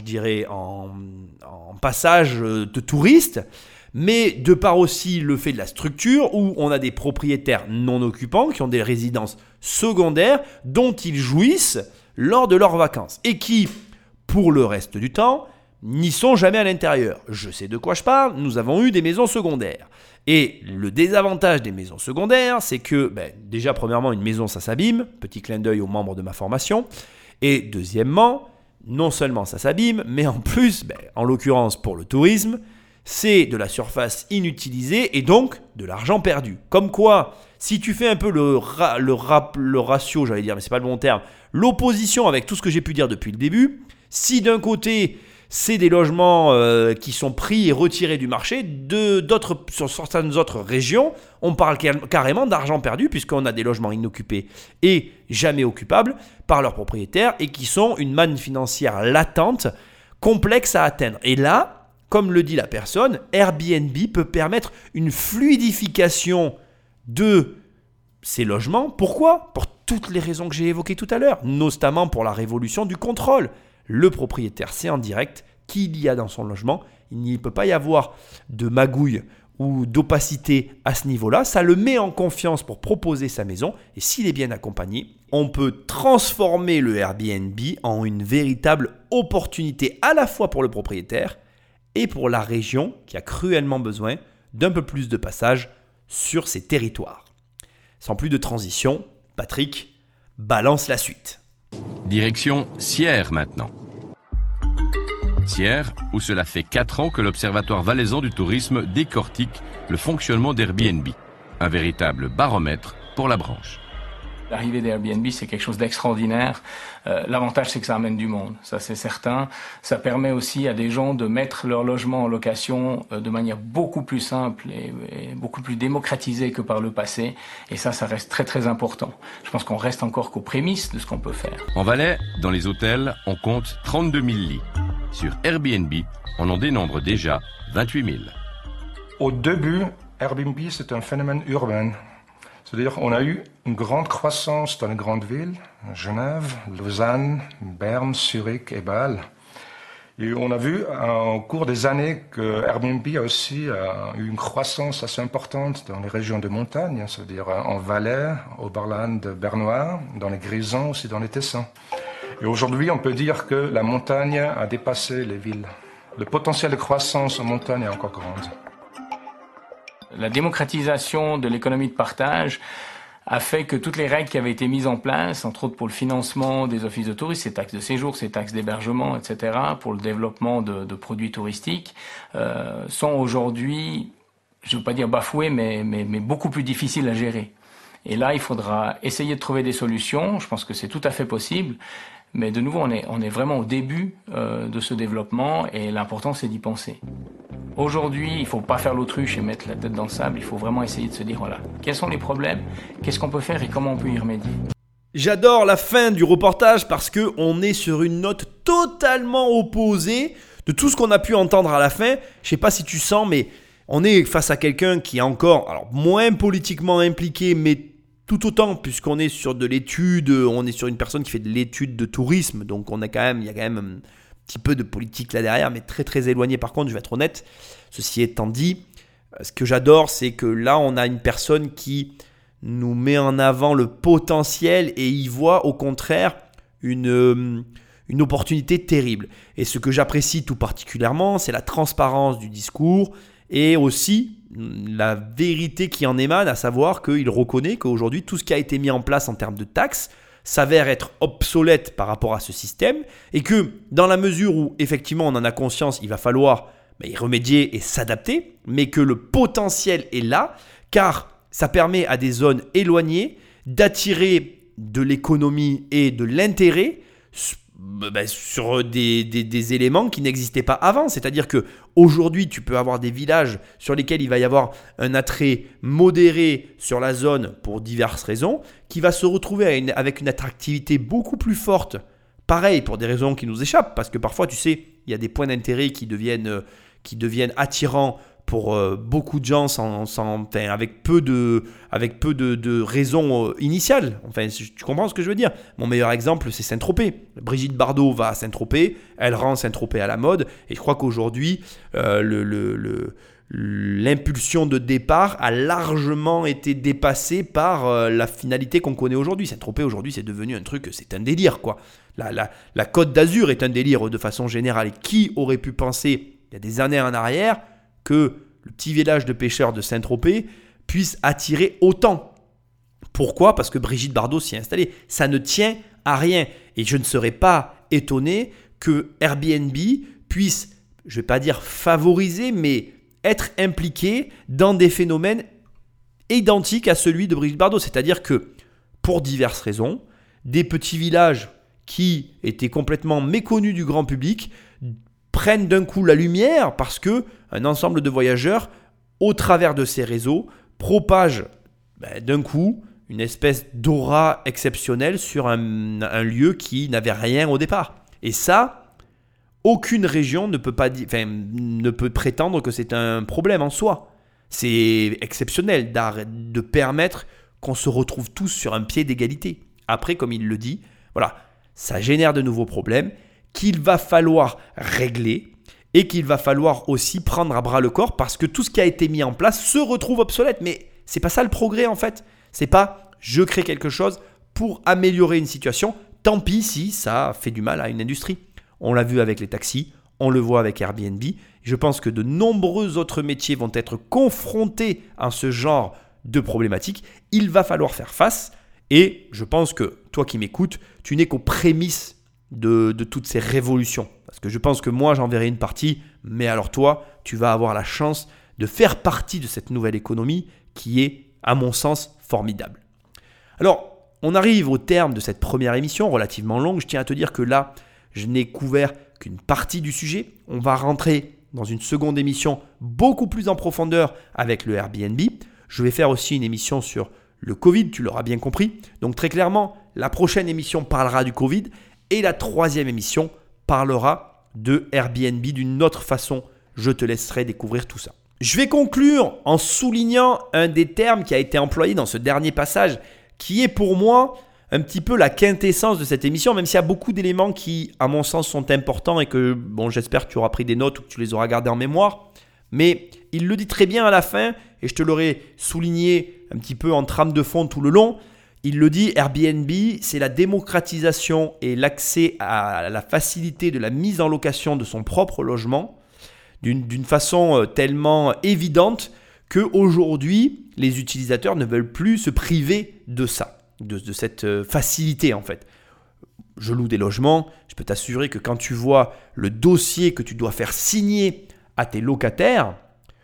passage de touristes, mais de par aussi le fait de la structure où on a des propriétaires non occupants qui ont des résidences secondaires dont ils jouissent lors de leurs vacances et qui, pour le reste du temps, n'y sont jamais à l'intérieur. Je sais de quoi je parle, nous avons eu des maisons secondaires. Et le désavantage des maisons secondaires, c'est que, déjà, premièrement, une maison, ça s'abîme, petit clin d'œil aux membres de ma formation, et deuxièmement, non seulement ça s'abîme, mais en plus, en l'occurrence pour le tourisme, c'est de la surface inutilisée et donc de l'argent perdu. Comme quoi, si tu fais un peu le ratio, j'allais dire, mais c'est pas le bon terme, l'opposition avec tout ce que j'ai pu dire depuis le début, si d'un côté, c'est des logements qui sont pris et retirés du marché, sur certaines autres régions, on parle carrément d'argent perdu puisqu'on a des logements inoccupés et jamais occupables par leurs propriétaires et qui sont une manne financière latente, complexe à atteindre. Et là, comme le dit la personne, Airbnb peut permettre une fluidification de ces logements. Pourquoi ? Pour toutes les raisons que j'ai évoquées tout à l'heure, notamment pour la révolution du contrôle. Le propriétaire sait en direct qu'il y a dans son logement. Il ne peut pas y avoir de magouille ou d'opacité à ce niveau-là. Ça le met en confiance pour proposer sa maison. Et s'il est bien accompagné, on peut transformer le Airbnb en une véritable opportunité à la fois pour le propriétaire et pour la région qui a cruellement besoin d'un peu plus de passage sur ces territoires. Sans plus de transition, Patrick, balance la suite. Direction Sierre maintenant. Sierre, où cela fait 4 ans que l'Observatoire valaisan du tourisme décortique le fonctionnement d'Airbnb. Un véritable baromètre pour la branche. L'arrivée d'Airbnb, c'est quelque chose d'extraordinaire. L'avantage, c'est que ça amène du monde, ça c'est certain. Ça permet aussi à des gens de mettre leur logement en location de manière beaucoup plus simple et beaucoup plus démocratisée que par le passé. Et ça reste très très important. Je pense qu'on reste encore qu'aux prémices de ce qu'on peut faire. En Valais, dans les hôtels, on compte 32 000 lits. Sur Airbnb, on en dénombre déjà 28 000. Au début, Airbnb, c'est un phénomène urbain. C'est-à-dire qu'on a eu une grande croissance dans les grandes villes, Genève, Lausanne, Berne, Zurich et Bâle. Et on a vu au cours des années que Airbnb a aussi eu une croissance assez importante dans les régions de montagne, c'est-à-dire en Valais, au Oberland bernois, dans les Grisons, aussi dans les Tessins. Et aujourd'hui, on peut dire que la montagne a dépassé les villes. Le potentiel de croissance en montagne est encore grand. La démocratisation de l'économie de partage a fait que toutes les règles qui avaient été mises en place, entre autres pour le financement des offices de tourisme, ces taxes de séjour, ces taxes d'hébergement, etc., pour le développement de produits touristiques, sont aujourd'hui, je ne veux pas dire bafouées, mais beaucoup plus difficiles à gérer. Et là, il faudra essayer de trouver des solutions. Je pense que c'est tout à fait possible. Mais de nouveau, on est vraiment au début de ce développement et l'important, c'est d'y penser. Aujourd'hui, il ne faut pas faire l'autruche et mettre la tête dans le sable. Il faut vraiment essayer de se dire, voilà, quels sont les problèmes, qu'est-ce qu'on peut faire et comment on peut y remédier. J'adore la fin du reportage parce qu'on est sur une note totalement opposée de tout ce qu'on a pu entendre à la fin. Je ne sais pas si tu sens, mais on est face à quelqu'un qui est encore alors, moins politiquement impliqué, mais tout autant, puisqu'on est sur de l'étude, on est sur une personne qui fait de l'étude de tourisme, donc il y a quand même un petit peu de politique là derrière, mais très très éloigné par contre, je vais être honnête. Ceci étant dit, ce que j'adore, c'est que là on a une personne qui nous met en avant le potentiel et y voit au contraire une opportunité terrible. Et ce que j'apprécie tout particulièrement, c'est la transparence du discours et aussi la vérité qui en émane, à savoir qu'il reconnaît qu'aujourd'hui, tout ce qui a été mis en place en termes de taxes s'avère être obsolète par rapport à ce système et que dans la mesure où effectivement on en a conscience, il va falloir y remédier et s'adapter, mais que le potentiel est là car ça permet à des zones éloignées d'attirer de l'économie et de l'intérêt sur des éléments qui n'existaient pas avant. C'est-à-dire qu'aujourd'hui, tu peux avoir des villages sur lesquels il va y avoir un attrait modéré sur la zone pour diverses raisons, qui va se retrouver avec une attractivité beaucoup plus forte. Pareil, pour des raisons qui nous échappent, parce que parfois, tu sais, il y a des points d'intérêt qui deviennent attirants pour beaucoup de gens avec peu de raisons initiales. Enfin, tu comprends ce que je veux dire. Mon meilleur exemple, c'est Saint-Tropez. Brigitte Bardot va à Saint-Tropez, elle rend Saint-Tropez à la mode, et je crois qu'aujourd'hui, l'impulsion de départ a largement été dépassée par la finalité qu'on connaît aujourd'hui. Saint-Tropez, aujourd'hui, c'est devenu un truc, c'est un délire, quoi. La Côte d'Azur est un délire de façon générale. Et qui aurait pu penser, il y a des années en arrière, que le petit village de pêcheurs de Saint-Tropez puisse attirer autant. Pourquoi ? Parce que Brigitte Bardot s'y est installée. Ça ne tient à rien. Et je ne serais pas étonné que Airbnb puisse, je ne vais pas dire favoriser, mais être impliqué dans des phénomènes identiques à celui de Brigitte Bardot. C'est-à-dire que, pour diverses raisons, des petits villages qui étaient complètement méconnus du grand public prennent d'un coup la lumière parce que un ensemble de voyageurs, au travers de ces réseaux, propagent d'un coup une espèce d'aura exceptionnelle sur un lieu qui n'avait rien au départ. Et ça, aucune région ne peut prétendre que c'est un problème en soi. C'est exceptionnel de permettre qu'on se retrouve tous sur un pied d'égalité. Après, comme il le dit, voilà, ça génère de nouveaux problèmes qu'il va falloir régler et qu'il va falloir aussi prendre à bras le corps parce que tout ce qui a été mis en place se retrouve obsolète. Mais c'est pas ça le progrès en fait. C'est pas je crée quelque chose pour améliorer une situation. Tant pis si ça fait du mal à une industrie. On l'a vu avec les taxis, on le voit avec Airbnb. Je pense que de nombreux autres métiers vont être confrontés à ce genre de problématiques. Il va falloir faire face et je pense que toi qui m'écoutes, tu n'es qu'aux prémices de toutes ces révolutions. Parce que je pense que moi, j'en verrai une partie, mais alors toi, tu vas avoir la chance de faire partie de cette nouvelle économie qui est, à mon sens, formidable. Alors, on arrive au terme de cette première émission, relativement longue. Je tiens à te dire que là, je n'ai couvert qu'une partie du sujet. On va rentrer dans une seconde émission beaucoup plus en profondeur avec le Airbnb. Je vais faire aussi une émission sur le Covid, tu l'auras bien compris. Donc très clairement, la prochaine émission parlera du Covid et la troisième émission parlera de Airbnb d'une autre façon. Je te laisserai découvrir tout ça. Je vais conclure en soulignant un des termes qui a été employé dans ce dernier passage, qui est pour moi un petit peu la quintessence de cette émission, même s'il y a beaucoup d'éléments qui, à mon sens, sont importants et que, bon, j'espère que tu auras pris des notes ou que tu les auras gardés en mémoire. Mais il le dit très bien à la fin, et je te l'aurais souligné un petit peu en trame de fond tout le long. Il le dit, Airbnb, c'est la démocratisation et l'accès à la facilité de la mise en location de son propre logement d'une façon tellement évidente qu'aujourd'hui, les utilisateurs ne veulent plus se priver de ça, de cette facilité en fait. Je loue des logements, je peux t'assurer que quand tu vois le dossier que tu dois faire signer à tes locataires,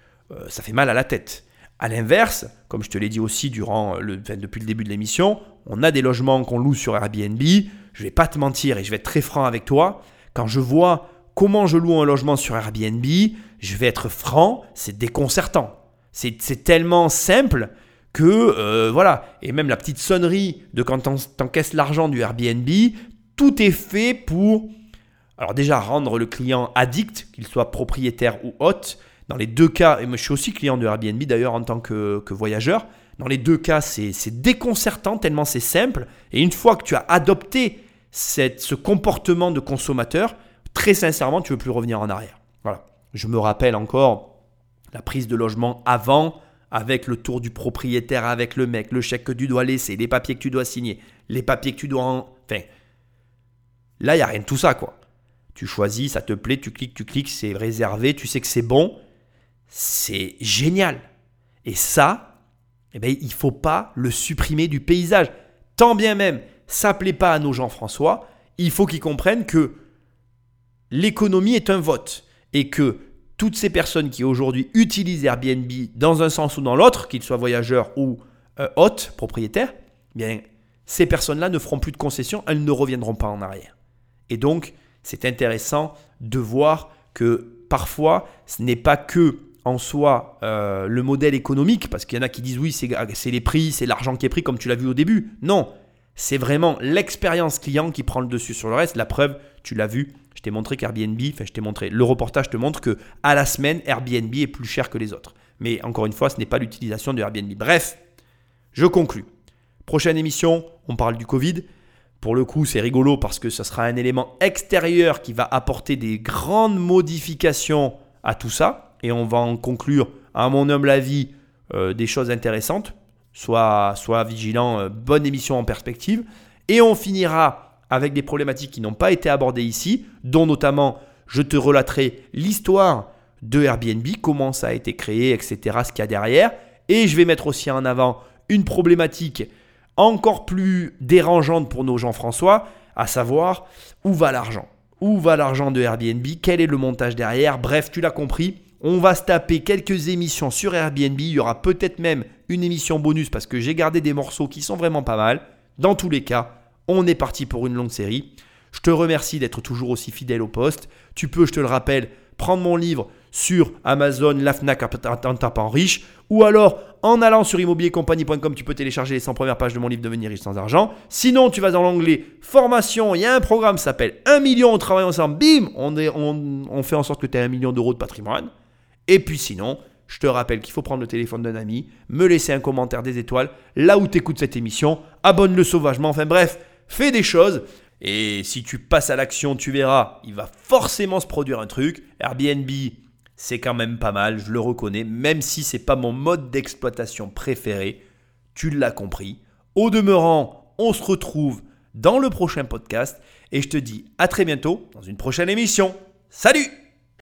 ça fait mal à la tête. À l'inverse, comme je te l'ai dit aussi depuis le début de l'émission, on a des logements qu'on loue sur Airbnb. Je ne vais pas te mentir et je vais être très franc avec toi. Quand je vois comment je loue un logement sur Airbnb, je vais être franc, c'est déconcertant. C'est tellement simple que voilà. Et même la petite sonnerie de quand t'encaisses l'argent du Airbnb, tout est fait pour, alors déjà rendre le client addict, qu'il soit propriétaire ou hôte. Dans les deux cas, et moi je suis aussi client de Airbnb d'ailleurs en tant que voyageur, dans les deux cas c'est déconcertant tellement c'est simple. Et une fois que tu as adopté ce comportement de consommateur, très sincèrement tu ne veux plus revenir en arrière. Voilà. Je me rappelle encore la prise de logement avant, avec le tour du propriétaire, avec le mec, le chèque que tu dois laisser, les papiers que tu dois signer, les papiers que tu dois... Enfin, là il n'y a rien de tout ça quoi. Tu choisis, ça te plaît, tu cliques, c'est réservé, tu sais que c'est bon. C'est génial. Et ça, il ne faut pas le supprimer du paysage. Tant bien même, ça ne plaît pas à nos Jean-François, il faut qu'ils comprennent que l'économie est un vote. Et que toutes ces personnes qui aujourd'hui utilisent Airbnb dans un sens ou dans l'autre, qu'ils soient voyageurs ou hôtes, propriétaires, bien, ces personnes-là ne feront plus de concessions, elles ne reviendront pas en arrière. Et donc, c'est intéressant de voir que parfois, ce n'est pas que en soi le modèle économique, parce qu'il y en a qui disent oui, c'est les prix, c'est l'argent qui est pris comme tu l'as vu au début. Non, c'est vraiment l'expérience client qui prend le dessus sur le reste. La preuve, tu l'as vu, je t'ai montré le reportage te montre que à la semaine, Airbnb est plus cher que les autres. Mais encore une fois, ce n'est pas l'utilisation de Airbnb. Bref, je conclus. Prochaine émission, on parle du Covid. Pour le coup, c'est rigolo parce que ça sera un élément extérieur qui va apporter des grandes modifications à tout ça. Et on va en conclure, à mon humble avis, des choses intéressantes. Sois vigilant, bonne émission en perspective. Et on finira avec des problématiques qui n'ont pas été abordées ici, dont notamment, je te relaterai l'histoire de Airbnb, comment ça a été créé, etc., ce qu'il y a derrière. Et je vais mettre aussi en avant une problématique encore plus dérangeante pour nos Jean-François, à savoir où va l'argent. Où va l'argent de Airbnb? Quel est le montage derrière? Bref, tu l'as compris. On va se taper quelques émissions sur Airbnb. Il y aura peut-être même une émission bonus parce que j'ai gardé des morceaux qui sont vraiment pas mal. Dans tous les cas, on est parti pour une longue série. Je te remercie d'être toujours aussi fidèle au poste. Tu peux, je te le rappelle, prendre mon livre sur Amazon, la Fnac en tapant riche, ou alors en allant sur immobiliercompagnie.com, tu peux télécharger les 100 premières pages de mon livre Devenir riche sans argent. Sinon, tu vas dans l'onglet formation, il y a un programme qui s'appelle 1 million, on travaille ensemble, bim, on fait en sorte que tu aies 1 million d'euros de patrimoine. Et puis sinon, je te rappelle qu'il faut prendre le téléphone d'un ami, me laisser un commentaire, des étoiles, là où tu écoutes cette émission, abonne-le sauvagement, enfin bref, fais des choses. Et si tu passes à l'action, tu verras, il va forcément se produire un truc. Airbnb, c'est quand même pas mal, je le reconnais, même si ce n'est pas mon mode d'exploitation préféré. Tu l'as compris. Au demeurant, on se retrouve dans le prochain podcast et je te dis à très bientôt dans une prochaine émission. Salut!